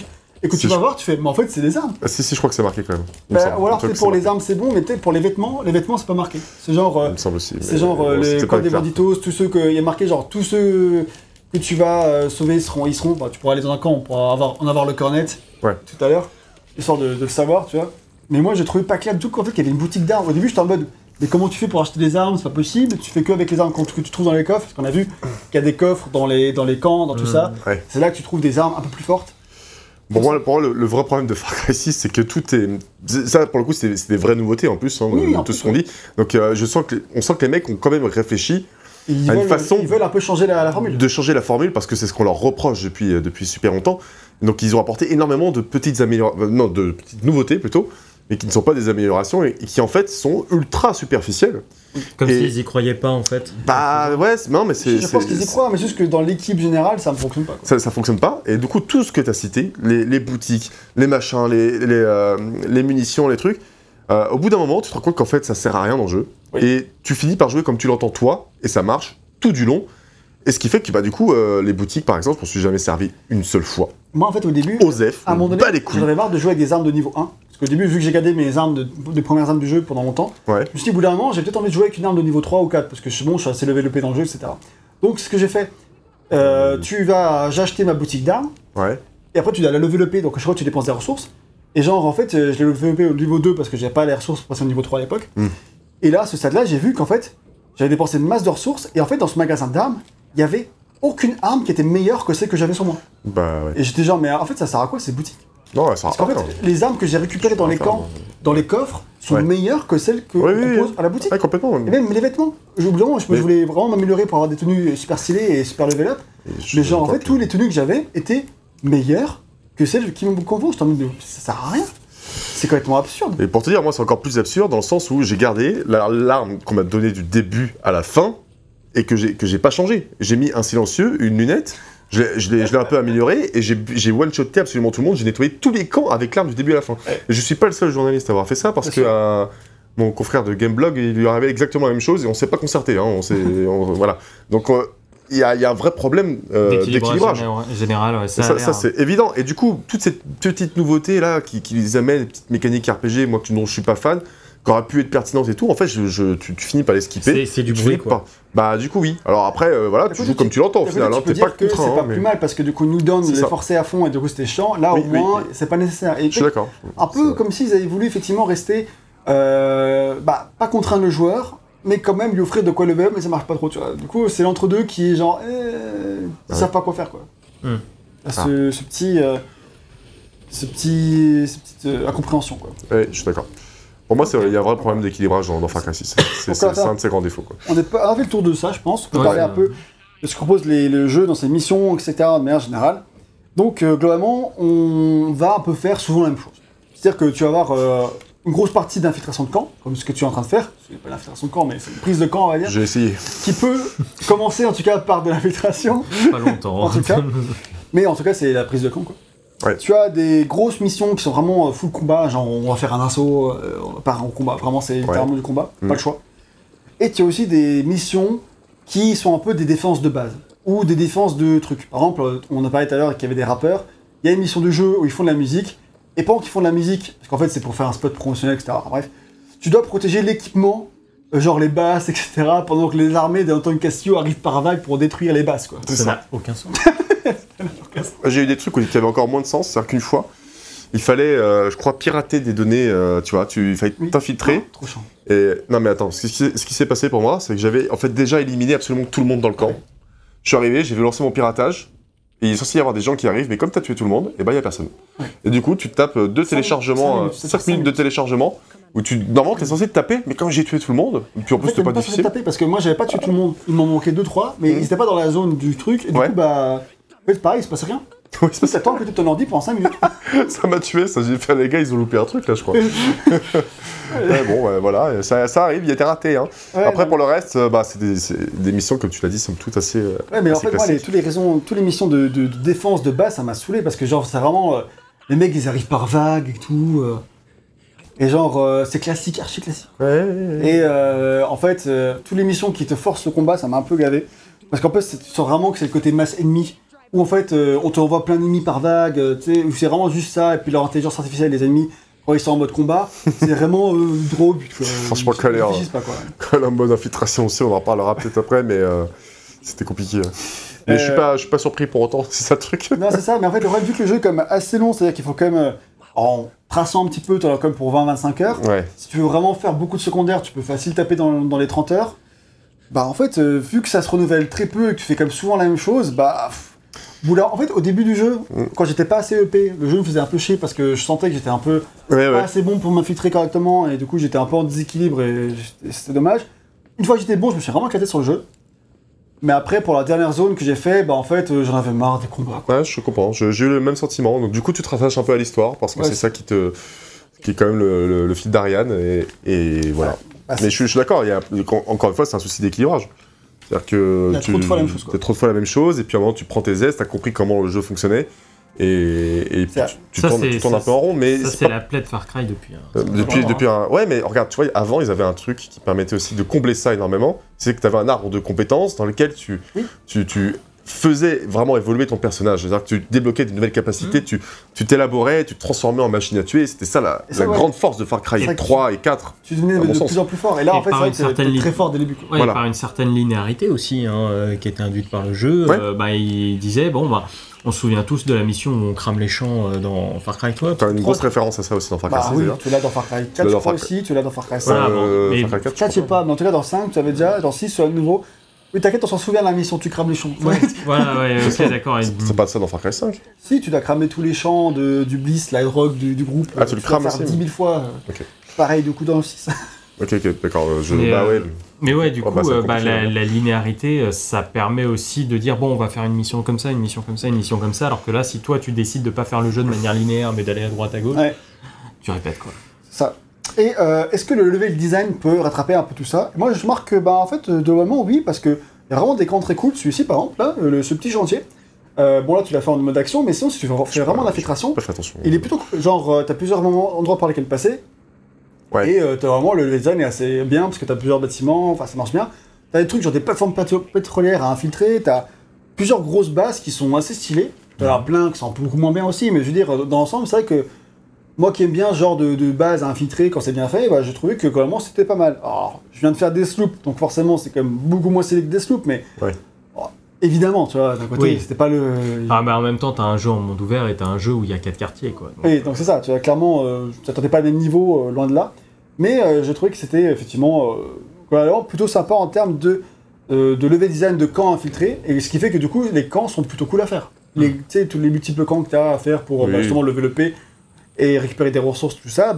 et que tu vas voir, tu fais, mais en fait, c'est des armes. Ah, si, je crois que c'est marqué quand même. Ou alors, peut-être pour les armes, c'est bon, mais peut-être pour les vêtements, c'est pas marqué. C'est genre. Il me semble aussi. C'est genre les codes des banditos, tous ceux qu'il y a marqué, genre tous ceux que tu vas sauver, ils seront. Bah, tu pourras aller dans un camp, on pourra en avoir le cornet tout à l'heure, histoire de le savoir, tu vois. Mais moi, j'ai trouvé pas clair du tout qu'en fait, qu'il y avait une boutique d'armes. Au début, j'étais en mode. Mais comment tu fais pour acheter des armes? C'est pas possible. Tu fais que avec les armes que tu trouves dans les coffres. Parce qu'on a vu qu'il y a des coffres dans les camps, dans tout ça. Ouais. C'est là que tu trouves des armes un peu plus fortes. Bon, pour moi, le vrai problème de Far Cry 6, c'est que tout est... Ça, pour le coup, c'est des vraies nouveautés en plus, tout ce qu'on dit. Donc, on sent que les mecs ont quand même réfléchi à une façon... Ils veulent un peu changer la formule. De changer la formule, parce que c'est ce qu'on leur reproche depuis super longtemps. Donc, ils ont apporté énormément de petites de petites nouveautés, plutôt, mais qui ne sont pas des améliorations et qui en fait sont ultra superficielles. Comme s'ils y croyaient pas en fait. Bah ouais, non mais c'est... Je pense qu'ils y croient, mais c'est juste que dans l'équipe générale, ça ne fonctionne pas. Ça fonctionne pas, et du coup tout ce que tu as cité, les boutiques, les machins, les munitions, les trucs, au bout d'un moment tu te rends compte qu'en fait ça sert à rien dans le jeu, et tu finis par jouer comme tu l'entends toi, et ça marche tout du long. Et ce qui fait que bah, du coup, les boutiques par exemple, je me suis jamais servi une seule fois. Moi en fait au début, à un moment donné, j'en avais marre de jouer avec des armes de niveau 1. Parce qu'au début, vu que j'ai gardé mes armes des premières armes du jeu pendant longtemps, je me suis dit au bout d'un moment, j'ai peut-être envie de jouer avec une arme de niveau 3 ou 4, parce que je suis assez développé dans le jeu, etc. Donc ce que j'ai fait, j'ai acheté ma boutique d'armes, et après tu dois la leveler, donc je crois que tu dépenses des ressources. Et genre en fait, je l'ai levelé au niveau 2 parce que j'avais pas les ressources pour passer au niveau 3 à l'époque. Et là, à ce stade-là, j'ai vu qu'en fait, j'avais dépensé une masse de ressources, et en fait, dans ce magasin d'armes, il y avait aucune arme qui était meilleure que celle que j'avais sur moi. Et j'étais genre, mais en fait, ça sert à quoi ces boutiques? Non, ça Parce qu'en fait, les armes que j'ai récupérées dans les camps, dans les coffres, sont meilleures que celles que propose à la boutique. Complètement. Et même les vêtements. Je voulais vraiment m'améliorer pour avoir des tenues super stylées et super level up. Mais genre, en fait, tous les tenues que j'avais étaient meilleures que celles qui me conviennent. Ça sert à rien. C'est complètement absurde. Et pour te dire, moi, c'est encore plus absurde dans le sens où j'ai gardé l'arme qu'on m'a donnée du début à la fin et que j'ai pas changé. J'ai mis un silencieux, une lunette. Je l'ai un peu amélioré et j'ai one-shoté absolument tout le monde. J'ai nettoyé tous les camps avec l'arme du début à la fin. Et je suis pas le seul journaliste à avoir fait ça parce que mon confrère de Gameblog, il lui arrivait exactement la même chose et on s'est pas concerté. Hein, voilà. Donc il y a un vrai problème d'équilibrage. Général, ça c'est évident. Et du coup, toutes ces petites nouveautés là qui les amènent, les petites mécaniques RPG, moi dont je suis pas fan, qui auraient pu être pertinentes et tout, en fait, tu finis par les skipper. C'est du bruit, quoi. Bah, du coup, oui. Alors après, voilà, tu joues comme tu l'entends, au final. T'es pas que c'est pas plus mal, parce que du coup, New Dawn les forçait à fond, et du coup, c'était chiant. Là, au moins, c'est pas nécessaire. Et je suis d'accord. Un peu comme s'ils avaient voulu, effectivement, rester... pas contraindre le joueur, mais quand même lui offrir de quoi level up, mais ça marche pas trop, tu vois. Du coup, c'est l'entre-deux qui est genre... ils savent pas quoi faire, quoi. Cette petite incompréhension, quoi. Ouais, je suis d'accord. Pour moi, il y a un vrai problème d'équilibrage dans Far Cry 6. C'est un de ses grands défauts, quoi. On a fait le tour de ça, je pense. On peut parler un peu de ce que propose le jeu dans ses missions, etc., de manière générale. Donc, globalement, on va un peu faire souvent la même chose. C'est-à-dire que tu vas avoir une grosse partie d'infiltration de camp, comme ce que tu es en train de faire. C'est pas l'infiltration de camp, mais c'est une prise de camp, on va dire. J'ai essayé. Qui peut commencer, en tout cas, par de l'infiltration. Pas longtemps. En tout cas. Mais en tout cas, c'est la prise de camp, quoi. Ouais. Tu as des grosses missions qui sont vraiment full combat, genre on va faire un assaut, on part en combat, vraiment c'est littéralement du combat, pas le choix. Et tu as aussi des missions qui sont un peu des défenses de base, ou des défenses de trucs. Par exemple, on a parlé tout à l'heure qu'il y avait des rappeurs, il y a une mission de jeu où ils font de la musique, et pendant qu'ils font de la musique, parce qu'en fait c'est pour faire un spot promotionnel, etc. Bref, tu dois protéger l'équipement, genre les basses, etc., pendant que les armées d'Antoine Castillo arrivent par vague pour détruire les basses, quoi. Ça n'a aucun sens. J'ai eu des trucs qui avaient encore moins de sens, c'est-à-dire qu'une fois, il fallait, je crois, pirater des données, tu vois, il fallait t'infiltrer. Trop chiant. Et non mais attends, ce qui s'est passé pour moi, c'est que j'avais en fait déjà éliminé absolument tout le monde dans le camp. Je suis arrivé, j'ai lancé mon piratage, et il est censé y avoir des gens qui arrivent, mais comme t'as tué tout le monde, et bah y a personne. Et du coup, tu te tapes 5 minutes de téléchargement, où normalement t'es censé te taper, mais comme j'ai tué tout le monde, et puis en plus c'était pas difficile. Taper parce que moi j'avais pas tué tout le monde, il m'en manquait 2-3, mais ils étaient pas dans la zone du truc, et du coup bah... En fait, pareil, il se passe rien. Oui, tu t'attends que tu ton ordi pendant 5 minutes. Ça m'a tué, ça. J'ai fait, les gars, ils ont loupé un truc là, je crois. Voilà, ça arrive, il a été raté. Hein. Après, pour le reste, c'est des missions, comme tu l'as dit, somme toute assez. Mais en fait, moi, toutes les missions de défense de base, ça m'a saoulé parce que, genre, c'est vraiment. Les mecs, ils arrivent par vagues et tout. Et genre, c'est classique, archi classique. Et en fait, toutes les missions qui te forcent le combat, ça m'a un peu gavé. Parce qu'en fait, tu sens vraiment que c'est le côté masse ennemi où en fait on te envoie plein d'ennemis par vague, où c'est vraiment juste ça, et puis leur intelligence artificielle, les ennemis, quand ils sont en mode combat, c'est vraiment droit au but. Franchement, quand elle est en mode infiltration aussi, on en reparlera peut-être après, mais c'était compliqué. Mais je suis pas surpris pour autant, c'est ça le truc. Non, c'est ça, mais en fait, vu que le jeu est quand même assez long, c'est-à-dire qu'il faut quand même, en traçant un petit peu, tu as quand même pour 20-25 heures, si tu veux vraiment faire beaucoup de secondaires, tu peux facile taper dans les 30 heures. Bah en fait, vu que ça se renouvelle très peu et que tu fais comme souvent la même chose, bah... en fait, au début du jeu, quand j'étais pas assez EP, le jeu me faisait un peu chier parce que je sentais que j'étais un peu pas assez bon pour m'infiltrer correctement et du coup j'étais un peu en déséquilibre et c'était dommage. Une fois que j'étais bon, je me suis vraiment éclaté sur le jeu. Mais après, pour la dernière zone que j'ai fait, bah en fait, j'en avais marre des combats. Ouais, je comprends. J'ai eu le même sentiment. Donc du coup, tu te rattaches un peu à l'histoire parce que c'est ça qui est quand même le fil d'Ariane et voilà. Mais je suis d'accord. Encore une fois, c'est un souci d'équilibrage. C'est-à-dire que tu trop de fois la même chose. T'as trop de fois la même chose et puis à un moment, tu prends tes aises, t'as compris comment le jeu fonctionnait. Et puis tu tournes un peu en rond, mais ça c'est la plaie de Far Cry depuis ouais, mais regarde, tu vois, avant ils avaient un truc qui permettait aussi de combler ça énormément, c'est que tu avais un arbre de compétences dans lequel tu faisais vraiment évoluer ton personnage, c'est-à-dire que tu débloquais de nouvelles capacités, tu t'élaborais, tu te transformais en machine à tuer, et c'était ça la grande force de Far Cry 3 et 4. Tu devenais de plus en plus fort, et là en fait c'est vrai que c'était très fort dès le début. Ouais, par une certaine linéarité aussi, qui était induite par le jeu, il disait, on se souvient tous de la mission où on crame les champs dans Far Cry 3. T'as une grosse référence à ça aussi dans Far Cry 6. Oui, tu l'as dans Far Cry 4 je crois aussi, tu l'as dans Far Cry 5. Mais Far Cry 4 je sais pas, mais en tout cas dans 5 tu avais déjà, dans 6 sur le nouveau. Oui t'inquiète, on s'en souvient de la mission, tu crames les champs. Ok, d'accord. C'est pas ça dans Far Cry 5 ? Si, tu dois cramer tous les champs du Bliss, la drogue du groupe. Ah, tu le crames aussi 10 000 fois. Pareil, du coup dans le 6. Ok, d'accord. Mais ouais, du coup, la linéarité, ça permet aussi de dire, on va faire une mission comme ça, une mission comme ça, une mission comme ça, alors que là, si toi, tu décides de pas faire le jeu de manière linéaire, mais d'aller à droite, à gauche, tu répètes, quoi. Ça. Et est-ce que le level design peut rattraper un peu tout ça ? Moi, je remarque que, en fait, de moment, oui, parce qu'il y a vraiment des camps très cool. Celui-ci, par exemple, là, ce petit chantier. Là, tu l'as fait en mode action, mais sinon, si tu fais vraiment l'infiltration, il est plutôt cool. Genre, t'as plusieurs endroits par lesquels passer. Ouais. Et t'as vraiment le design est assez bien parce que t'as plusieurs bâtiments, ça marche bien. T'as des trucs genre des plateformes pétrolières à infiltrer, t'as plusieurs grosses bases qui sont assez stylées. T'as plein qui sont beaucoup moins bien aussi, mais je veux dire, dans l'ensemble, c'est vrai que moi qui aime bien ce genre de base à infiltrer quand c'est bien fait, j'ai trouvé que globalement c'était pas mal. Alors, je viens de faire Deathloop, donc forcément c'est quand même beaucoup moins stylé que Deathloop, mais évidemment, tu vois, d'un côté, c'était pas le... en même temps, t'as un jeu en monde ouvert et t'as un jeu où il y a 4 quartiers, quoi. Donc c'est ça, tu vois, clairement, tu t'attendais pas au même niveau, loin de là. Mais j'ai trouvé que c'était effectivement plutôt sympa en termes de level design de camps infiltrés, et ce qui fait que du coup les camps sont plutôt cool à faire. Tu sais, tous les multiples camps que tu as à faire pour justement lever le P et récupérer des ressources, tout ça,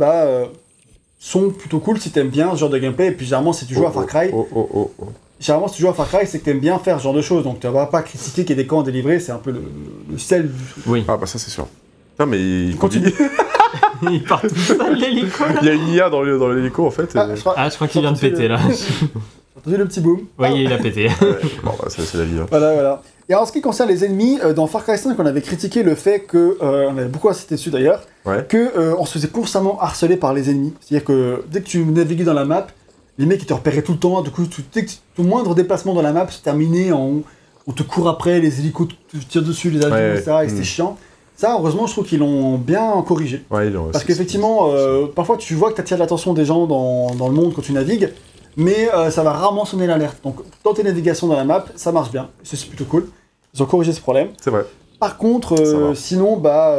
sont plutôt cool si t'aimes bien ce genre de gameplay. Et puis généralement si tu joues à Far Cry, généralement si tu joues à Far Cry, c'est que t'aimes bien faire ce genre de choses, donc tu vas pas critiquer qu'il y ait des camps délivrés, c'est un peu le sel du truc. Oui. Ah ça c'est sûr. Non mais il continue. Il part tout seul, l'hélico. Il y a une IA dans l'hélico en fait. Je crois qu'il vient de péter là. J'ai entendu le petit boom. Oui, il a pété. C'est la vie. Voilà. Et en ce qui concerne les ennemis, dans Far Cry 5, on avait critiqué le fait que, on avait beaucoup insisté dessus d'ailleurs, que on se faisait constamment harceler par les ennemis. C'est-à-dire que dès que tu naviguais dans la map, les mecs ils te repéraient tout le temps, du coup, dès que ton moindre déplacement dans la map se terminait on te court après, les hélicos te tirent dessus, les avions, etc. Et c'était chiant. Ça, heureusement, je trouve qu'ils l'ont bien corrigé. Parce qu'effectivement, parfois tu vois que tu attires l'attention des gens dans le monde quand tu navigues, mais ça va rarement sonner l'alerte. Donc, dans tes navigations dans la map, ça marche bien. C'est plutôt cool. Ils ont corrigé ce problème. C'est vrai. Par contre, sinon,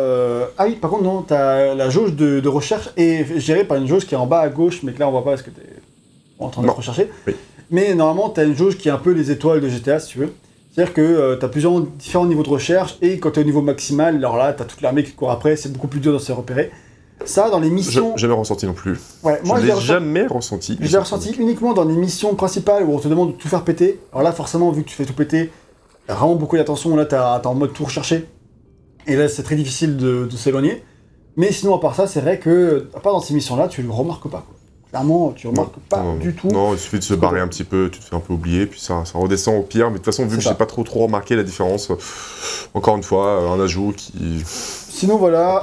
par contre, non, t'as la jauge de recherche est gérée par une jauge qui est en bas à gauche, mais que là, on voit pas parce que t'es en train de rechercher. Oui. Mais normalement, t'as une jauge qui est un peu les étoiles de GTA, si tu veux. C'est-à-dire que tu as différents niveaux de recherche, et quand tu es au niveau maximal, alors là, tu as toute l'armée qui court après, c'est beaucoup plus dur de se repérer. Ça, dans les missions... Jamais ressenti non plus. Ouais, moi, je l'ai jamais ressenti. Je l'ai ressenti uniquement dans les missions principales où on te demande de tout faire péter. Alors là, forcément, vu que tu fais tout péter, il y a vraiment beaucoup d'attention. Là, t'es en mode tout rechercher. Et là, c'est très difficile de s'éloigner. Mais sinon, à part ça, c'est vrai que, à part dans ces missions-là, tu le remarques pas, quoi. Clairement, tu remarques pas du tout. Non, il suffit de se barrer un petit peu, tu te fais un peu oublier, puis ça redescend au pire. Mais de toute façon, vu que j'ai pas trop remarqué la différence, encore une fois, un ajout qui... Sinon, voilà,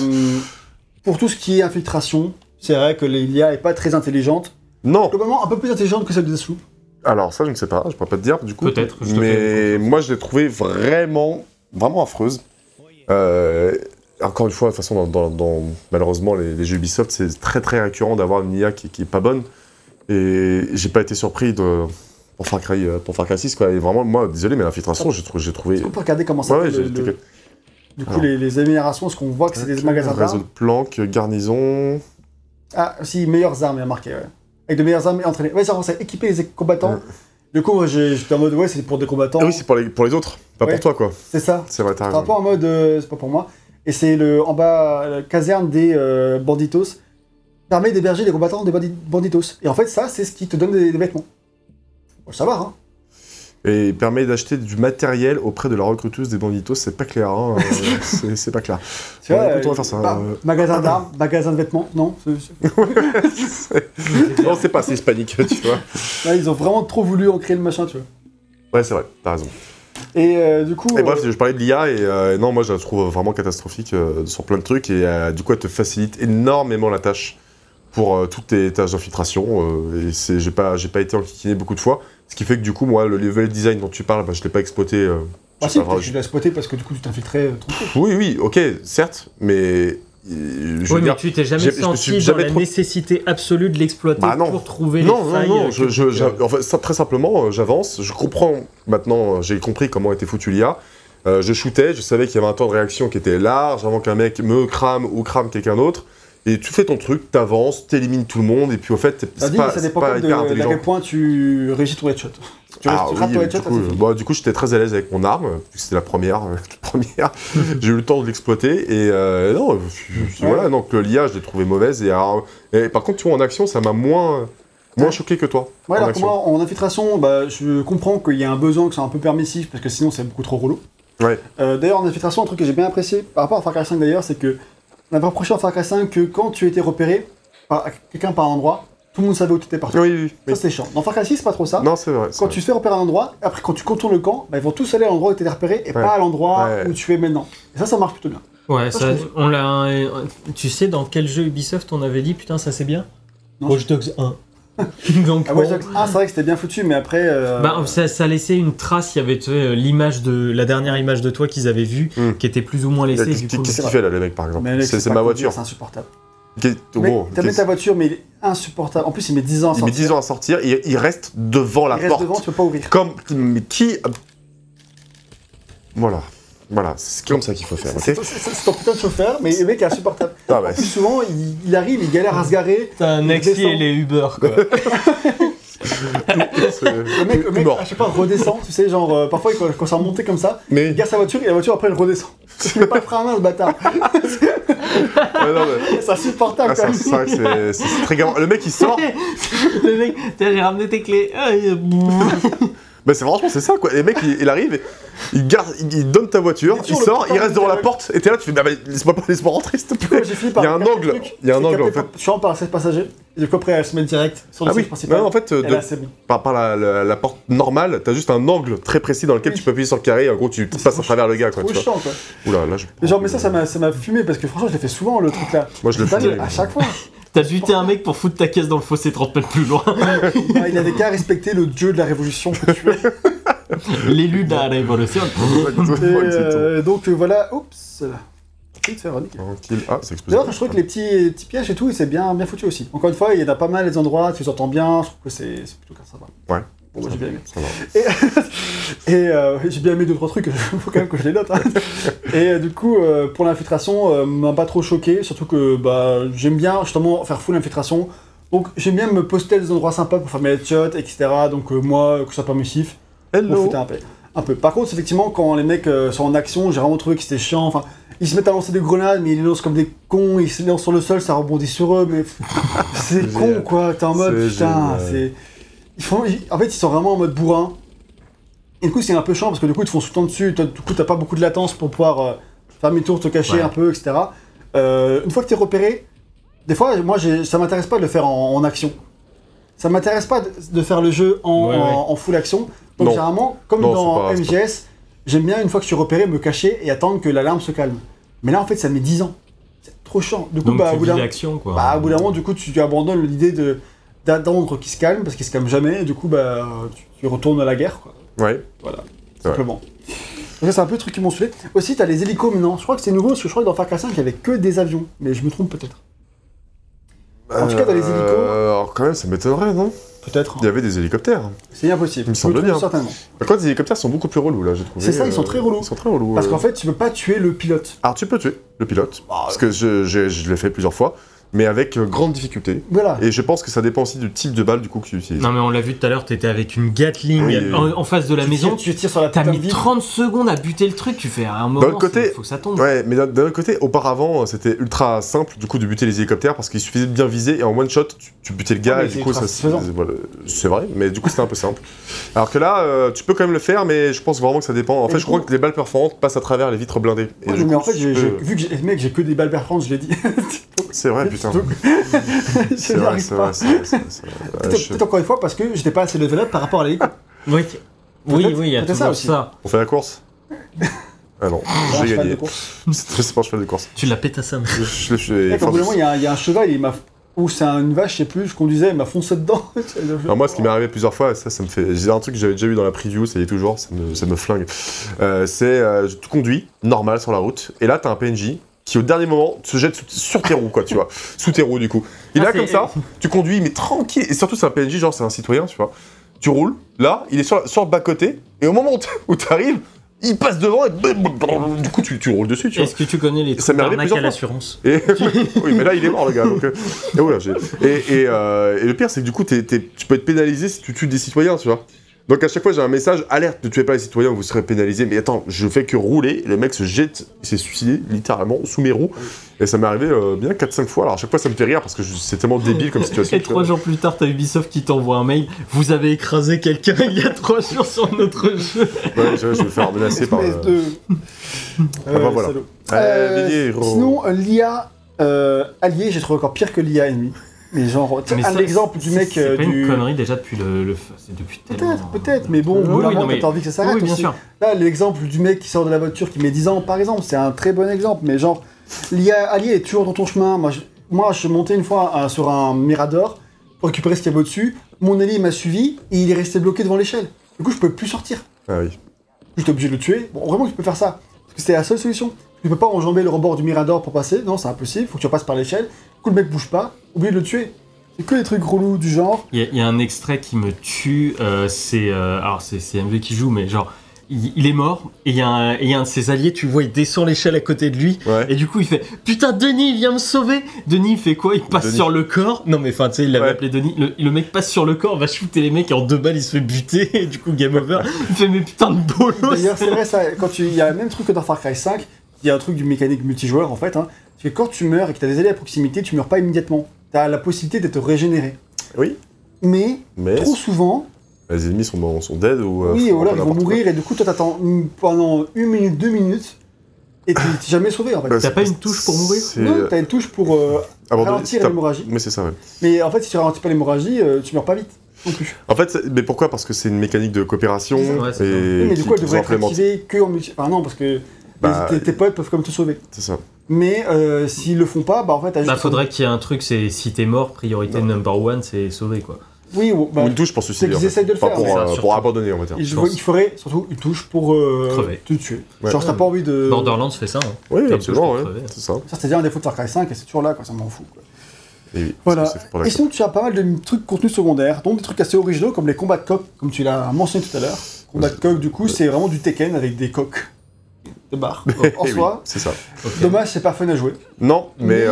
pour tout ce qui est infiltration, c'est vrai que l'IA est pas très intelligente. Non. Globalement, un peu plus intelligente que celle de Deathloop. Alors ça, je ne sais pas, je pourrais pas te dire du coup. Peut-être. Mais moi, je l'ai trouvé vraiment vraiment affreuse. Encore une fois, de toute façon, malheureusement, les jeux Ubisoft, c'est très très récurrent d'avoir une IA qui est pas bonne. Et j'ai pas été surpris pour Far Cry 6, quoi. Et vraiment, moi, désolé, mais l'infiltration, j'ai trouvé... On peut regarder comment ça fait Du coup, les améliorations, ce qu'on voit que c'est des magasins d'armes. Réseau de planques, garnison... Ah, si, meilleures armes, il y a marqué, ouais. Avec de meilleures armes et entraîner. Ouais, ça équiper les combattants. Du coup, j'étais en mode, ouais, c'est pour des combattants. Ah oui, c'est pour les autres, pas pour toi, quoi. C'est ça. C'est vrai, t'as raison. Un peu en mode, c'est pas pour moi. Et c'est en bas, la caserne des banditos. Permet d'héberger les combattants des banditos. Et en fait, ça, c'est ce qui te donne des vêtements. Faut le savoir, hein. Et il permet d'acheter du matériel auprès de la recruteuse des banditos, c'est pas clair, hein. c'est pas clair. C'est vrai, écoute, on va faire ça. Magasin d'armes, magasin de vêtements, non non, c'est pas, c'est hispanique, tu vois. Là, ils ont vraiment trop voulu en créer le machin, tu vois. Ouais, c'est vrai, t'as raison. Et du coup... Et bref, je parlais de l'IA, et non, moi je la trouve vraiment catastrophique sur plein de trucs, et du coup, elle te facilite énormément la tâche pour toutes tes tâches d'infiltration, et j'ai pas été enquiquiné beaucoup de fois. Ce qui fait que du coup, moi, le level design dont tu parles, je l'ai pas exploité. Tu l'as exploité parce que du coup, tu t'infiltrais ton truc. Oui, ok, certes, mais... mais tu t'es jamais senti dans la nécessité absolue de l'exploiter pour trouver les failles. Non, en fait, très simplement, j'avance, je comprends maintenant, j'ai compris comment était foutu l'IA. Je shootais, je savais qu'il y avait un temps de réaction qui était large avant qu'un mec me crame ou crame quelqu'un d'autre. Et tu fais ton truc, t'avances, t'élimines tout le monde, et puis au fait, c'est pas hyper intelligent. À quel point tu régis ton headshot. Du coup, j'étais très à l'aise avec mon arme, c'était la première. J'ai eu le temps de l'exploiter, et voilà, donc l'IA, je l'ai trouvée mauvaise, et par contre, tu vois, en action, ça m'a moins choqué que toi. Ouais, alors moi, en infiltration, je comprends qu'il y a un besoin que c'est un peu permissif, parce que sinon, c'est beaucoup trop relou. Ouais. D'ailleurs, en infiltration, un truc que j'ai bien apprécié, par rapport à Far Cry 5 d'ailleurs, c'est que on avait reproché à Far Cry 5 que quand tu étais repéré par quelqu'un par un endroit, tout le monde savait où tu étais parti. Oui. Ça, c'était chiant. Dans Far Cry 6, c'est pas trop ça. Non, c'est vrai. Quand tu te fais repérer à un endroit, après, quand tu contournes le camp, ils vont tous aller à l'endroit où tu étais repéré et pas à l'endroit où tu es maintenant. Et ça marche plutôt bien. Ouais, on l'a. Tu sais dans quel jeu Ubisoft on avait dit putain, ça c'est bien Watch Dogs 1. Donc, Watch Dogs 1, c'est vrai que c'était bien foutu, mais après. Ça laissait une trace. Il y avait l'image la dernière image de toi qu'ils avaient vue, qui était plus ou moins laissée. Qu'est-ce qu'il fait là, le mec, par exemple? C'est ma voiture. C'est insupportable. T'as mis ta voiture, mais il est insupportable. En plus, il met 10 ans à sortir. Il met 10 ans à sortir, il reste devant la porte. Il reste devant, tu peux pas ouvrir. Mais qui. Voilà, c'est comme ça qu'il faut faire. C'est ton putain de chauffeur, mais le mec est insupportable. Plus souvent, il arrive, il galère à se garer. T'as un Nexi et les Uber, quoi. Le mec je sais pas, redescend, tu sais, genre, parfois quand ça remontait comme ça, il gare sa voiture et la voiture après elle redescend. Il met pas le frein à main, ce bâtard. C'est insupportable, quand même. C'est vrai que c'est très gamin. Le mec il sort. Le mec, tiens, j'ai ramené tes clés. Mais franchement, c'est ça, quoi. Les mecs, il arrive, il donne ta voiture, il sort, il reste devant la porte, et t'es là, tu fais, laisse-moi rentrer, s'il te plaît. Il y a un angle, en fait. Je suis en par 7 passagers, et du coup, après, elle se met direct sur le site principal. Non, en fait, par la porte normale, t'as juste un angle très précis dans lequel tu peux appuyer sur le carré, et en gros, tu passes à travers le gars, quoi. C'est trop chiant, quoi. Oula, là, genre, mais ça m'a fumé, parce que franchement, je l'ai fait souvent, le truc là. Moi, je le fais à chaque fois. T'as buté un mec pour foutre ta caisse dans le fossé 30 mètres plus loin. Il avait qu'à respecter le dieu de la révolution que tu es. L'élu de la révolution. Donc voilà, oups. Tranquille. Ah, c'est explosé. D'ailleurs, je trouve que les petits pièges et tout, c'est bien foutu aussi. Encore une fois, il y en a pas mal les endroits, tu les entends bien, je trouve que c'est plutôt ça va. Ouais. Bon, moi j'ai bien aimé. Et j'ai bien aimé 2-3 trucs, il faut quand même que je les note. Hein. Et du coup, pour l'infiltration, m'a pas trop choqué, surtout que j'aime bien justement faire full infiltration. Donc j'aime bien me poster à des endroits sympas pour faire mes headshots, etc. Donc moi, que ça soit permissif, on foutait un peu. Par contre, effectivement, quand les mecs sont en action, j'ai vraiment trouvé que c'était chiant. Enfin, ils se mettent à lancer des grenades, mais ils les lancent comme des cons, ils se lancent sur le sol, ça rebondit sur eux, mais c'est con quoi, t'es en mode putain, c'est... En fait, ils sont vraiment en mode bourrin. Et du coup, c'est un peu chiant parce que du coup, ils te font sous-temps dessus. Du coup, t'as pas beaucoup de latence pour pouvoir faire demi-tour, te cacher un peu, etc. Une fois que t'es repéré, des fois, moi, ça m'intéresse pas de le faire en action. Ça m'intéresse pas de faire le jeu en full action. Donc, généralement, comme dans MGS, j'aime bien, une fois que je suis repéré, me cacher et attendre que l'alarme se calme. Mais là, en fait, ça met 10 ans. C'est trop chiant. Du coup, au bout d'un moment, du coup, tu abandonnes l'idée d'attendre qu'il se calme, parce qu'il se calme jamais, et du coup, tu retournes à la guerre, quoi. Ouais. Voilà, simplement. Donc c'est un peu le truc qui m'ont saoulé. Aussi, t'as les hélicos maintenant. Je crois que c'est nouveau, parce que je crois que dans Far Cry 5, il y avait que des avions. Mais je me trompe peut-être. En tout cas, dans les hélicos... Alors quand même, ça m'étonnerait, non ? Peut-être. Il y avait des hélicoptères. C'est impossible. Il me semble bien. Certainement. Par contre, les hélicoptères sont beaucoup plus relous, là, j'ai trouvé. C'est ça, ils sont très relous. Ils sont très relous. Parce qu'en fait, tu peux pas tuer le pilote. Alors, tu peux tuer le pilote, parce que je l'ai fait plusieurs fois, mais avec grande difficulté. Voilà. Et je pense que ça dépend aussi du type de balle, du coup, que tu utilises. Non, mais on l'a vu tout à l'heure, t'étais avec une Gatling en face de la maison. Tu tires sur la T'as mis 30 secondes à buter le truc, tu fais à un moment, faut que ça tombe. Ouais, mais d'un autre côté, auparavant, c'était ultra simple, du coup, de buter les hélicoptères, parce qu'il suffisait de bien viser, et en one shot, tu butais le gars, et du coup, voilà, c'est vrai, mais du coup, c'était un peu simple. Alors que là, tu peux quand même le faire, mais je pense vraiment que ça dépend. En fait, je crois que les balles perforantes passent à travers les vitres blindées. Et mais en fait, vu que mec, j'ai que des balles perforantes, je l'ai dit. C'est vrai, putain. Je n'y arrive pas. Peut-être encore une fois, parce que j'étais pas assez level up par rapport à l'hélico. Oui, il y a toujours ça. On fait la course. Ah non, j'ai gagné. C'est pas un cheval de course. Tu l'as pétassé. Au bout d'un moment, il y a un cheval, ou c'est une vache, je sais plus, je conduisais, il m'a foncé dedans. Alors moi, ce qui m'est arrivé plusieurs fois, ça me fait... J'ai un truc que j'avais déjà eu dans la preview, ça y est toujours, ça me flingue. Tu conduis, normal, sur la route, et là, t'as un PNJ qui, au dernier moment, se jette sur tes roues, quoi, tu vois. Sous tes roues, du coup. Il est là, comme ça, tu conduis, mais tranquille, et surtout, c'est un PNJ, genre, c'est un citoyen, tu vois. Tu roules, là, il est sur le bas-côté, et au moment où t'arrives, il passe devant et du coup tu roules dessus, tu vois. Est-ce que tu connais les trucs d'arnaque à l'assurance ? Oui, mais là il est mort le gars. Donc, et le pire c'est que du coup tu peux être pénalisé si tu tues des citoyens, tu vois. Donc à chaque fois j'ai un message alerte, ne tuez pas les citoyens, vous serez pénalisé. Mais attends, je fais que rouler, le mec se jette, il s'est suicidé littéralement sous mes roues. Et ça m'est arrivé bien 4-5 fois. Alors à chaque fois ça me fait rire parce que c'est tellement débile comme situation. Et 3 jours plus tard, t'as Ubisoft qui t'envoie un mail. Vous avez écrasé quelqu'un il y a 3 jours sur notre jeu. Ouais, je vais me faire menacer par... voilà. Sinon, l'IA alliée, j'ai trouvé encore pire que l'IA ennemie. Mais genre, l'exemple du mec c'est pas une connerie déjà depuis c'est depuis tellement... Peut-être, mais bon, t'as envie que ça s'arrête aussi. Sûr. Là, l'exemple du mec qui sort de la voiture qui met 10 ans, par exemple, c'est un très bon exemple. Mais genre, l'IA alliée est toujours dans ton chemin. Moi, je suis monté une fois sur un Mirador pour récupérer ce qu'il y avait au-dessus. Mon allié m'a suivi et il est resté bloqué devant l'échelle. Du coup, je pouvais plus sortir. Ah oui. J'étais obligé de le tuer. Bon, vraiment, tu peux faire ça. Parce que c'était la seule solution. Tu peux pas enjamber le rebord du Mirador pour passer. Non, c'est impossible. Faut que tu repasses par l'échelle. Du coup, le mec bouge pas. Oublié de le tuer. C'est que des trucs relous du genre. Il y a un extrait qui me tue. Alors, c'est MV qui joue, mais genre, il est mort. Et il y a un de ses alliés, tu vois, il descend l'échelle à côté de lui. Ouais. Et du coup, il fait putain, Denis, viens me sauver. Denis, il fait quoi ? Il passe sur le corps. Non, mais enfin, tu sais, il l'avait appelé Denis. Le mec passe sur le corps, va shooter les mecs et en 2 balles, il se fait buter. Et du coup, game over. Il fait mais putain de bolos. D'ailleurs, c'est vrai, ça. Il y a le même truc que dans Far Cry 5. Il y a un truc du mécanique multijoueur en fait. C'est que quand tu meurs et que tu as des alliés à proximité, tu meurs pas immédiatement. Tu as la possibilité d'être régénéré. Oui. Mais trop souvent. Les ennemis sont dead ou. Oui, ou alors ils vont mourir et du coup, toi t'attends pendant 1 minute, 2 minutes et t'es jamais sauvé en fait. T'as pas une touche pour mourir ? Non, t'as une touche pour ralentir l'hémorragie. Mais c'est ça, ouais. Mais en fait, si tu ralentis pas l'hémorragie, tu meurs pas vite. Non plus. En fait, mais pourquoi ? Parce que c'est une mécanique de coopération. Ouais, et mais du coup, elle devrait être activée que en multi. Enfin, non, parce que tes potes peuvent comme te sauver. C'est ça. Mais s'ils le font pas, en fait... faudrait qu'il y ait un truc, c'est si t'es mort, priorité number 1, c'est sauver, quoi. Oui, ou une touche pour suicider. Ils essayent de le faire. Pour abandonner, on va dire. Il faudrait surtout une touche pour te tuer. Ouais. Genre, t'as pas envie de... Borderlands fait ça, hein. Oui, absolument, c'est ça. Ça, c'est-à-dire un défaut de Far Cry 5, et c'est toujours là, quoi, ça m'en fout, quoi. Et oui, voilà. Et sinon, tu as pas mal de trucs contenus secondaires, dont des trucs assez originaux, comme les combats de coq, comme tu l'as mentionné tout à l'heure. Combats de coq, du coup, c'est vraiment du Tekken avec des coqs. De barre en soi. Oui, c'est ça. Okay. Dommage, c'est pas fun à jouer. Non, mais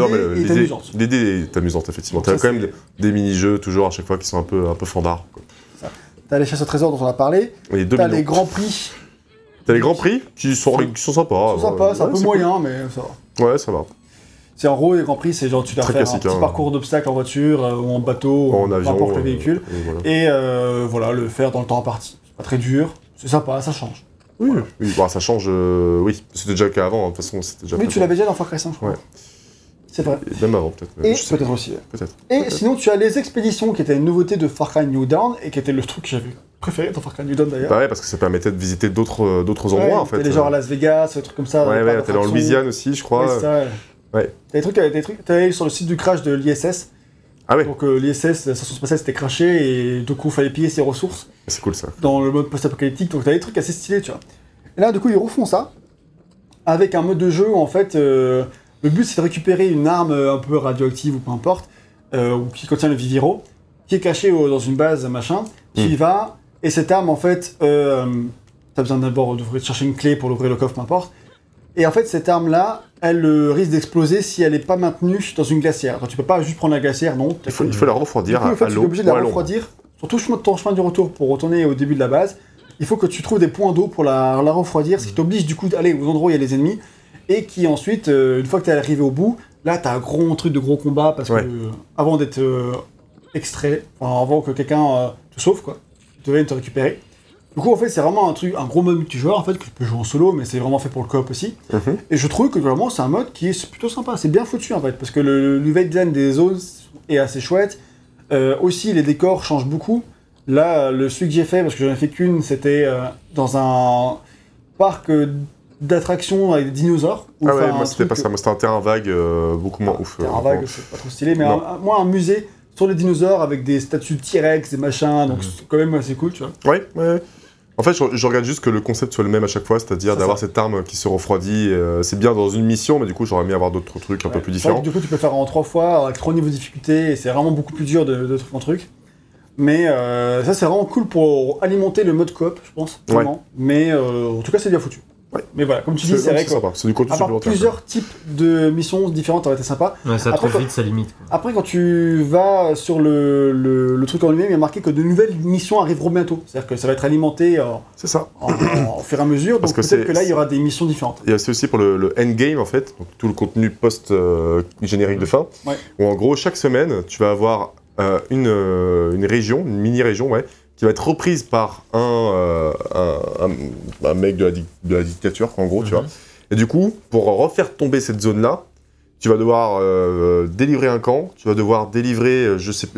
l'idée est amusante, effectivement. T'as quand même des mini-jeux toujours à chaque fois qui sont un peu fandards. T'as les chasses au trésor dont on a parlé. T'as les grands prix. T'as les grands prix qui sont sympas. C'est un peu moyen, mais ça va. Ouais, ça va. C'est en gros, les grands prix, c'est genre tu dois faire un petit parcours d'obstacles en voiture, ou en bateau, en avion, n'importe quel véhicule. Et voilà, le faire dans le temps imparti. C'est pas très dur, c'est sympa, ça change. Oui, voilà. Bon, ça change, oui. C'était déjà le cas avant, de toute façon, c'était déjà. Oui, tu l'avais déjà dans Far Cry 5, je crois. Ouais. C'est vrai. Et même avant, peut-être. Et peut-être aussi. Peut-être. Et sinon, tu as les expéditions, qui étaient une nouveauté de Far Cry New Dawn, et qui était le truc que j'avais préféré dans Far Cry New Dawn d'ailleurs. Bah ouais, parce que ça permettait de visiter d'autres endroits, en fait. T'es genre à Las Vegas, des trucs comme ça. Ouais, t'es dans Louisiane aussi, je crois. Ouais, c'est ça. Ouais. T'as des trucs, t'allais sur le site du crash de l'ISS. Ah ouais. Donc l'ISS, la station spatiale, c'était crashé, et du coup, il fallait piller ses ressources. C'est cool ça. Dans le mode post-apocalyptique, donc t'as des trucs assez stylés, tu vois. Et là, du coup, ils refont ça avec un mode de jeu où, en fait, le but, c'est de récupérer une arme un peu radioactive ou peu importe, ou qui contient le Viviro, qui est cachée dans une base, machin. Tu y vas, et cette arme, en fait, t'as besoin d'abord de chercher une clé pour l'ouvrir le coffre, peu importe. Et en fait, cette arme-là, elle risque d'exploser si elle n'est pas maintenue dans une glacière. Enfin, tu peux pas juste prendre la glacière, non. Il faut la refroidir du coup, en fait, tu es obligé de la refroidir sur tout ton chemin du retour pour retourner au début de la base. Il faut que tu trouves des points d'eau pour la refroidir, ce qui t'oblige du coup d'aller aux endroits où il y a les ennemis. Et qui ensuite, une fois que tu es arrivé au bout, là, tu as un gros truc de gros combat parce que avant d'être extrait, avant que quelqu'un te sauve, quoi, tu viens te récupérer. Du coup, en fait, c'est vraiment un gros mode multijoueur, en fait, que tu peux jouer en solo, mais c'est vraiment fait pour le coop aussi. Et je trouve que vraiment, c'est un mode qui est plutôt sympa. C'est bien foutu, en fait, parce que le level design des zones est assez chouette. Aussi, les décors changent beaucoup. Là, celui que j'ai fait, parce que j'en ai fait qu'une, c'était dans un parc d'attractions avec des dinosaures. Ah ouais, moi, c'était pas ça. Moi, c'était un terrain vague, beaucoup moins ouf. Terrain vague, c'est pas trop stylé, mais moi, un musée sur les dinosaures avec des statues de T-Rex, des machins, donc c'est quand même assez cool, tu vois. Ouais. En fait, je regarde juste que le concept soit le même à chaque fois, c'est-à-dire d'avoir cette arme qui se refroidit. C'est bien dans une mission, mais du coup, j'aurais aimé avoir d'autres trucs un peu plus différents. Du coup, tu peux faire en 3 fois, avec 3 niveaux de difficulté, et c'est vraiment beaucoup plus dur de trouver un truc. Mais ça, c'est vraiment cool pour alimenter le mode coop, je pense, vraiment. Mais en tout cas, c'est bien foutu. Ouais. Mais voilà, comme tu dis, c'est vrai que c'est du contenu supplémentaire. Plusieurs types de missions différentes auraient été sympa. Ouais, ça trouve vite sa limite. Après, quand tu vas sur le truc en lui-même, il y a marqué que de nouvelles missions arriveront bientôt. C'est-à-dire que ça va être alimenté c'est ça. en fur et à mesure. Donc peut-être que là, il y aura des missions différentes. Il y a aussi pour le endgame, en fait, donc tout le contenu post-générique de fin, où en gros, chaque semaine, tu vas avoir une région, une mini-région, qui va être reprise par un mec de la dictature, en gros, tu vois. Et du coup, pour refaire tomber cette zone-là, tu vas devoir délivrer un camp, tu vas devoir délivrer,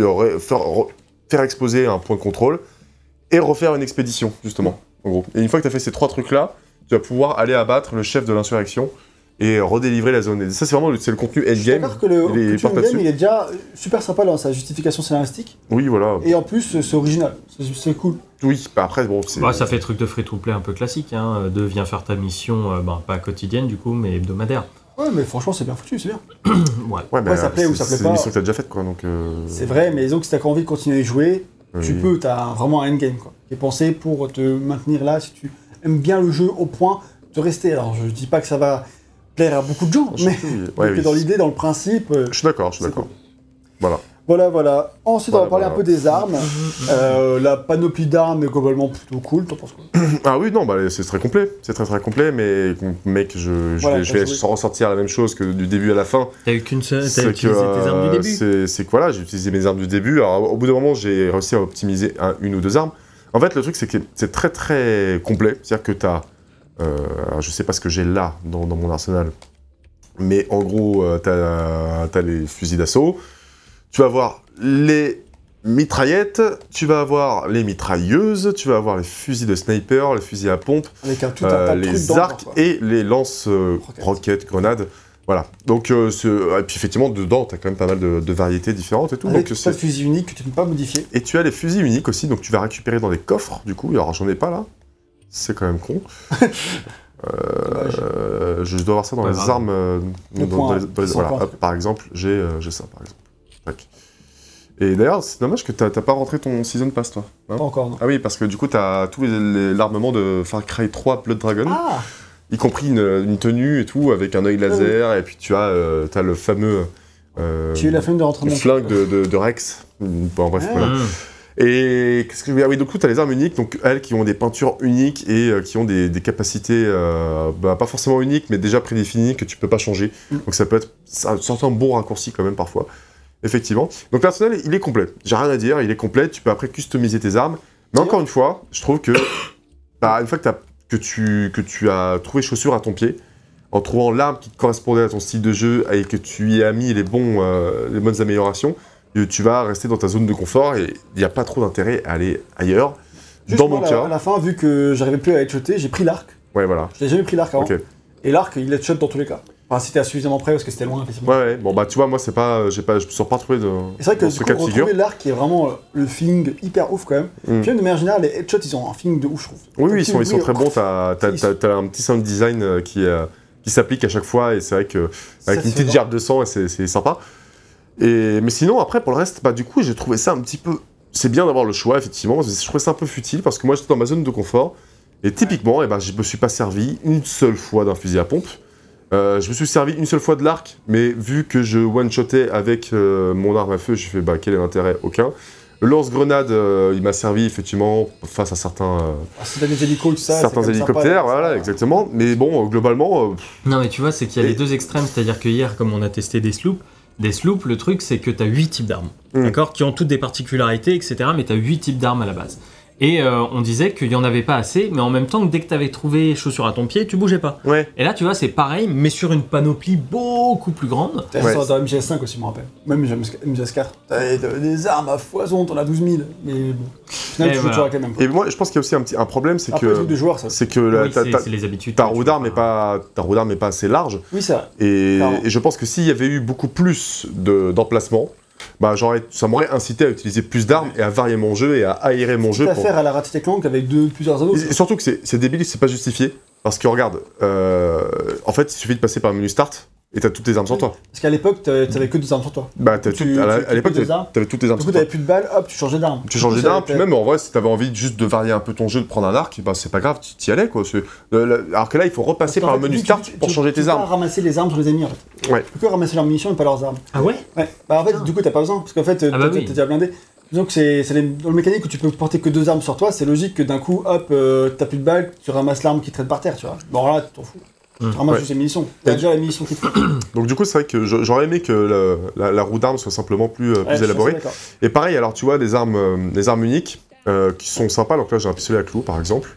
faire exploser un point de contrôle, et refaire une expédition, justement, en gros. Et une fois que tu as fait ces 3 trucs-là, tu vas pouvoir aller abattre le chef de l'insurrection, et redélivrer la zone. Et ça, c'est vraiment le contenu endgame. Je suis d'accord que le contenu endgame, il est déjà super sympa dans sa justification scénaristique. Oui, voilà. Et en plus, c'est original. C'est cool. Oui, après, bon, c'est... ça fait truc de free-to-play un peu classique, hein. Viens faire ta mission, pas quotidienne, du coup, mais hebdomadaire. Ouais, mais franchement, c'est bien foutu, c'est bien. Ouais, mais ça plaît ou ça plaît pas. C'est une mission que t'as déjà faite, quoi, donc... C'est vrai, mais disons que si t'as envie de continuer à y jouer, tu peux, t'as vraiment un endgame, quoi, qui est pensé pour te maintenir là, si tu aimes bien le jeu au point de rester. Alors, je dis pas que ça va plaire à beaucoup de gens, mais dans l'idée, dans le principe... Je suis d'accord. Cool. Voilà. Ensuite, on va parler un peu des armes. La panoplie d'armes est globalement plutôt cool, t'en penses quoi? Ah oui, non, c'est très complet. C'est très complet, mais mec, je vais ressortir la même chose que du début à la fin. T'as utilisé tes armes du début? C'est que voilà, j'ai utilisé mes armes du début. Alors, au bout d'un moment, j'ai réussi à optimiser une ou 2 armes. En fait, le truc, c'est que c'est très très complet. C'est-à-dire que t'as... alors je sais pas ce que j'ai là dans mon arsenal, mais en gros t'as les fusils d'assaut, tu vas avoir les mitraillettes, tu vas avoir les mitrailleuses, tu vas avoir les fusils de sniper, les fusils à pompe, avec tout un les arcs et les lance roquettes, grenades. Voilà. Donc et puis effectivement dedans t'as quand même pas mal de variétés différentes et tout. Avec donc pas de fusils uniques que tu ne peux pas modifier. Et tu as les fusils uniques aussi, donc tu vas récupérer dans des coffres du coup. Alors j'en ai pas là. C'est quand même con. Je dois avoir ça dans les armes. Voilà. Par exemple, j'ai ça, par exemple. Tac. Et d'ailleurs, c'est dommage que t'as pas rentré ton Season Pass, toi. Hein, pas encore, non. Ah oui, parce que du coup, t'as tout l'armement de Far Cry 3 Blood Dragon. Y compris une tenue et tout, avec un œil laser, et puis tu as le fameux... tu as eu la flemme de rentrer dans le flingue de Rex. Bon, bref, voilà. Et qu'est-ce que je veux dire ? Oui, donc tu as les armes uniques, donc elles qui ont des peintures uniques et qui ont des capacités pas forcément uniques, mais déjà prédéfinies que tu peux pas changer. Donc ça peut être un certain bon raccourci quand même parfois. Effectivement. Donc le personnel, il est complet. J'ai rien à dire, il est complet. Tu peux après customiser tes armes. Mais encore une fois, je trouve que une fois que tu as trouvé chaussure à ton pied, en trouvant l'arme qui correspondait à ton style de jeu et que tu y as mis les bonnes améliorations, tu vas rester dans ta zone de confort et il n'y a pas trop d'intérêt à aller ailleurs. Juste dans mon cas. À la fin, vu que j'arrivais plus à headshotter, j'ai pris l'arc. Ouais, voilà. Je n'ai jamais pris l'arc avant. Okay. Et l'arc, il headshot dans tous les cas. Enfin, si t'es suffisamment près parce que c'était loin, effectivement. Ouais, bon bah tu vois, moi c'est pas, je me suis pas retrouvé c'est vrai que du coup, retrouver l'arc qui est vraiment le feeling hyper ouf quand même. Puis même de manière générale, les headshots ils ont un feeling de ouf, je trouve. Oui, ils sont très bons. T'as un petit sound design qui s'applique à chaque fois et c'est vrai que avec une petite gerbe de sang, c'est sympa. Mais sinon après pour le reste, bah du coup j'ai trouvé ça un petit peu. C'est bien d'avoir le choix effectivement. Je trouvais ça un peu futile parce que moi j'étais dans ma zone de confort et typiquement, je me suis pas servi une seule fois d'un fusil à pompe. Je me suis servi une seule fois de l'arc, mais vu que je one-shotais avec mon arme à feu, j'ai fait quel est l'intérêt? Aucun. Le lance-grenade, il m'a servi effectivement face à certains des hélicos, tout ça, certains hélicoptères, sympa, voilà, exactement. Mais bon, globalement... Non mais tu vois, c'est qu'il y a les deux extrêmes, c'est-à-dire que hier, comme on a testé des sloops, le truc c'est que tu as 8 types d'armes, d'accord, qui ont toutes des particularités, etc. Mais tu as 8 types d'armes à la base. Et on disait qu'il n'y en avait pas assez, mais en même temps que dès que tu avais trouvé chaussure à ton pied, tu bougeais pas. Ouais. Et là, tu vois, c'est pareil, mais sur une panoplie beaucoup plus grande. T'as ça dans MGS5 aussi, je me rappelle. Même MGS4. T'as des armes à foison, t'en as 12 000. Mais bon, au final, tu joues toujours avec les mêmes. Et moi, je pense qu'il y a aussi un problème, c'est que... de joueurs, ça. C'est que c'est les habitudes. Ta roue d'arme n'est pas assez large. Oui, c'est vrai. Et je pense que s'il y avait eu beaucoup plus d'emplacements, ça m'aurait incité à utiliser plus d'armes et à varier mon jeu et à aérer mon jeu. C'est à faire à la Ratchet & Clank avec plusieurs anneaux. Et surtout que c'est débile, c'est pas justifié. Parce que regarde, en fait, il suffit de passer par le menu Start et t'as toutes tes armes sur toi. Parce qu'à l'époque, t'avais que 2 armes sur toi. À l'époque, t'avais toutes tes armes sur toi. Du coup, t'avais plus de balles, hop, tu changeais d'arme. Puis même en vrai, si t'avais envie juste de varier un peu ton jeu, de prendre un arc, c'est pas grave, t'y allais quoi. Alors que là, il faut repasser par le menu Start pour changer tes armes. Tu peux pas ramasser les armes sur les ennemis en fait. Ouais. Tu peux que ramasser leurs munitions et pas leurs armes. Ah ouais? Ouais. Bah en fait, du coup, t'as pas besoin. Parce qu'en fait, t'es déjà blindé. Disons que dans le mécanique où tu peux porter que 2 armes sur toi, c'est logique que d'un coup, hop, t'as plus de balles, tu ramasses l'arme qui traîne par terre, tu vois. Bon là, tu t'en fous. Tu ramasses juste les munitions. T'as déjà les munitions qui te font. Donc du coup, c'est vrai que j'aurais aimé que la roue d'armes soit simplement plus élaborée. Et pareil, alors tu vois, des armes uniques qui sont sympas. Donc là, j'ai un pistolet à clous, par exemple.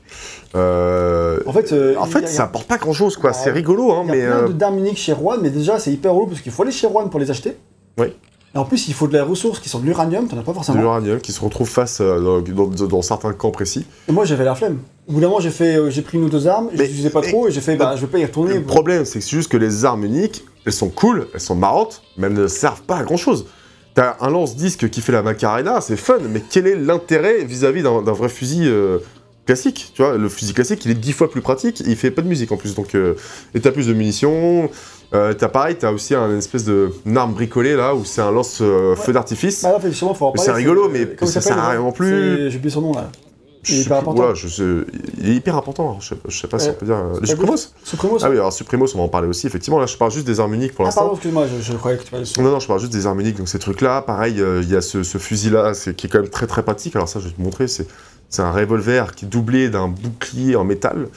En fait, ça apporte pas grand-chose, quoi. C'est rigolo, hein, mais... Il y a plein d'armes uniques chez Juan, mais déjà, c'est hyper relou parce qu'il faut aller chez Juan pour les acheter. Oui. Et en plus, il faut de la ressource qui sont de l'uranium, t'en as pas forcément. De l'uranium qui se retrouve face dans certains camps précis. Et moi, j'avais la flemme. Au bout d'un moment, j'ai pris une ou 2 armes, je les utilisais pas trop, et j'ai fait, je vais pas y retourner. Le problème, c'est que c'est juste que les armes uniques, elles sont cool, elles sont marrantes, mais elles ne servent pas à grand-chose. T'as un lance-disque qui fait la Macarena, c'est fun, mais quel est l'intérêt vis-à-vis d'un vrai fusil classique? Tu vois, le fusil classique, il est 10 fois plus pratique, et il fait pas de musique en plus, donc... et t'as plus de munitions... t'as aussi un espèce d'arme bricolée là où c'est un lance feu d'artifice. Bah, effectivement, faut en parler. C'est rigolo, mais ça sert à rien non plus. J'ai oublié son nom là. Il est hyper important. Il est hyper important. Je sais pas si on peut dire. Le Supremos. Ah oui, alors Supremos, on va en parler aussi. Effectivement, là, je parle juste des armes uniques pour l'instant. Pardon, excuse-moi, je croyais que tu parlais de ça. Non, je parle juste des armes uniques. Donc ces trucs-là, pareil, il y a ce fusil-là qui est quand même très très pratique. Alors ça, je vais te montrer. C'est un revolver qui est doublé d'un bouclier en métal.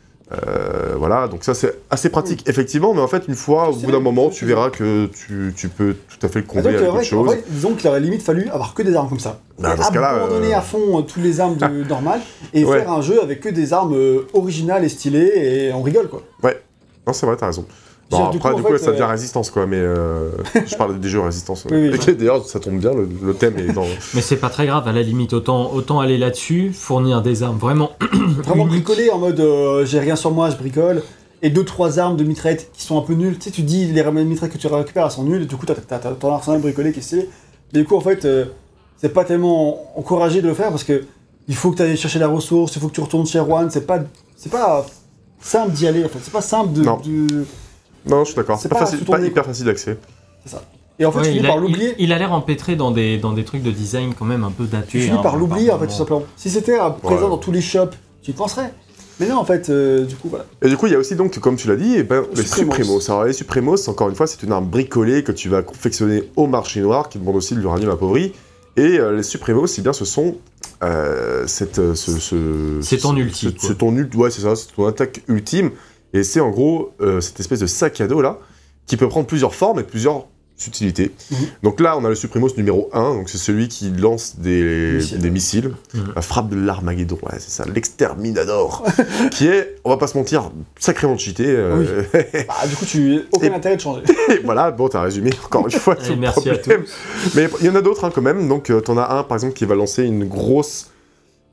Voilà, donc ça c'est assez pratique effectivement, mais en fait une fois, au bout d'un moment, tu verras que tu peux tout à fait le combler avec autre chose. En fait, disons qu'il aurait limite fallu avoir que des armes comme ça. Abandonner à fond toutes les armes normales et faire un jeu avec que des armes originales et stylées et on rigole quoi. Ouais, non c'est vrai, t'as raison. Bon, après, du coup, ça devient résistance, quoi, mais je parle des jeux résistance. Oui. D'ailleurs, ça tombe bien, le thème est dans... Mais c'est pas très grave, à la limite, autant aller là-dessus, fournir des armes vraiment... Vraiment bricoler en mode, j'ai rien sur moi, je bricole, et 2-3 armes de mitraillettes qui sont un peu nulles. Tu sais, tu dis, les mitraillettes que tu récupères, elles sont nulles, et du coup, t'as ton arsenal bricolé qui est stylé. Mais du coup, en fait, c'est pas tellement encouragé de le faire, parce que il faut que tu ailles chercher la ressource, il faut que tu retournes chez Juan, c'est pas simple d'y aller, en fait. C'est pas simple de... Non, je suis d'accord. C'est pas hyper facile d'accès. C'est ça. Et en fait, tu finis par l'oublier. Il a l'air empêtré dans des trucs de design quand même un peu datés. Tu finis par l'oublier, en fait, tout simplement. Si c'était présent dans tous les shops, tu y penserais. Mais non, en fait, du coup, voilà. Et du coup, il y a aussi, donc, comme tu l'as dit, les Supremos. Alors, les Supremos, encore une fois, c'est une arme bricolée que tu vas confectionner au marché noir, qui demande aussi de l'uranium appauvri. Et les Supremos, ce sont... c'est ton ultime. Ouais, c'est ça, c'est ton attaque ultime. Et c'est en gros cette espèce de sac à dos là, qui peut prendre plusieurs formes et plusieurs utilités. Donc là, on a le Supremos numéro 1, donc c'est celui qui lance des missiles. La frappe de l'Armageddon, ouais, c'est ça, l'exterminador, qui est, on va pas se mentir, sacrément cheaté. Du coup, aucun intérêt de changer. Et voilà, bon, t'as résumé encore une fois tout le problème. Mais il y en a d'autres quand même, donc t'en as un par exemple qui va lancer une grosse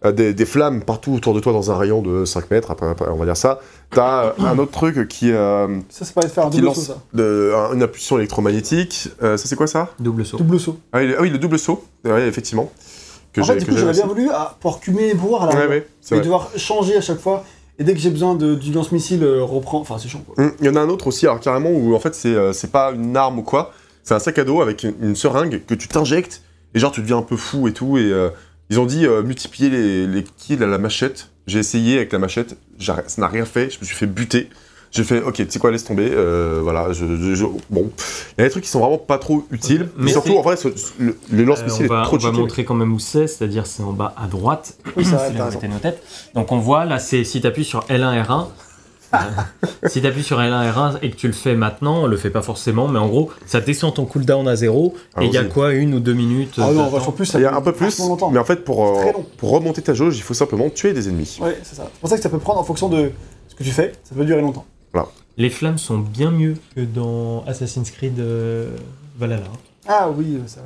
des flammes partout autour de toi dans un rayon de 5 mètres, après, on va dire ça. T'as un autre truc qui... ça, c'est pas de faire un double saut, ça. Une impulsion électromagnétique. Ça, c'est quoi, ça ? Double saut. Double saut. Ah oui, le double saut. Oui, effectivement. En fait, du coup, j'aurais bien voulu pour cumuler les pouvoirs à la mais devoir changer à chaque fois. Et dès que j'ai besoin du lance-missile, reprend. Enfin, c'est chiant, quoi. Il y en a un autre aussi, alors carrément, où en fait, c'est pas une arme ou quoi. C'est un sac à dos avec une seringue que tu t'injectes, et genre, tu deviens un peu fou et tout, et... Ils ont dit multiplier les kills à la machette. J'ai essayé avec la machette, ça n'a rien fait, je me suis fait buter. J'ai fait, ok, tu sais quoi, laisse tomber, voilà, bon. Il y a des trucs qui sont vraiment pas trop utiles, mais surtout, en vrai, le lance-missile est trop cheaté. On va montrer quand même où c'est-à-dire c'est en bas à droite, oui, ça si vous mettez nos têtes. Donc on voit, là, si tu appuies sur L1, R1, si tu appuies sur L1, R1 et que tu le fais maintenant, on le fait pas forcément, mais en gros, ça descend ton cooldown à 0, et il y a quoi, 1 ou 2 minutes Ah non, vachement plus, ça il y a un peu plus, mais en fait, pour remonter ta jauge, il faut simplement tuer des ennemis. Ouais, c'est ça. C'est pour ça que ça peut prendre en fonction de ce que tu fais, ça peut durer longtemps. Voilà. Les flammes sont bien mieux que dans Assassin's Creed Valhalla. Ah oui, ça.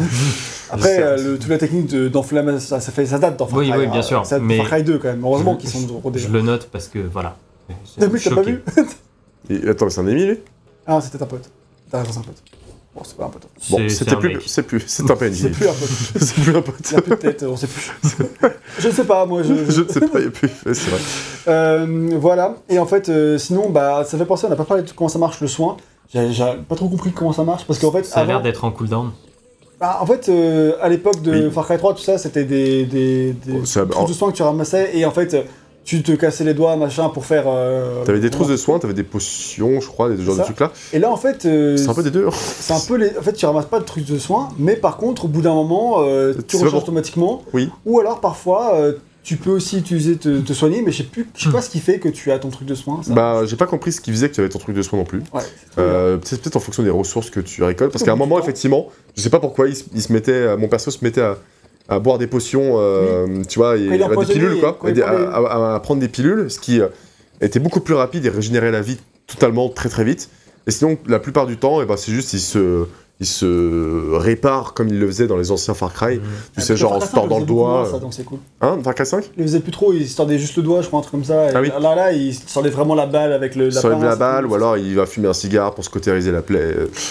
Après, toute la technique d'enflammage, ça date dans Far Cry. Oui, bien sûr. Ça date de Far Cry 2 quand même. Heureusement qu'ils sont rodés. Je le note parce que voilà. T'as pas vu Attends, mais c'est un ennemi, lui ? Ah, c'était un pote. T'as raison, c'est un pote. Bon, c'est pas un pote. Bon, c'est un PNJ. C'est plus un pote. C'est plus un pote. Il y a plus de tête, on sait plus. Je ne sais pas, moi. Je ne sais pas, il y a plus. C'est vrai. Voilà. Et en fait, sinon, ça fait penser, on n'a pas parlé de comment ça marche le soin. J'ai pas trop compris comment ça marche parce qu'en fait. Ça a l'air d'être en cooldown. En fait, à l'époque de Far Cry 3, tout ça, c'était des trousses de soins que tu ramassais et en fait, tu te cassais les doigts, machin, pour faire. T'avais des trousses de soins, t'avais des potions, je crois, des genres de trucs là. Et là, en fait. c'est un peu des deux. C'est un peu En fait, tu ramasses pas de trucs de soins, mais par contre, au bout d'un moment, tu recharges automatiquement. Oui. Ou alors, parfois. Tu peux aussi utiliser te soigner, mais je sais pas ce qui fait que tu as ton truc de soin. Ça. J'ai pas compris ce qui faisait que tu avais ton truc de soin non plus. Ouais, c'est peut-être en fonction des ressources que tu récoltes, parce qu'à un moment, effectivement, je sais pas pourquoi, mon perso se mettait à boire des potions, tu vois, des pilules, quoi, à prendre des pilules, ce qui était beaucoup plus rapide et régénérait la vie totalement très très vite. Et sinon, la plupart du temps, c'est juste, il se répare comme il le faisait dans les anciens Far Cry. Tu sais, genre en se tordant le doigt. Ça, donc c'est cool. Hein, Far Cry 5 Il faisait plus trop, il se tordait juste le doigt, je crois, un truc comme ça. Ah oui. Là, il se tordait vraiment la balle avec la pince. La balle, ou alors il va fumer un cigare pour se cautériser la plaie.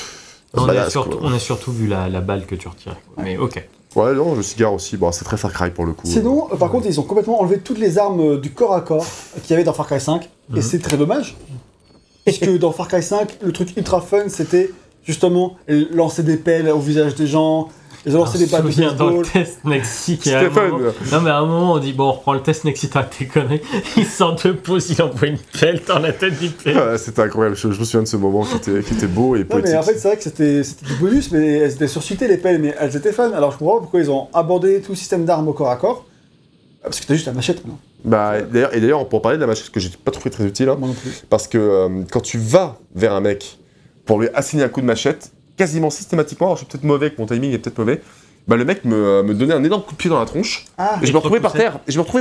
On a surtout vu la balle que tu retirais. Mais ok. Ouais, non, le cigare aussi, c'est très Far Cry pour le coup. Sinon, par contre, ils ont complètement enlevé toutes les armes du corps à corps qu'il y avait dans Far Cry 5, et c'est très dommage. Puisque dans Far Cry 5, le truc ultra fun, c'était justement lancer des pelles au visage des gens, ils ont lancé des balles de baseball. Dans le test Nexi qui C'était fun. Non mais à un moment on dit bon on reprend le test Nexi, t'as déconné. Il sort de pause, il envoie une pelle dans la tête du pelle. Ouais, c'était incroyable, je me souviens de ce moment qui était beau et poétique. Mais en fait c'est vrai que c'était du bonus, mais elles étaient surcitées les pelles, mais elles étaient fun. Alors je comprends pas pourquoi ils ont abandonné tout le système d'armes au corps à corps. Parce que t'as juste la machette maintenant. D'ailleurs, pour parler de la machette, que j'ai pas trouvé très utile, hein, moi non plus. Parce que quand tu vas vers un mec pour lui assigner un coup de machette, quasiment systématiquement, alors je suis peut-être mauvais, que mon timing est peut-être mauvais, le mec me donnait un énorme coup de pied dans la tronche, et je me retrouvais par terre,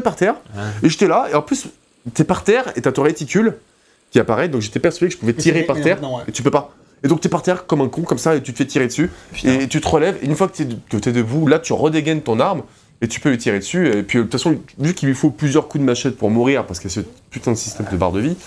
et j'étais là, et en plus, t'es par terre, et t'as ton réticule qui apparaît, donc j'étais persuadé que je pouvais tirer par terre, et tu peux pas. Et donc t'es par terre comme un con, comme ça, et tu te fais tirer dessus, et tu te relèves, et une fois que t'es debout, là tu redégaines ton arme, et tu peux lui tirer dessus, et puis de toute façon, vu qu'il lui faut plusieurs coups de machette pour mourir, parce qu'il y a ce putain de système de barre de vie,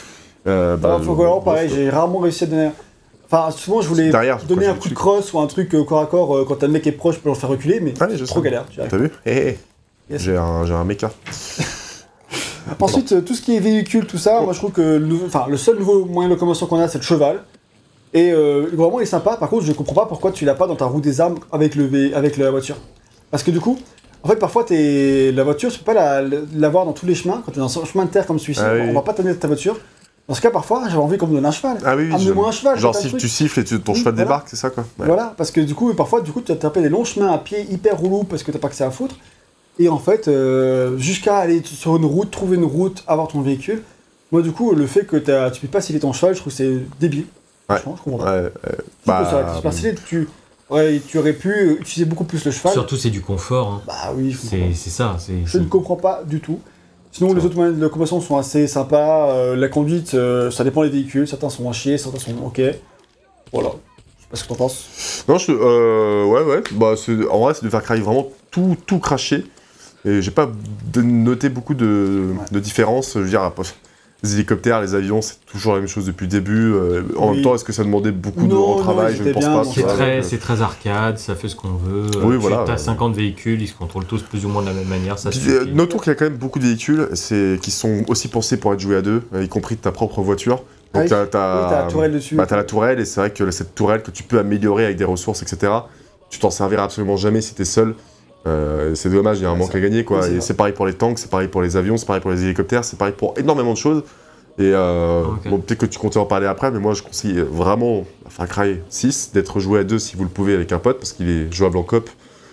pareil, j'ai rarement réussi à donner... Enfin, souvent je voulais donner un coup de crosse ou un truc corps à corps quand un mec est proche pour le faire reculer, mais trop galère. T'as vu ? Yes. J'ai un méca. Ensuite, tout ce qui est véhicule, tout ça, moi je trouve que le seul nouveau moyen de locomotion qu'on a, c'est le cheval. Et vraiment il est sympa, par contre je comprends pas pourquoi tu l'as pas dans ta roue des armes avec la voiture. Parce que du coup, en fait parfois la voiture, tu peux pas l'avoir dans tous les chemins, quand tu es dans un chemin de terre comme celui-ci, on va pas t'amener ta voiture. Dans ce cas, parfois, j'avais envie qu'on me donne un cheval. Ah oui, amenez-moi un cheval. Genre si tu siffles et ton cheval débarque, c'est ça quoi. Ouais. Voilà, parce que du coup, parfois, tu vas taper des longs chemins à pied hyper roulous parce que t'as pas que ça à foutre. Et en fait, jusqu'à aller sur une route, trouver une route, avoir ton véhicule. Moi, du coup, le fait que tu peux pas siffler ton cheval, je trouve que c'est débile. Ouais. Franchement, je comprends pas. Tu aurais pu utiliser beaucoup plus le cheval. Surtout, c'est du confort. Hein. Bah oui, c'est ça. Je ne comprends pas du tout. Sinon, les autres moyens de locomotion sont assez sympas. La conduite, ça dépend des véhicules. Certains sont à chier, certains sont ok. Voilà. Je sais pas ce que t'en penses. Non, ouais. En vrai, c'est de faire craquer vraiment tout cracher. Et j'ai pas noté beaucoup de différences. Je veux dire, les hélicoptères, les avions, c'est toujours la même chose depuis le début. En même temps, est-ce que ça demandait beaucoup de retravail? Je ne pense pas. C'est très arcade, ça fait ce qu'on veut. Oui, voilà. Tu as 50 véhicules, ils se contrôlent tous plus ou moins de la même manière. Notons qu'il y a quand même beaucoup de véhicules qui sont aussi pensés pour être joués à deux, y compris ta propre voiture. Donc t'as la tourelle dessus. T'as la tourelle, et c'est vrai que cette tourelle que tu peux améliorer avec des ressources, etc., tu t'en serviras absolument jamais si t'es seul. C'est dommage, il y a un manque à gagner, quoi. Et c'est pareil pour les tanks, c'est pareil pour les avions, c'est pareil pour les hélicoptères, c'est pareil pour énormément de choses. Et bon, peut-être que tu comptais en parler après, mais moi je conseille vraiment à Far Cry 6 d'être joué à deux si vous le pouvez avec un pote, parce qu'il est jouable en coop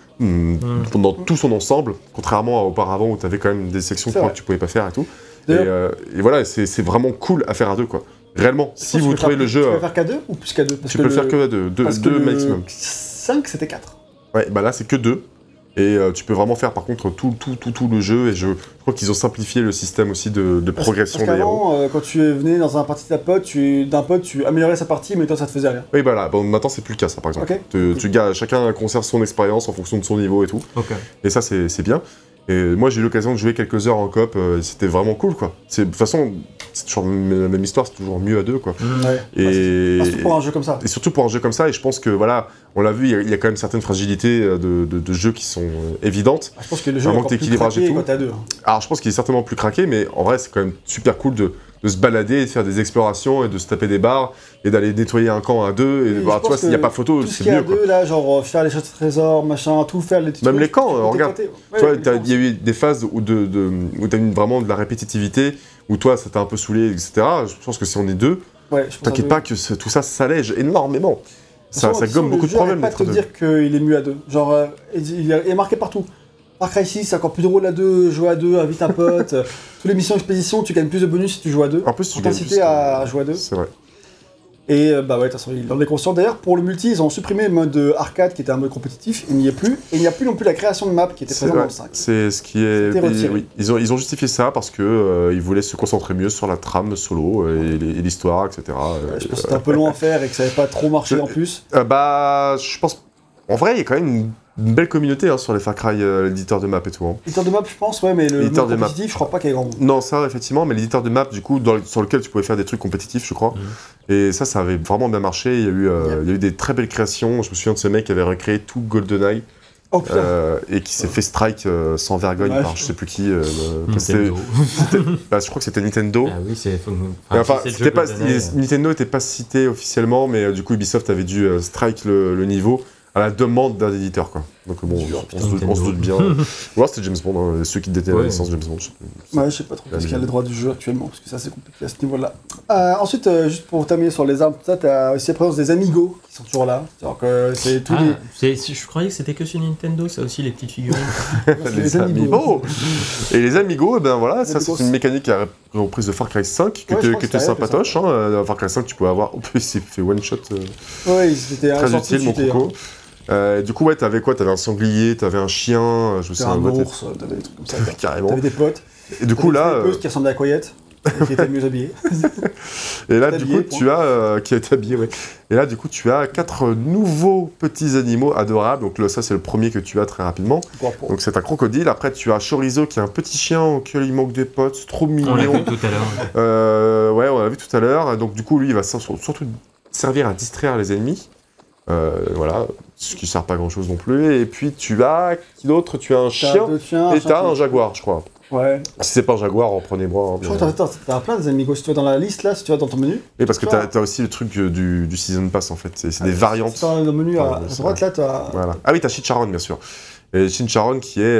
dans tout son ensemble, contrairement à auparavant où tu avais quand même des sections que tu pouvais pas faire et tout. Et voilà, c'est vraiment cool à faire à deux, quoi. Réellement, si vous trouvez le jeu. Tu peux faire qu'à deux ou plus qu'à deux? Tu peux le faire que à deux, deux maximum. 5 c'était 4. Ouais, bah là c'est que 2. Et tu peux vraiment faire par contre tout le jeu, et je crois qu'ils ont simplifié le système aussi de progression des héros. Parce qu'avant, quand tu venais dans un parti d'un pote, tu améliorais sa partie, mais toi ça te faisait rien. Oui, bah là, maintenant c'est plus le cas, ça, par exemple. Chacun conserve son expérience en fonction de son niveau et tout. Et ça c'est bien. Et moi j'ai eu l'occasion de jouer quelques heures en coop, c'était vraiment cool, quoi. De toute façon, c'est toujours la même histoire, c'est toujours mieux à deux, quoi. Et surtout pour un jeu comme ça. Et surtout pour un jeu comme ça, et je pense que voilà, on l'a vu, il y a quand même certaines fragilités de jeux qui sont évidentes. Je pense que le jeu est encore plus craqué quand t'as deux. Alors je pense qu'il est certainement plus craqué, mais en vrai c'est quand même super cool de se balader et de faire des explorations et de se taper des barres et d'aller nettoyer un camp à deux. Et tu vois, s'il n'y a pas photo, c'est mieux. Tout ce qu'il y a à deux, là, genre faire les chasses de trésors, machin, tout faire les petits même les camps, regarde. Tu vois, il y a eu des phases où tu as eu vraiment de la répétitivité, où toi ça t'a un peu saulé, etc. Je pense que si on est deux, t'inquiète pas que tout ça s'allège énormément. Ça gomme beaucoup de problèmes. Je ne peux pas te dire qu'il est mieux à deux. Genre, il est marqué partout. Far Cry 6, c'est encore plus drôle à deux, jouer à deux, invite un pote. Toutes les missions expédition, tu gagnes plus de bonus si tu joues à deux. En plus, tu gagnes plus à jouer à deux. C'est vrai. Et bah ouais, de toute façon, il en est conscient. D'ailleurs, pour le multi, ils ont supprimé le mode arcade qui était un mode compétitif, il n'y est plus. Et il n'y a plus non plus la création de map qui était présente dans le 5. C'est ce qui est. Oui. Ils ont justifié ça parce que ils voulaient se concentrer mieux sur la trame solo et l'histoire, etc. Je pense que c'était un peu long à faire et que ça n'avait pas trop marché en plus. Je pense. En vrai, il y a quand même une belle communauté sur les Far Cry, l'éditeur de map et tout. L'éditeur de map, je pense, ouais, mais le mode compétitif, je crois pas qu'il y ait grand monde. Non, ça, effectivement, mais l'éditeur de map, du coup, sur lequel tu pouvais faire des trucs compétitifs, je crois. Et ça avait vraiment bien marché. Il y a eu des très belles créations. Je me souviens de ce mec qui avait recréé tout GoldenEye. Oh, putain. Et qui s'est fait strike sans vergogne par je sais plus qui. Nintendo. Je crois que c'était Nintendo. Ah oui, c'est. Nintendo n'était pas cité officiellement, mais du coup Ubisoft avait dû strike le niveau à la demande d'un éditeur, quoi. Donc bon, on se doute bien. Ou alors c'était James Bond, ceux qui détenaient la licence James Bond. Je sais pas trop parce qu'il y a les droits du jeu actuellement, parce que ça c'est compliqué à ce niveau-là. Ensuite, juste pour terminer sur les armes, tu as aussi la présence des Amiibo qui sont toujours là. Alors que c'est tous je croyais que c'était que sur Nintendo, ça aussi, les petites figurines. les Amiibo. Et les Amiibo, ben voilà, ça c'est une mécanique qui a reprise de Far Cry 5, qui était sympatoche. Far Cry 5, tu pouvais avoir. En plus, il fait one shot. Très utile, mon coco. Du coup, ouais, t'avais quoi? T'avais un sanglier, t'avais un chien, t'avais un ours, t'avais des trucs comme ça. Carrément. T'avais des potes. Et du coup, là. Qui ressemblait à Coyette, qui était mieux habillé. Et là, du coup, tu as. Qui est habillé, ouais. Et là, du coup, tu as 4 nouveaux petits animaux adorables. Donc, là, ça, c'est le premier que tu as très rapidement. Donc, c'est un crocodile. Après, tu as Chorizo, qui est un petit chien auquel il manque des potes. C'est trop mignon. On l'a vu tout à l'heure. Ouais, on l'a vu tout à l'heure. Donc, du coup, lui, il va surtout servir à distraire les ennemis. Voilà, ce qui sert pas grand chose non plus. Et puis tu as qui d'autre? Tu as un chien et tu as un jaguar, je crois. Ouais. Si c'est pas un jaguar, prenez-moi. Je crois que t'as plein des amigos. Si tu vas dans la liste là, si tu vas dans ton menu. Oui, parce que t'as aussi le truc du Season Pass en fait. C'est des variantes. Dans le menu à droite là, t'as. Voilà. Ah oui, t'as Shin-Charon bien sûr. Et Shin-Charon qui est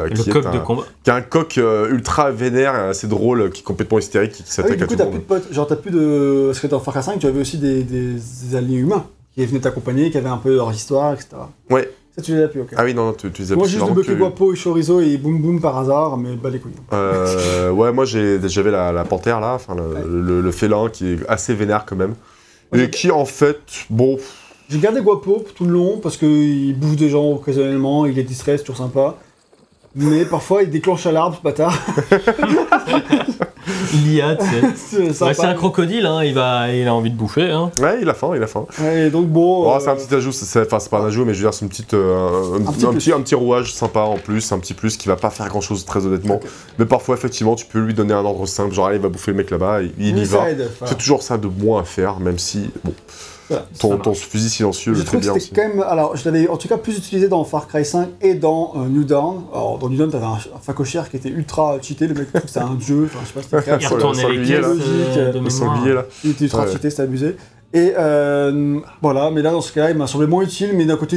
un coq ultra vénère, assez drôle, qui est complètement hystérique, qui s'attaque à tout le monde. Du coup, t'as plus de potes. Genre, t'as plus de. Parce que dans Far Cry 5, tu avais aussi des alliés humains qui venaient t'accompagner, qui avaient un peu leur histoire, etc. Ouais. Ça, tu les as plus, ok. Ah oui, non, tu les as plus. Moi, juste de buffer Guapo et Chorizo et Boum Boum par hasard, mais bah les couilles. Ouais, moi j'avais la panthère là, le félin qui est assez vénère quand même. Et qui en fait, bon. J'ai gardé Guapo tout le long parce qu'il bouffe des gens occasionnellement, il est distrait, c'est toujours sympa. Mais parfois il déclenche à l'arbre ce bâtard. L'IA, c'est un crocodile, hein, il a envie de bouffer. Hein. Ouais, il a faim. Ouais, donc bon. C'est un petit ajout, c'est pas un ajout, mais je veux dire, c'est une petite, un petit rouage sympa en plus, un petit plus qui va pas faire grand chose très honnêtement. Okay. Mais parfois, effectivement, tu peux lui donner un ordre simple, genre, allez, il va bouffer le mec là-bas, il y va. Voilà. C'est toujours ça de moins à faire, même si, bon. Voilà, ton fusil silencieux le fait bien aussi. Quand même, alors je l'avais en tout cas plus utilisé dans Far Cry 5 et dans New Dawn. Alors dans New Dawn t'avais un facochère qui était ultra cheaté, le mec c'était un dieu, enfin je sais pas si c'était il retournait les caisses de sanglier là. Il était ultra cheaté, c'était abusé. Et voilà, mais là dans ce cas-là il m'a semblé moins utile, mais d'un côté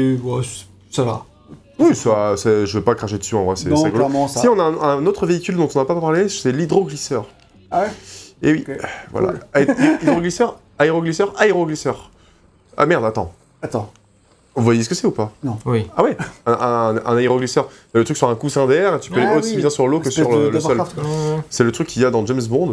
ça va. Oui, je vais pas cracher dessus en vrai, c'est rigolo. Si on a un autre véhicule dont on n'a pas parlé, c'est l'hydroglisseur. Ah ouais. Et oui, voilà. Aéroglisseur. Ah merde, attends. Vous voyez ce que c'est ou pas? Non. Oui. Ah ouais, un aéroglisseur. Le truc sur un coussin d'air, tu peux aller aussi bien sur l'eau que sur le sol. C'est le truc qu'il y a dans James Bond.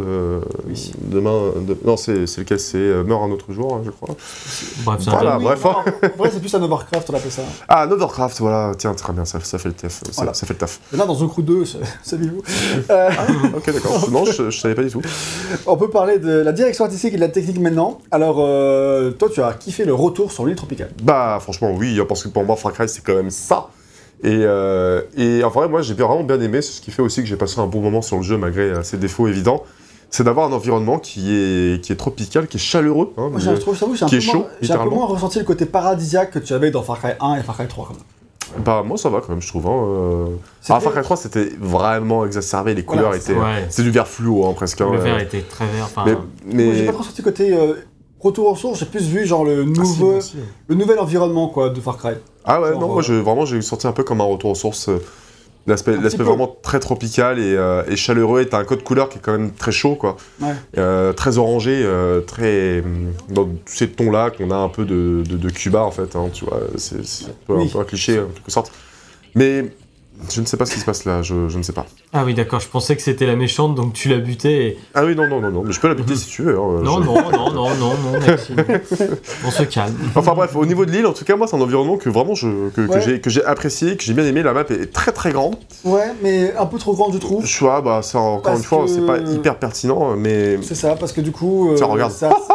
Non, c'est lequel? C'est Meurt un autre jour, hein, je crois. Bref, bref. Ouais, c'est plus un Overcraft, on appelle ça. Ah, un Overcraft, voilà. Tiens, très bien, ça fait le taf. Voilà. Ça fait le taf. Là, dans The Crew 2, saviez-vous Ok, d'accord. Non, je savais pas du tout. On peut parler de la direction artistique et de la technique maintenant. Alors, toi, tu as kiffé le retour sur l'île tropicale. Bah, franchement, oui, parce que pour moi, Far Cry, c'est quand même ça. Et en vrai, moi, j'ai vraiment bien aimé. C'est ce qui fait aussi que j'ai passé un bon moment sur le jeu, malgré ses défauts évidents. C'est d'avoir un environnement qui est tropical, qui est chaleureux. Hein, moi, je trouve qui est chaud. J'ai un peu moins ressenti le côté paradisiaque que tu avais dans Far Cry 1 et Far Cry 3. Quand même. Bah, moi, ça va quand même, je trouve. Far Cry 3, c'était vraiment exacerbé. Les couleurs étaient. C'est du vert fluo, hein, presque. Le vert était très vert. Mais moi, j'ai pas trop senti le côté. Retour aux sources, j'ai plus vu genre le nouvel environnement quoi, de Far Cry. Ah ouais, genre, non, moi j'ai senti un peu comme un retour aux sources. L'aspect vraiment très tropical et chaleureux, et t'as un code couleur qui est quand même très chaud, quoi. Ouais. Très orangé, très dans tous ces tons-là qu'on a un peu de Cuba, en fait, hein, tu vois. C'est un peu un cliché, en quelque sorte. Mais je ne sais pas ce qui se passe là, je ne sais pas. Ah oui, d'accord, je pensais que c'était la méchante, donc tu la butais et... Ah oui, non, mais je peux la buter si tu veux. Hein, non, merci. On se calme. Enfin bref, au niveau de l'île, en tout cas, moi, c'est un environnement que vraiment que j'ai apprécié, que j'ai bien aimé. La map est très très grande. Ouais, mais un peu trop grande, je trouve. Ça, encore une fois, c'est pas hyper pertinent, mais... C'est ça, parce que du coup... Tiens, regarde.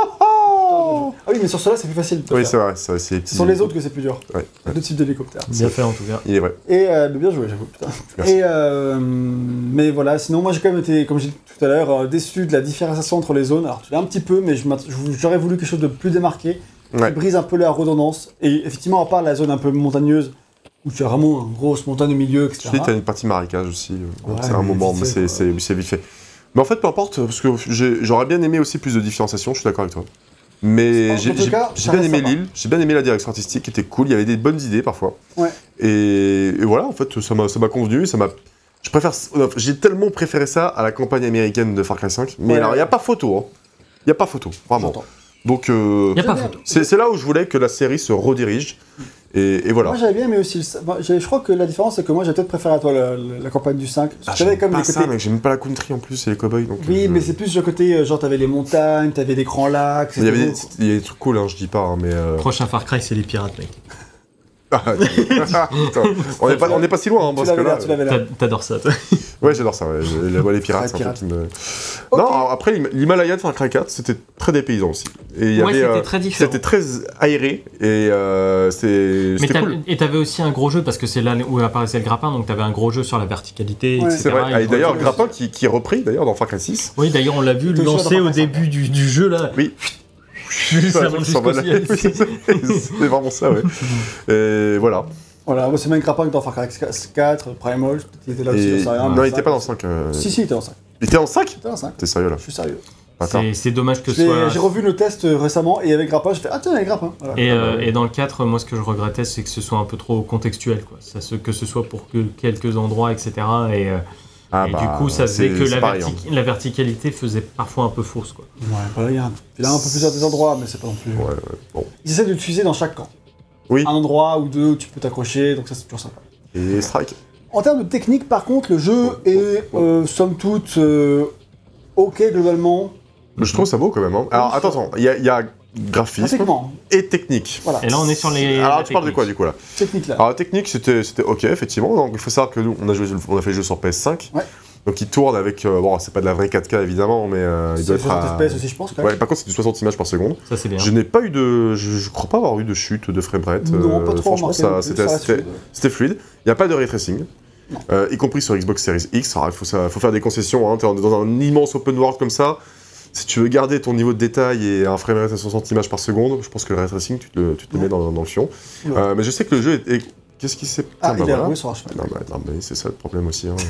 Ah oui, mais sur cela, c'est plus facile. Oui, c'est vrai. Ce sont les autres que c'est plus dur. Ouais. Deux types d'hélicoptères. Bien fait, en tout cas. Il est vrai. Et bien joué, j'avoue. Putain. Merci. Mais voilà, sinon, moi, j'ai quand même été, comme j'ai dit tout à l'heure, déçu de la différenciation entre les zones. Alors, tu l'as un petit peu, mais j'aurais voulu quelque chose de plus démarqué, qui brise un peu la redondance. Et effectivement, à part la zone un peu montagneuse, où tu as vraiment une grosse montagne au milieu, etc. Tu as une partie marécage aussi. C'est un moment, mais c'est vite fait. Mais en fait, peu importe, parce que j'aurais bien aimé aussi plus de différenciation, je suis d'accord avec toi. Mais j'ai bien aimé l'île, j'ai bien aimé la direction artistique qui était cool, il y avait des bonnes idées parfois. Ouais. Et voilà, en fait, ça m'a convenu, j'ai tellement préféré ça à la campagne américaine de Far Cry 5, mais alors il n'y a pas photo, hein. Il n'y a pas photo, vraiment. Donc, y a pas photo. C'est là où je voulais que la série se redirige. Et voilà. Moi j'avais bien aimé aussi. Je crois que la différence c'est que moi j'ai peut-être préféré à toi la campagne du 5. J'aime pas ça, mec, j'aime pas la country en plus et les cowboys. Oui, mais c'est plus le côté genre t'avais les montagnes, t'avais des grands lacs. Il y avait des trucs cool, hein, je dis pas, hein, mais. Prochain Far Cry, c'est les pirates, mec. On n'est pas si loin, hein, parce que là. T'adores ça, toi. Ouais, j'adore ça, les pirates, c'est un truc qui me. Okay. Non, après, l'Himalaya de Far Cry 4, c'était très dépaysant aussi. Et c'était très différent. C'était très aéré, et c'était cool. Et t'avais aussi un gros jeu, parce que c'est là où apparaissait le grappin, donc t'avais un gros jeu sur la verticalité, etc. C'est vrai, et d'ailleurs, le grappin qui est repris, d'ailleurs, dans Far Cry 6. Oui, d'ailleurs, on l'a vu lancer au début du jeu, là. Oui. C'est vraiment ça, ouais. Et voilà. Voilà, c'est le même grappin que dans Far Cry 4, Primal, il était là aussi, non, il était pas dans le 5. Si, il était dans le 5. Il était dans le 5 Il était dans le 5. T'es sérieux là? Je suis sérieux. C'est dommage que ce soit... J'ai revu le test récemment et avec grappin, j'ai fait « Ah tiens, il y a grappin !» Et dans le 4, moi ce que je regrettais, c'est que ce soit un peu trop contextuel, quoi. Que ce soit pour quelques endroits, etc. Et du coup, ça faisait que la verticalité faisait parfois un peu fausse, quoi. Ouais, regarde. Il a un peu plus à des endroits, mais c'est pas non plus... Ouais, bon. Ils essaient de l'utiliser dans chaque camp. Oui. Un endroit ou deux où tu peux t'accrocher, donc ça c'est toujours sympa. Et strike. En termes de technique, par contre, le jeu est, somme toute, ok globalement. Je trouve ça beau quand même. Hein. Alors attends, il y a graphisme et technique. Voilà. Et là on est sur les... Alors tu parles de quoi du coup là? Technique là. Alors technique c'était ok effectivement, donc il faut savoir que nous on a fait le jeu sur PS5. Ouais. Donc il tourne avec, bon c'est pas de la vraie 4K évidemment, mais il doit être à... FPS aussi je pense quand même. Ouais, par contre c'est du 60 images par seconde. Ça c'est bien. Je n'ai pas eu de... Je crois pas avoir eu de chute de framerate. Non, pas trop. Franchement c'était fluide. Il n'y a pas de ray tracing. Y compris sur Xbox Series X. Alors, il faut faire des concessions, hein. T'es dans un immense open world comme ça. Si tu veux garder ton niveau de détail et un framerate à 60 images par seconde, je pense que le ray tracing, tu te le mets dans le fion. Ouais. Mais je sais que le jeu est... Qu'est-ce qui s'est... il est arrivé sur Archman. Non, mais c'est ça le problème aussi. Hein.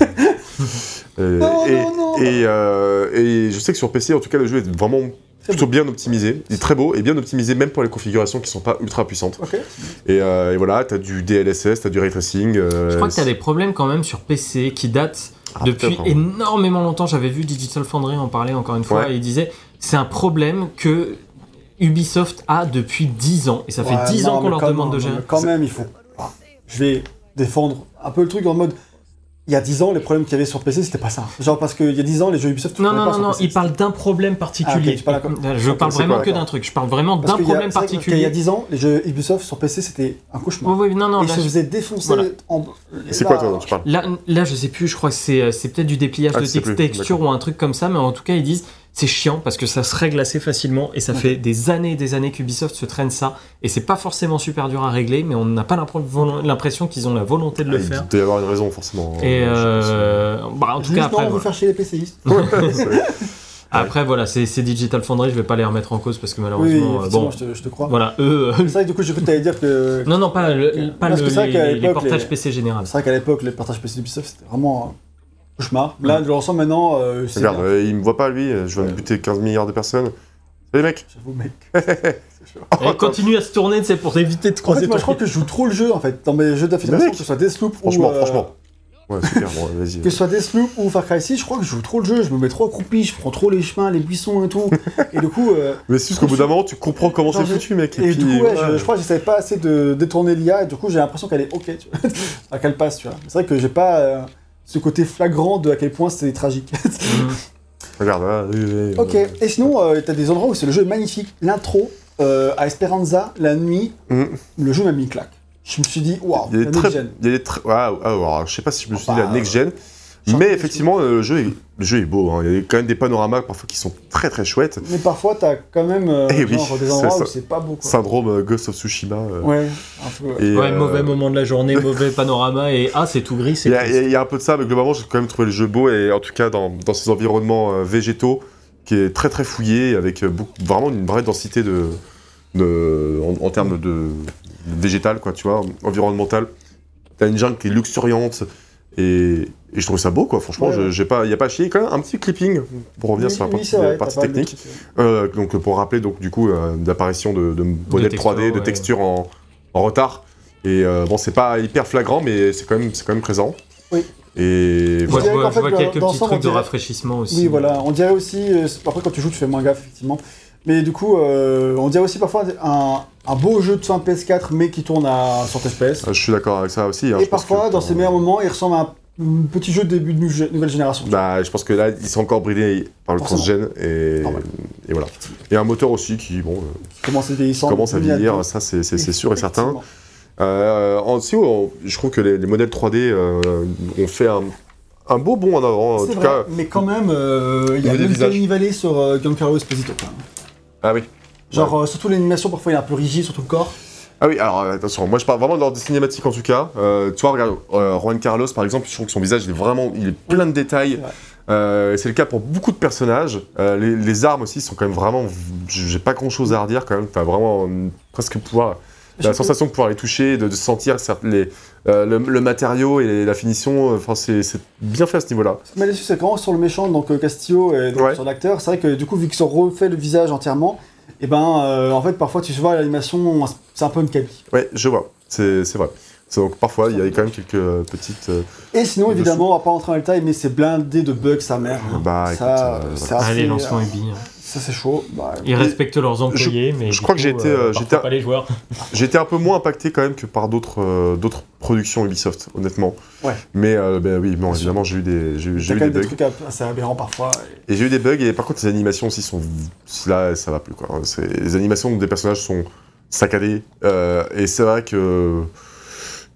Non. Et je sais que sur PC, en tout cas, le jeu est vraiment plutôt bien optimisé. Il est très beau et bien optimisé, même pour les configurations qui sont pas ultra puissantes. Okay. Et voilà, t'as du DLSS, t'as du ray tracing. Je crois que t'as des problèmes quand même sur PC qui datent depuis énormément longtemps. J'avais vu Digital Foundry en parler encore une fois et il disait c'est un problème que Ubisoft a depuis 10 ans. Et ça fait 10 ans qu'on leur demande de gérer. Quand même, il faut... Je vais défendre un peu le truc en mode... Il y a 10 ans, les problèmes qu'il y avait sur PC, c'était pas ça. Genre parce qu'il y a 10 ans, les jeux Ubisoft... Non, il parle d'un problème particulier. Je parle vraiment que d'un truc. Je parle vraiment d'un problème particulier. Il y a 10 ans, les jeux Ubisoft sur PC, c'était un cauchemar. Oui, non. Ils se faisaient défoncer C'est quoi toi dont tu parles ? Là, je sais plus, je crois que c'est peut-être du dépliage de texture ou un truc comme ça, mais en tout cas, ils disent... C'est chiant parce que ça se règle assez facilement et ça fait des années qu'Ubisoft se traîne ça et c'est pas forcément super dur à régler mais on n'a pas l'impression qu'ils ont la volonté de le faire. Il doit y avoir une raison forcément. Et en tout cas après... vous faire chier les PCistes. Après voilà, c'est Digital Foundry, je vais pas les remettre en cause parce que malheureusement... je te crois. Voilà, eux... C'est vrai que du coup j'ai cru que t'allais dire que... Non, pas les portages PC général. C'est vrai qu'à l'époque les portages PC d'Ubisoft c'était vraiment... cauchemar. Là, je le ressens maintenant. Regarde, il me voit pas lui, je vais me buter 15 milliards de personnes. Salut mec. J'avoue, mec. C'est chaud. Elle continue à se tourner, c'est pour éviter de croiser. En fait, moi je crois que je joue trop le jeu en fait. Dans mes jeux d'affiltration, que ce soit Deathloop franchement. Ouais, super, bon, vas-y. Que ce soit Deathloop ou Far Cry 6, je crois que je joue trop le jeu. Je me mets trop accroupi, je prends trop les chemins, les buissons et tout. Et du coup. Mais c'est juste qu'au bout d'un moment, tu comprends comment c'est foutu, mec. Et du coup, je crois que j'essayais pas assez de détourner l'IA et du coup, j'ai l'impression qu'elle est ok, tu vois. Qu'elle passe, tu vois. C'est vrai que j'ai pas. Ce côté flagrant de à quel point c'est tragique. Regarde, ok, et sinon, t'as des endroits où le jeu est magnifique. L'intro à Esperanza, la nuit, le jeu m'a mis une claque. Je me suis dit, waouh, la next-gen. Je sais pas si je me suis dit la next-gen, mais effectivement, le jeu est beau. Hein. Il y a quand même des panoramas parfois qui sont très très chouettes. Mais parfois, t'as quand même des endroits où c'est pas beau. Quoi. Syndrome Ghost of Tsushima. Ouais, un peu. Mauvais moment de la journée, mauvais panorama, et c'est tout gris. Il y a un peu de ça, mais globalement, j'ai quand même trouvé le jeu beau, et en tout cas, dans ces environnements végétaux, qui est très très fouillé, avec vraiment une vraie densité en termes de végétal, quoi, tu vois, environnemental. T'as une jungle qui est luxuriante, et je trouve ça beau, quoi. Franchement, il n'y a pas à chier. Quand même un petit clipping, pour revenir sur la partie technique. Donc, pour rappeler, donc, du coup, l'apparition de modèles 3D, de textures en retard. Et bon, c'est pas hyper flagrant, mais c'est quand même présent. Oui. Et je vois quelques petits trucs de rafraîchissement aussi. Oui, voilà. On dirait aussi, après quand tu joues, tu fais moins gaffe, effectivement. Mais du coup, on dirait aussi parfois un beau jeu de fin PS4, mais qui tourne à 100 FPS. Je suis d'accord avec ça aussi. Hein, et parfois, dans ses meilleurs moments, il ressemble à un petit jeu de début de nouvelle génération. Je pense que là, ils sont encore bridés par le transgène, et voilà. Et un moteur aussi qui, commence à vieillir, ça c'est sûr et certain. Je trouve que les modèles 3D ont fait un beau bond en avant. C'est vrai, mais quand même, il y a même Tony Valley sur Giancarlo Esposito. Ah oui. Genre, surtout l'animation, parfois il est un peu rigide, surtout le corps. Ah oui, alors attention, moi je parle vraiment de l'ordre des cinématiques en tout cas. Tu vois, regarde, Juan Carlos par exemple, je trouve que son visage il est plein de détails. C'est le cas pour beaucoup de personnages. Les armes aussi sont quand même vraiment. J'ai pas grand chose à redire quand même. T'as vraiment presque pouvoir. La sensation de pouvoir les toucher, de sentir le matériau et la finition, enfin c'est bien fait à ce niveau-là. Ce qui m'a déçu, c'est vraiment sur le méchant, donc Castillo, et donc sur l'acteur, c'est vrai que du coup, vu qu'ils ont refait le visage entièrement, et en fait, parfois tu vois l'animation, c'est un peu une cabine. Ouais, je vois, c'est vrai. Donc parfois, il y a quand même quelques petites... Et sinon, évidemment, on va pas rentrer dans le détail, mais c'est blindé de bugs, sa mère. Allez, lancement Ubi. Ça, c'est chaud. Ils respectent leurs employés, mais je crois que j'étais pas les joueurs. J'étais un peu moins impacté quand même que par d'autres productions Ubisoft, honnêtement. Ouais. Mais oui, bon, évidemment, j'ai eu des bugs. Des trucs assez aberrants parfois. Et j'ai eu des bugs, et par contre, les animations aussi sont... Là, ça va plus, quoi. Les animations des personnages sont saccadées. Et c'est vrai que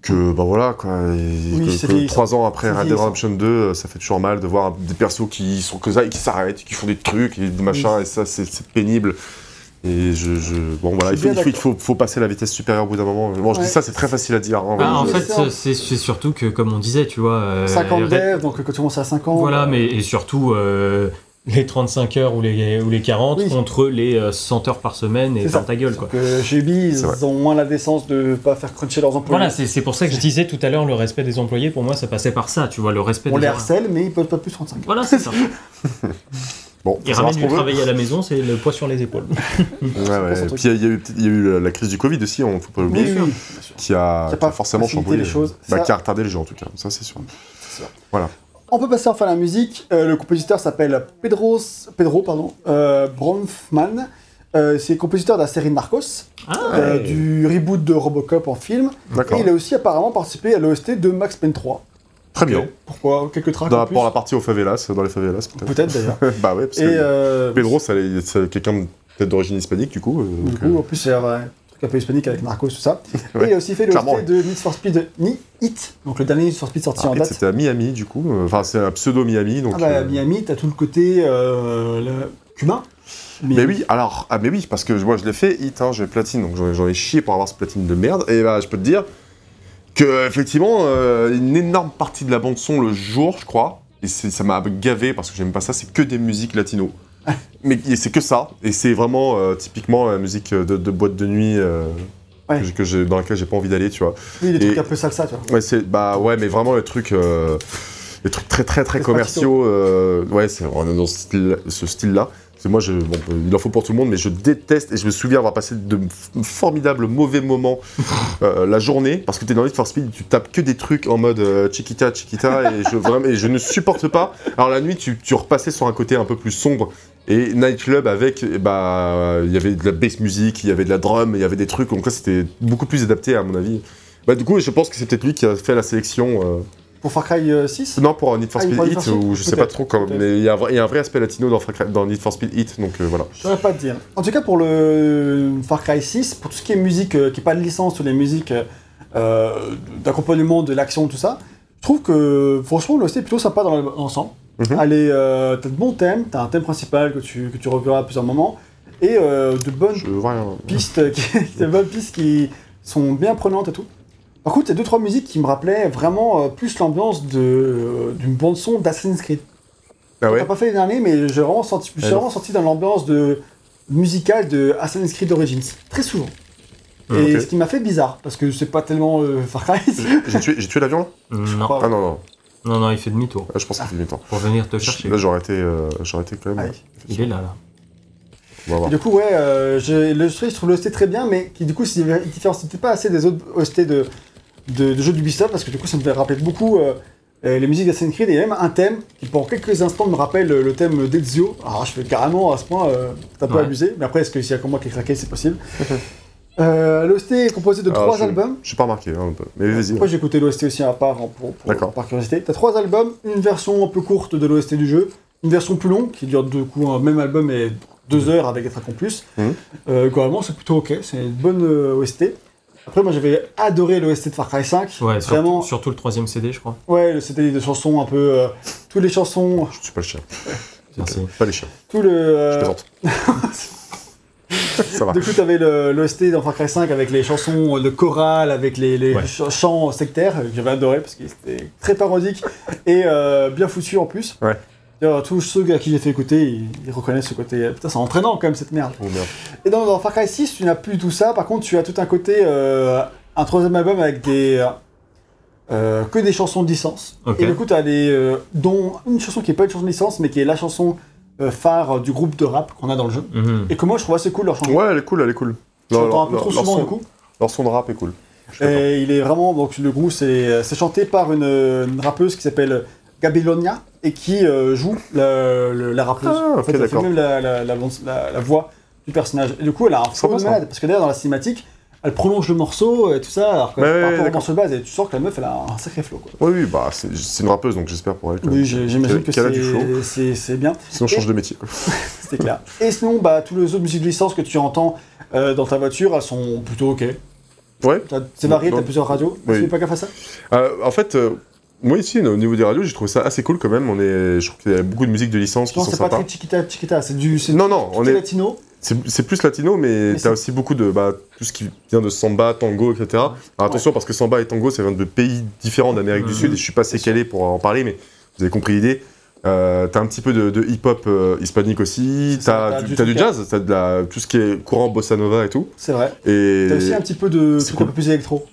que bah voilà quoi, que 3 ans après Red Dead Redemption 2, ça fait toujours mal de voir des persos qui sont que ça et qui s'arrêtent, qui font des trucs et des machins, et ça c'est pénible. Et bon voilà, il faut passer la vitesse supérieure au bout d'un moment. Bon, je dis ça, c'est très facile à dire. Hein, en fait, c'est surtout que, comme on disait, tu vois... 50 devs, donc quand tu commences à 5 ans... Voilà, mais et surtout... les 35 heures ou les 40 contre les 100 heures par semaine et ferme ta gueule, quoi. Chez Ubi, ils ont moins la décence de pas faire cruncher leurs employés. Voilà, c'est pour ça que je disais tout à l'heure, le respect des employés, pour moi, ça passait par ça, tu vois, le respect des les harcèle, mais ils peuvent pas plus 35. Voilà, c'est ça. Bon, ils ramènent du travail à la maison, c'est le poids sur les épaules. ouais. Puis il y a eu la crise du Covid aussi, on ne faut pas l'oublier, qui a forcément chamboulé les choses. Qui a retardé les jeux en tout cas, ça c'est sûr. Voilà. On peut passer enfin à la musique. Le compositeur s'appelle Pedro Bronfman. C'est le compositeur de la série Narcos, du reboot de Robocop en film. Et il a aussi apparemment participé à l'OST de Max Payne 3. Très bien. Pourquoi? Quelques tracks en plus. Pour la partie dans les favelas peut-être. Peut-être d'ailleurs. Bah ouais, parce que Pedro, c'est quelqu'un peut-être d'origine hispanique du coup. En plus c'est un truc un peu hispanique avec Narcos, tout ça. Et il a aussi fait l'OST de Need for Speed Heat, donc le dernier Need for Speed sorti en date. C'était à Miami du coup, enfin c'est un pseudo Miami. Donc, Miami, t'as tout le côté cubain. Mais oui, parce que moi je l'ai fait Hit, j'ai platine, donc j'en ai chié pour avoir ce platine de merde, et bah je peux te dire que effectivement une énorme partie de la bande son le jour, je crois, et ça m'a gavé parce que j'aime pas ça, c'est que des musiques latino. Mais c'est que ça, et c'est vraiment typiquement la musique de boîte de nuit dans laquelle j'ai pas envie d'aller, tu vois. Oui, les trucs un peu salsa, tu vois. Ouais, mais vraiment les trucs très très très commerciaux, c'est dans ce style-là. Moi, il en faut pour tout le monde, mais je déteste, et je me souviens avoir passé de formidables mauvais moments la journée, parce que t'es dans Need for Speed, tu tapes que des trucs en mode chiquita, et je ne supporte pas. Alors la nuit, tu repassais sur un côté un peu plus sombre, et Nightclub avec, il y avait de la bass music, il y avait de la drum, il y avait des trucs, donc là c'était beaucoup plus adapté à mon avis. Du coup, je pense que c'est peut-être lui qui a fait la sélection... Pour Far Cry 6 Non, pour Need for Speed Heat, ou je sais pas trop comment, mais il y a un vrai aspect latino dans Need for Speed Heat, donc voilà. Je saurais pas te dire. En tout cas, pour le Far Cry 6, pour tout ce qui est musique, qui n'est pas de licence, ou les musiques d'accompagnement de l'action, tout ça, je trouve que franchement, l'OST est plutôt sympa dans l'ensemble. T'as de bons thèmes, t'as un thème principal que tu reverras à plusieurs moments, et de bonnes pistes qui sont bien prenantes et tout. Par contre, il y a 2-3 musiques qui me rappelaient vraiment plus l'ambiance d'une bande-son d'Assassin's Creed. T'as pas fait les derniers, mais je suis vraiment senti dans l'ambiance musicale de Assassin's Creed Origins, très souvent. Et ce qui m'a fait bizarre, parce que c'est pas tellement Far Cry. J'ai tué l'avion là ? Non. Non, il fait demi-tour. Je pense qu'il fait demi-tour. Pour venir te chercher. Là, j'aurais été quand même... Il est là. Et du coup, je trouve l'OST très bien, mais qui du coup, il ne différencie pas assez des autres OST de jeux d'Ubisoft, parce que du coup ça me fait rappeler beaucoup les musiques d'Assassin's Creed, et même un thème qui pendant quelques instants me rappelle le thème d'Ezio. Alors je fais carrément à ce point, t'as pas abusé, mais après est-ce que s'il y a comme moi qui ai craqué, c'est possible. L'OST est composé de 3 albums. Je suis pas remarqué un peu, mais vas-y. Moi j'ai écouté l'OST aussi à part par curiosité. T'as 3 albums, une version un peu courte de l'OST du jeu, une version plus longue qui dure du coup un même album et 2 heures avec des tracks en plus. Globalement c'est plutôt ok, c'est une bonne OST. Après, moi j'avais adoré l'OST de Far Cry 5. Ouais, surtout le 3ème CD, je crois. Ouais, le CD de chansons un peu. Toutes les chansons. Je suis pas le chien. Merci. Pas les chiens. Tout le. Je plaisante. Ça va. Du coup, t'avais l'OST dans Far Cry 5 avec les chansons de chorale, avec les chants sectaires, que j'avais adoré parce qu'ils étaient très parodiques et bien foutus en plus. Ouais. Tous ceux à qui j'ai fait écouter, ils reconnaissent ce côté. Putain, c'est entraînant quand même cette merde. Oh, merde. Et dans Far Cry 6, tu n'as plus tout ça. Par contre, tu as tout un côté, un 3ème album avec que des chansons de licence. Okay. Et du coup, tu as dont une chanson qui n'est pas une chanson de licence, mais qui est la chanson phare du groupe de rap qu'on a dans le jeu. Et que moi, je trouve assez cool leur chanson. Ouais, elle est cool. Je l'entends un peu trop souvent du coup. Leur son de rap est cool. Et il est vraiment. Donc, le groupe, c'est chanté par une rappeuse qui s'appelle Gabilonia et qui joue la rappeuse. En fait, elle fait même la voix du personnage. Et du coup, elle a un flow de malade, parce que d'ailleurs, dans la cinématique, elle prolonge le morceau et tout ça, alors que par rapport au morceau de base, tu sens que la meuf, elle a un sacré flow. Oui, c'est une rappeuse, donc j'espère pour elle. Oui, j'imagine que c'est bien. Sinon, change de métier. C'est clair. Et sinon, toutes les autres musiques de licence que tu entends dans ta voiture, elles sont plutôt ok. Ouais. C'est varié, t'as plusieurs radios. Tu fais pas gaffe à ça? En fait, moi ici, au niveau des radios, j'ai trouvé ça assez cool quand même. Je trouve qu'il y a beaucoup de musique de licence qui sont sympas. Non, c'est pas très chiquita, c'est du latino. C'est plus latino, mais t'as aussi beaucoup de tout ce qui vient de samba, tango, etc. Alors attention, parce que samba et tango, ça vient de pays différents d'Amérique du Sud, et je suis pas assez calé pour en parler, mais vous avez compris l'idée. T'as un petit peu de hip-hop hispanique aussi, t'as du jazz, t'as tout ce qui est courant bossa nova et tout. C'est vrai. Et t'as aussi un petit peu de trucs un peu plus électro.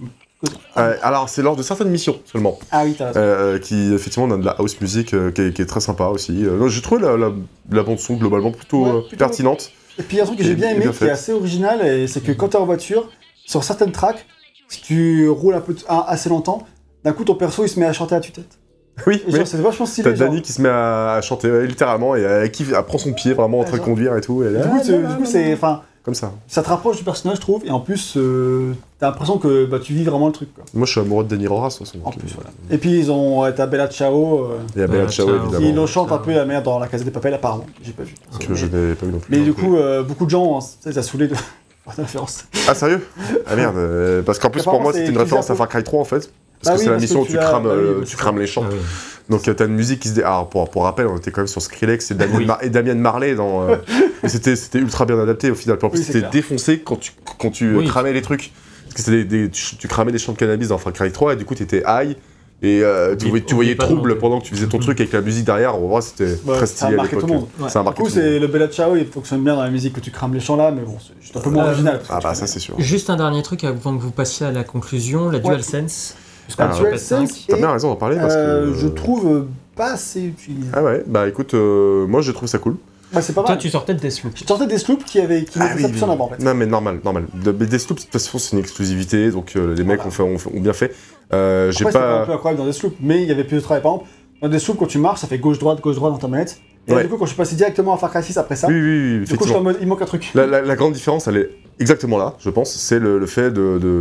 Alors c'est lors de certaines missions seulement. Ah oui, t'as raison. Qui effectivement ont de la house music qui est très sympa aussi. J'ai trouvé la bande son globalement plutôt pertinente. Et puis il y a un truc que j'ai bien aimé qui est assez original, c'est que quand t'es en voiture, sur certaines tracks, si tu roules un peu assez longtemps, d'un coup ton perso il se met à chanter à tue-tête. Oui, c'est vachement stylé. T'as Dani qui se met à chanter littéralement et elle prend son pied vraiment en train de conduire et tout. Du coup, c'est comme ça. Ça te rapproche du personnage, je trouve, et en plus, t'as l'impression que tu vis vraiment le truc. Quoi. Moi, je suis amoureux de Dani Rojas, de toute façon. En plus, voilà. Et puis, t'as Bella Ciao. Il y a Bella Ciao, évidemment. Ils le chantent un peu la manière dans La Casa de Papel, apparemment. J'ai pas vu. Que je n'ai pas vu non plus. Mais du coup, beaucoup de gens, ça les a saoulés de la référence. Ah, sérieux? Ah merde. Parce qu'en plus, pour moi, c'était une référence à Far Cry 3, en fait. Parce que c'est la mission où tu crames les champs. Donc t'as une musique qui se... Alors pour rappel, on était quand même sur Skrillex et Damien Marley dans... mais c'était ultra bien adapté au final. En plus, c'était défoncé quand tu cramais les trucs. Parce que tu cramais des champs de cannabis dans Far Cry 3 et du coup t'étais high. Et tu voyais trouble pendant que tu faisais ton truc avec la musique derrière. En vrai, c'était très stylé à l'époque. Ça a marqué tout le monde. Du coup, le Bella Ciao, il fonctionne bien dans la musique que tu crames les champs là, mais bon, c'est juste un peu moins original. Ah bah ça c'est sûr. Juste un dernier truc avant que vous passiez à la conclusion, la DualSense. La DualSense, t'as bien raison d'en parler parce que... je trouve pas assez utilisé. Ah ouais, bah écoute, moi j'ai trouvé ça cool. Bah, c'est pas mal. Toi tu sortais de Deathloop. Je sortais de Deathloop qui mettait ça plus en avant en fait. Non mais normal. Deathloop de toute façon c'est une exclusivité, donc les mecs ont bien fait. J'ai pas... C'était un peu incroyable dans Deathloop, mais il y avait plus de travail. Par exemple, dans Deathloop quand tu marches, ça fait gauche-droite dans ta manette. Et là, du coup quand je suis passé directement à Far Cry 6 après ça, oui, du coup je suis en mode il manque un truc. La grande différence elle est exactement là, je pense, c'est le fait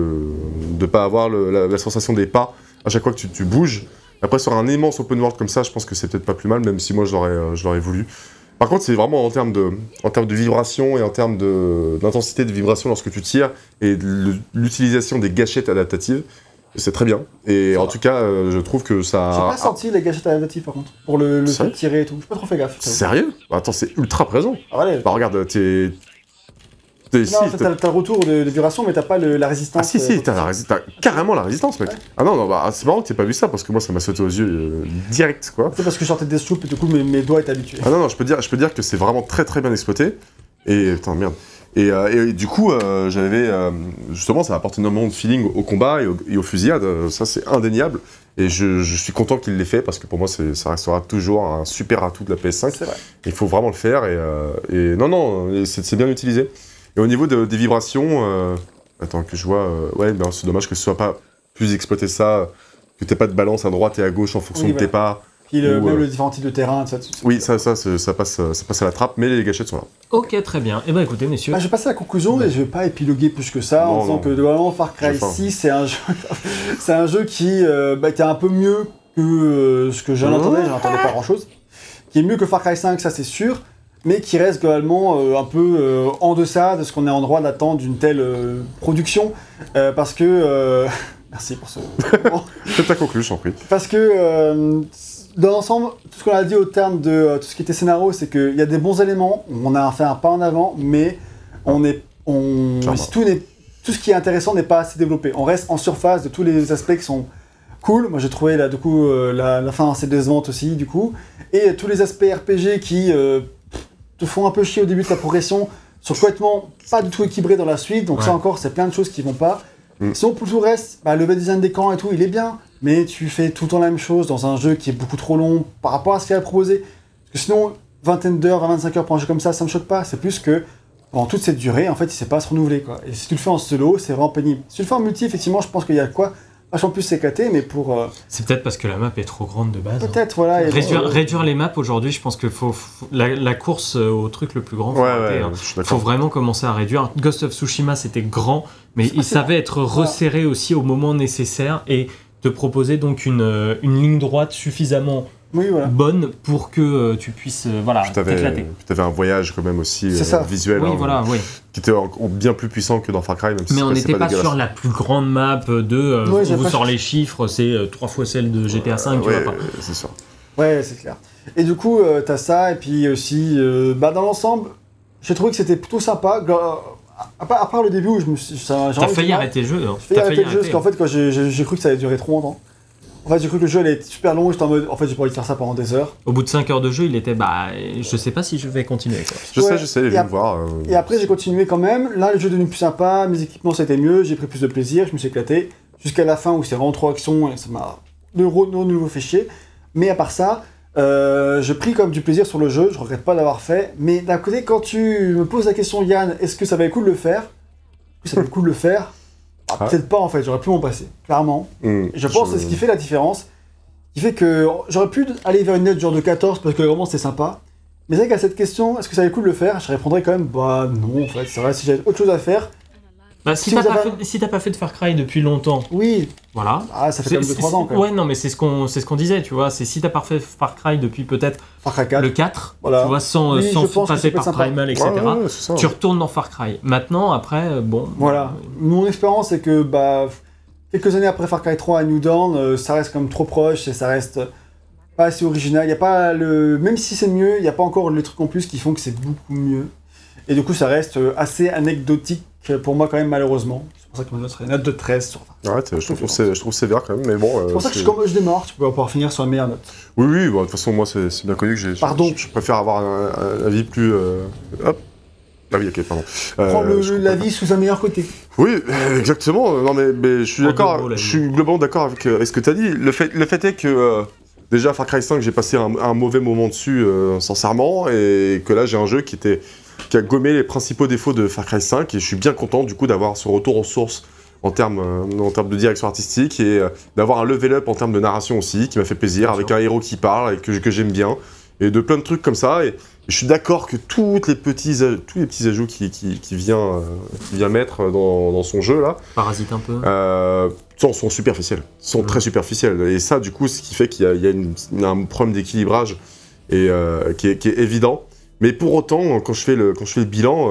de pas avoir la sensation des pas à chaque fois que tu bouges. Après, sur un immense open world comme ça, je pense que c'est peut-être pas plus mal, même si moi je l'aurais voulu. Par contre, c'est vraiment en termes de vibration et en termes d'intensité de vibration lorsque tu tires et l'utilisation des gâchettes adaptatives, c'est très bien. Et en tout cas, je trouve que ça... J'ai pas senti les gâchettes adaptatives par contre, pour le fait de tirer et tout. J'ai pas trop fait gaffe. Sérieux? Attends, c'est ultra présent. Ah ouais. Bah regarde, t'as le retour de vibration, mais t'as pas la résistance. Ah si, t'as carrément la résistance, mec. Ouais. Ah non, c'est marrant que t'aies pas vu ça, parce que moi ça m'a sauté aux yeux direct, quoi. C'est parce que je sortais des Deathloop et du coup mes doigts étaient habitués. Ah non, je peux dire que c'est vraiment très très bien exploité. Et putain, merde. Et du coup, justement, ça a apporté énormément de feeling au combat et aux fusillades, ça c'est indéniable. Et je suis content qu'il l'ait fait, parce que pour moi ça restera toujours un super atout de la PS5. C'est vrai. Il faut vraiment le faire, et non, c'est bien utilisé. Et au niveau des vibrations, attends que je vois, c'est dommage que ce soit pas plus exploité ça, que t'aies pas de balance à droite et à gauche en fonction de tes pas. Puis même le différent type de terrain, tout ça. Oui, ça passe à la trappe, mais les gâchettes sont là. Ok, très bien. Et écoutez, messieurs. Je vais passer à la conclusion et je vais pas épiloguer plus que ça en disant que vraiment Far Cry 6, c'est un jeu qui est un peu mieux que ce que j'en attendais pas grand chose. Qui est mieux que Far Cry 5, ça c'est sûr. Mais qui reste globalement un peu en deçà de ce qu'on est en droit d'attendre d'une telle production, parce que... merci pour ce... C'est ta conclusion, j'en prie. Parce que, dans l'ensemble, tout ce qu'on a dit au terme de tout ce qui était scénario, c'est qu'il y a des bons éléments, on a fait un pas en avant, mais tout ce qui est intéressant n'est pas assez développé. On reste en surface de tous les aspects qui sont cool. Moi j'ai trouvé là, du coup, la fin assez décevante aussi, du coup. Et tous les aspects RPG qui... te font un peu chier au début de ta progression, sont complètement pas du tout équilibrés dans la suite, donc ça encore, c'est plein de choses qui vont pas. Sinon, pour tout le reste, le level design des camps et tout, il est bien, mais tu fais tout le temps la même chose dans un jeu qui est beaucoup trop long par rapport à ce qu'il a proposé. Parce que sinon, 20 d'heures à 25 heures pour un jeu comme ça me choque pas, c'est plus que pendant toute cette durée, en fait, il sait pas se renouveler, quoi. Et si tu le fais en solo, c'est vraiment pénible. Si tu le fais en multi, effectivement, je pense qu'il y a quoi vachement plus s'éclater, mais pour... C'est peut-être parce que la map est trop grande de base. Peut-être, voilà. Réduire les maps aujourd'hui, je pense que la course au truc le plus grand, faut vraiment commencer à réduire. Ghost of Tsushima, c'était grand, mais il savait être resserré aussi au moment nécessaire et te proposer donc une ligne droite suffisamment bonne pour que tu puisses t'éclater. Tu avais un voyage quand même aussi visuel qui était bien plus puissant que dans Far Cry. Même mais on n'était pas sur la plus grande map de on vous sort les chiffres, c'est 3 fois celle de GTA 5, tu vois pas. C'est sûr. Ouais, c'est clair. Et du coup, t'as ça, et puis aussi, dans l'ensemble, j'ai trouvé que c'était plutôt sympa. À part le début où t'as failli arrêter le jeu. J'ai failli arrêter le jeu parce qu'en fait, quand j'ai cru que ça allait durer trop longtemps. En fait, j'ai cru que le jeu allait être super long, j'étais en mode, en fait, j'ai pas envie de faire ça pendant des heures. Au bout de 5 heures de jeu, il était, je sais pas si je vais continuer. Quoi. Je sais, les gens voir. Et après, j'ai continué quand même. Là, le jeu est devenu plus sympa, mes équipements, ça a été mieux, j'ai pris plus de plaisir, je me suis éclaté. Jusqu'à la fin où c'est vraiment trop action et ça m'a de nouveau fait chier. Mais à part ça, j'ai pris comme du plaisir sur le jeu, je regrette pas d'avoir fait. Mais d'un côté, quand tu me poses la question, Yann, est-ce que ça valait le coup de le faire ? Ça vaut le coup de le faire. Peut-être pas en fait, j'aurais pu m'en passer, clairement. Je pense que c'est ce qui fait la différence. Qui fait que j'aurais pu aller vers une note genre de 14 parce que vraiment c'était sympa. Mais c'est vrai qu'à cette question, est-ce que ça valait le coup de le faire ? Je répondrais quand même, non en fait, c'est vrai, si j'avais autre chose à faire. Si t'as pas fait de Far Cry depuis longtemps. Oui. Voilà. Ça fait quand même 2-3 ans quand même. Ouais, non, mais c'est ce qu'on disait, tu vois. C'est si t'as pas fait Far Cry depuis peut-être le 4, voilà. Tu vois, sans passer par Primal, etc. Tu retournes dans Far Cry. Maintenant, après, bon. Voilà. Mon expérience, c'est que, quelques années après Far Cry 3 à New Dawn, ça reste comme trop proche et ça reste pas assez original. Y a pas même si c'est mieux, il n'y a pas encore les trucs en plus qui font que c'est beaucoup mieux. Et du coup, ça reste assez anecdotique pour moi quand même, malheureusement. C'est pour ça que ma note serait une note de 13 sur 20. Ouais, je trouve sévère quand même, mais bon... c'est pour ça que je démarre, tu peux pouvoir finir sur la meilleure note. Oui, de toute façon, moi, c'est bien connu que je préfère avoir un avis plus... Hop. Ah oui, ok, pardon. Prends l'avis sous un meilleur côté. Oui, exactement. Non, mais je suis d'accord. Je suis globalement d'accord avec ce que tu as dit. Le fait est que déjà Far Cry 5, j'ai passé un mauvais moment dessus, sincèrement, et que là j'ai un jeu qui a gommé les principaux défauts de Far Cry 5, et je suis bien content du coup d'avoir ce retour aux sources en termes de direction artistique et d'avoir un level up en termes de narration aussi, qui m'a fait plaisir, avec un héros qui parle et que j'aime bien, et de plein de trucs comme ça. Et je suis d'accord que tous les petits ajouts qui vient mettre dans son jeu là, parasite un peu, sont superficiels, très superficiels. Et ça, du coup, ce qui fait qu'il y a un problème d'équilibrage et qui est évident. Mais pour autant, quand je fais le bilan,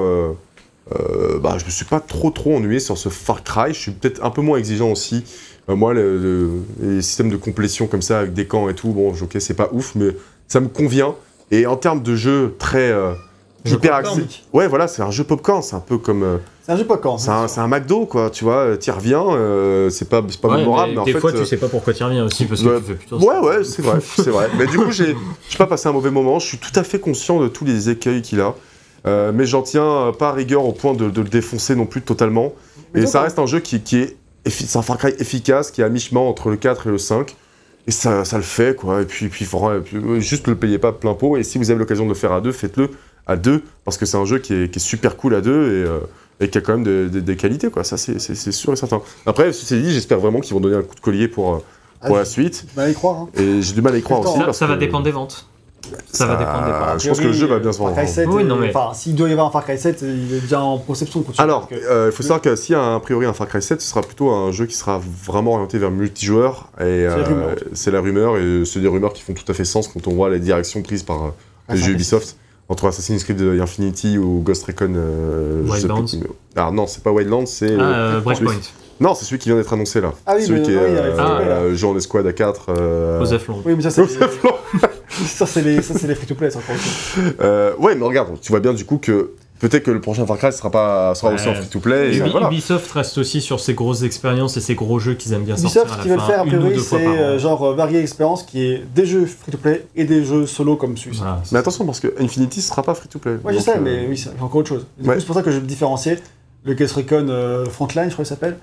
je me suis pas trop ennuyé sur ce Far Cry. Je suis peut-être un peu moins exigeant aussi. Moi, les systèmes de complétion comme ça avec des camps et tout, ok, c'est pas ouf, mais ça me convient. Et en termes de jeu très hyper axé, ouais, voilà, c'est un jeu popcorn, c'est un peu comme. C'est un jeu popcorn. C'est un McDo, quoi, tu vois, t'y reviens, c'est pas mémorable, mais en fait. Des fois, tu sais pas pourquoi t'y reviens aussi, parce que tu fais plutôt. Ouais, c'est vrai. Mais du coup, j'ai pas passé un mauvais moment, je suis tout à fait conscient de tous les écueils qu'il a, mais j'en tiens pas à rigueur au point de le défoncer non plus totalement. Et ça reste un jeu qui est. C'est un Far Cry efficace, qui est à mi-chemin entre le 4 et le 5. Et ça le fait, quoi. Et puis juste ne le payez pas plein pot. Et si vous avez l'occasion de le faire à deux, faites-le à deux. Parce que c'est un jeu qui est super cool à deux et qui a quand même des qualités, quoi. Ça, c'est sûr et certain. Après, ceci dit, j'espère vraiment qu'ils vont donner un coup de collier pour la suite. J'ai du mal à y croire. Hein. Et j'ai du mal à y croire aussi. Ça va dépendre des ventes. Ça va dépendre des parts. Je pense que le jeu va bien se vendre. Far Cry 7, s'il doit y avoir un Far Cry 7, il est déjà en conception. Alors, il faut savoir que s'il y a a priori un Far Cry 7, ce sera plutôt un jeu qui sera vraiment orienté vers multijoueur. Et c'est la rumeur, et c'est des rumeurs qui font tout à fait sens quand on voit les directions prises par les jeux Ubisoft. Entre Assassin's Creed Infinity ou Ghost Recon. Wildlands. Alors non, c'est pas Wildlands, c'est. Breakpoint. Non, c'est celui qui vient d'être annoncé là. Ah oui, celui qui est jeu en escouade à 4. Joseph Long. Oui, mais ça c'est les free-to-play, c'est encore autre chose. Ouais, mais regarde, tu vois bien du coup que peut-être que le prochain Far Cry sera aussi en free-to-play. Ubisoft reste aussi sur ses grosses expériences et ses gros jeux qu'ils aiment bien sortir à la fin. Ubisoft, ce qu'ils veulent faire, a priori, c'est genre varier l'expérience qui est des jeux free-to-play et des jeux solo comme celui-ci. Voilà, mais attention, parce que Infinity sera pas free-to-play. Ouais, je sais, mais oui, c'est encore autre chose. C'est pour ça que je vais différencier le Ghost Recon Frontline, je crois qu'il s'appelle.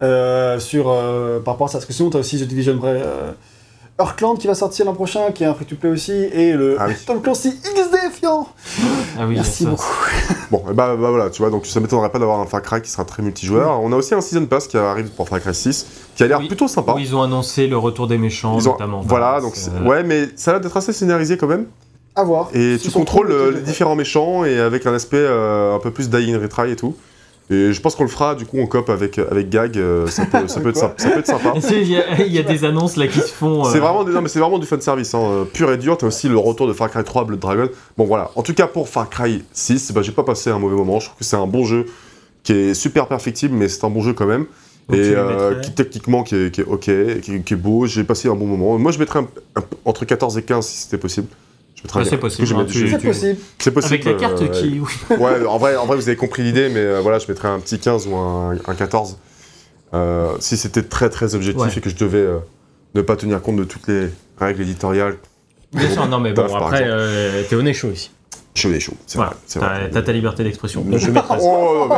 Par rapport à ça, parce que sinon t'as aussi The Division Heartland qui va sortir l'an prochain, qui est un free-to-play aussi, et le Tom Clancy XD Fiant. Ah oui, merci beaucoup. Bon, voilà, tu vois, donc ça m'étonnerait pas d'avoir un Far Cry qui sera très multijoueur. On a aussi un Season Pass qui arrive pour Far Cry 6, qui a l'air plutôt sympa. Où ils ont annoncé le retour des méchants, notamment. Voilà, donc ouais, mais ça a l'air d'être assez scénarisé quand même. À voir. Et tu contrôles les différents méchants, et avec un aspect un peu plus die and retry et tout. Et je pense qu'on le fera du coup en coop avec Gag, ça peut être sympa. Il y a des annonces là qui se font. C'est vraiment du fanservice, pur et dur. T'as aussi le retour de Far Cry 3 Blood Dragon. Bon voilà, en tout cas pour Far Cry 6, j'ai pas passé un mauvais moment. Je trouve que c'est un bon jeu qui est super perfectible, mais c'est un bon jeu quand même. Donc et qui techniquement qui est ok, qui est beau. J'ai passé un bon moment. Moi je mettrais entre 14 et 15 si c'était possible. C'est possible. C'est possible. Avec la carte qui. Ouais, en vrai, vous avez compris l'idée, mais voilà, je mettrais un petit 15 ou un 14. Si c'était très très objectif et que je devais ne pas tenir compte de toutes les règles éditoriales. Bien sûr, non, mais bon, après, t'es au nez chaud ici. Je suis au nez chaud, c'est vrai. T'as ta liberté d'expression. Je mettrais ça.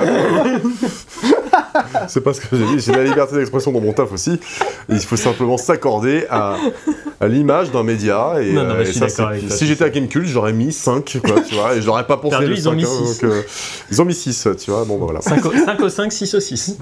C'est pas ce que j'ai dit, j'ai la liberté d'expression dans mon taf aussi. Il faut simplement s'accorder à l'image d'un média. Et, je suis d'accord avec toi. Si j'étais à Gamecult, j'aurais mis 5, quoi, tu vois, et je l'aurais pas pensé. Perdu, ils ont mis 6. Donc, ils ont mis 6, tu vois, bon, bah, voilà. 5 au 5, 6 au 6.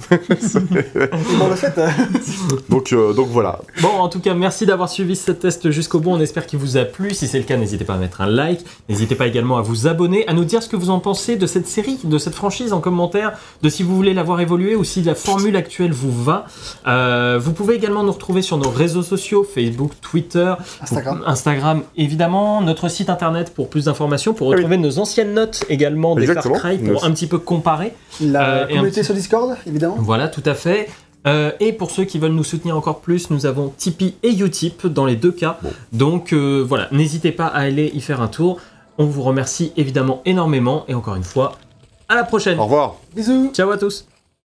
Donc voilà. Bon, en tout cas, merci d'avoir suivi ce test jusqu'au bout. On espère qu'il vous a plu. Si c'est le cas, n'hésitez pas à mettre un like. N'hésitez pas également à vous abonner, à nous dire ce que vous en pensez de cette série, de cette franchise en commentaire, de si vous voulez la voir évoluer ou si la formule actuelle vous va. Vous pouvez également nous retrouver sur nos réseaux sociaux, Facebook, Twitter, Instagram évidemment, notre site internet pour plus d'informations, pour retrouver nos anciennes notes également des Far Cry pour un petit peu comparer. La communauté sur Discord, évidemment. Voilà, tout à fait. Et pour ceux qui veulent nous soutenir encore plus, nous avons Tipeee et Utip dans les deux cas. Bon. Donc voilà, n'hésitez pas à aller y faire un tour. On vous remercie évidemment énormément et encore une fois, à la prochaine. Au revoir. Bisous. Ciao à tous.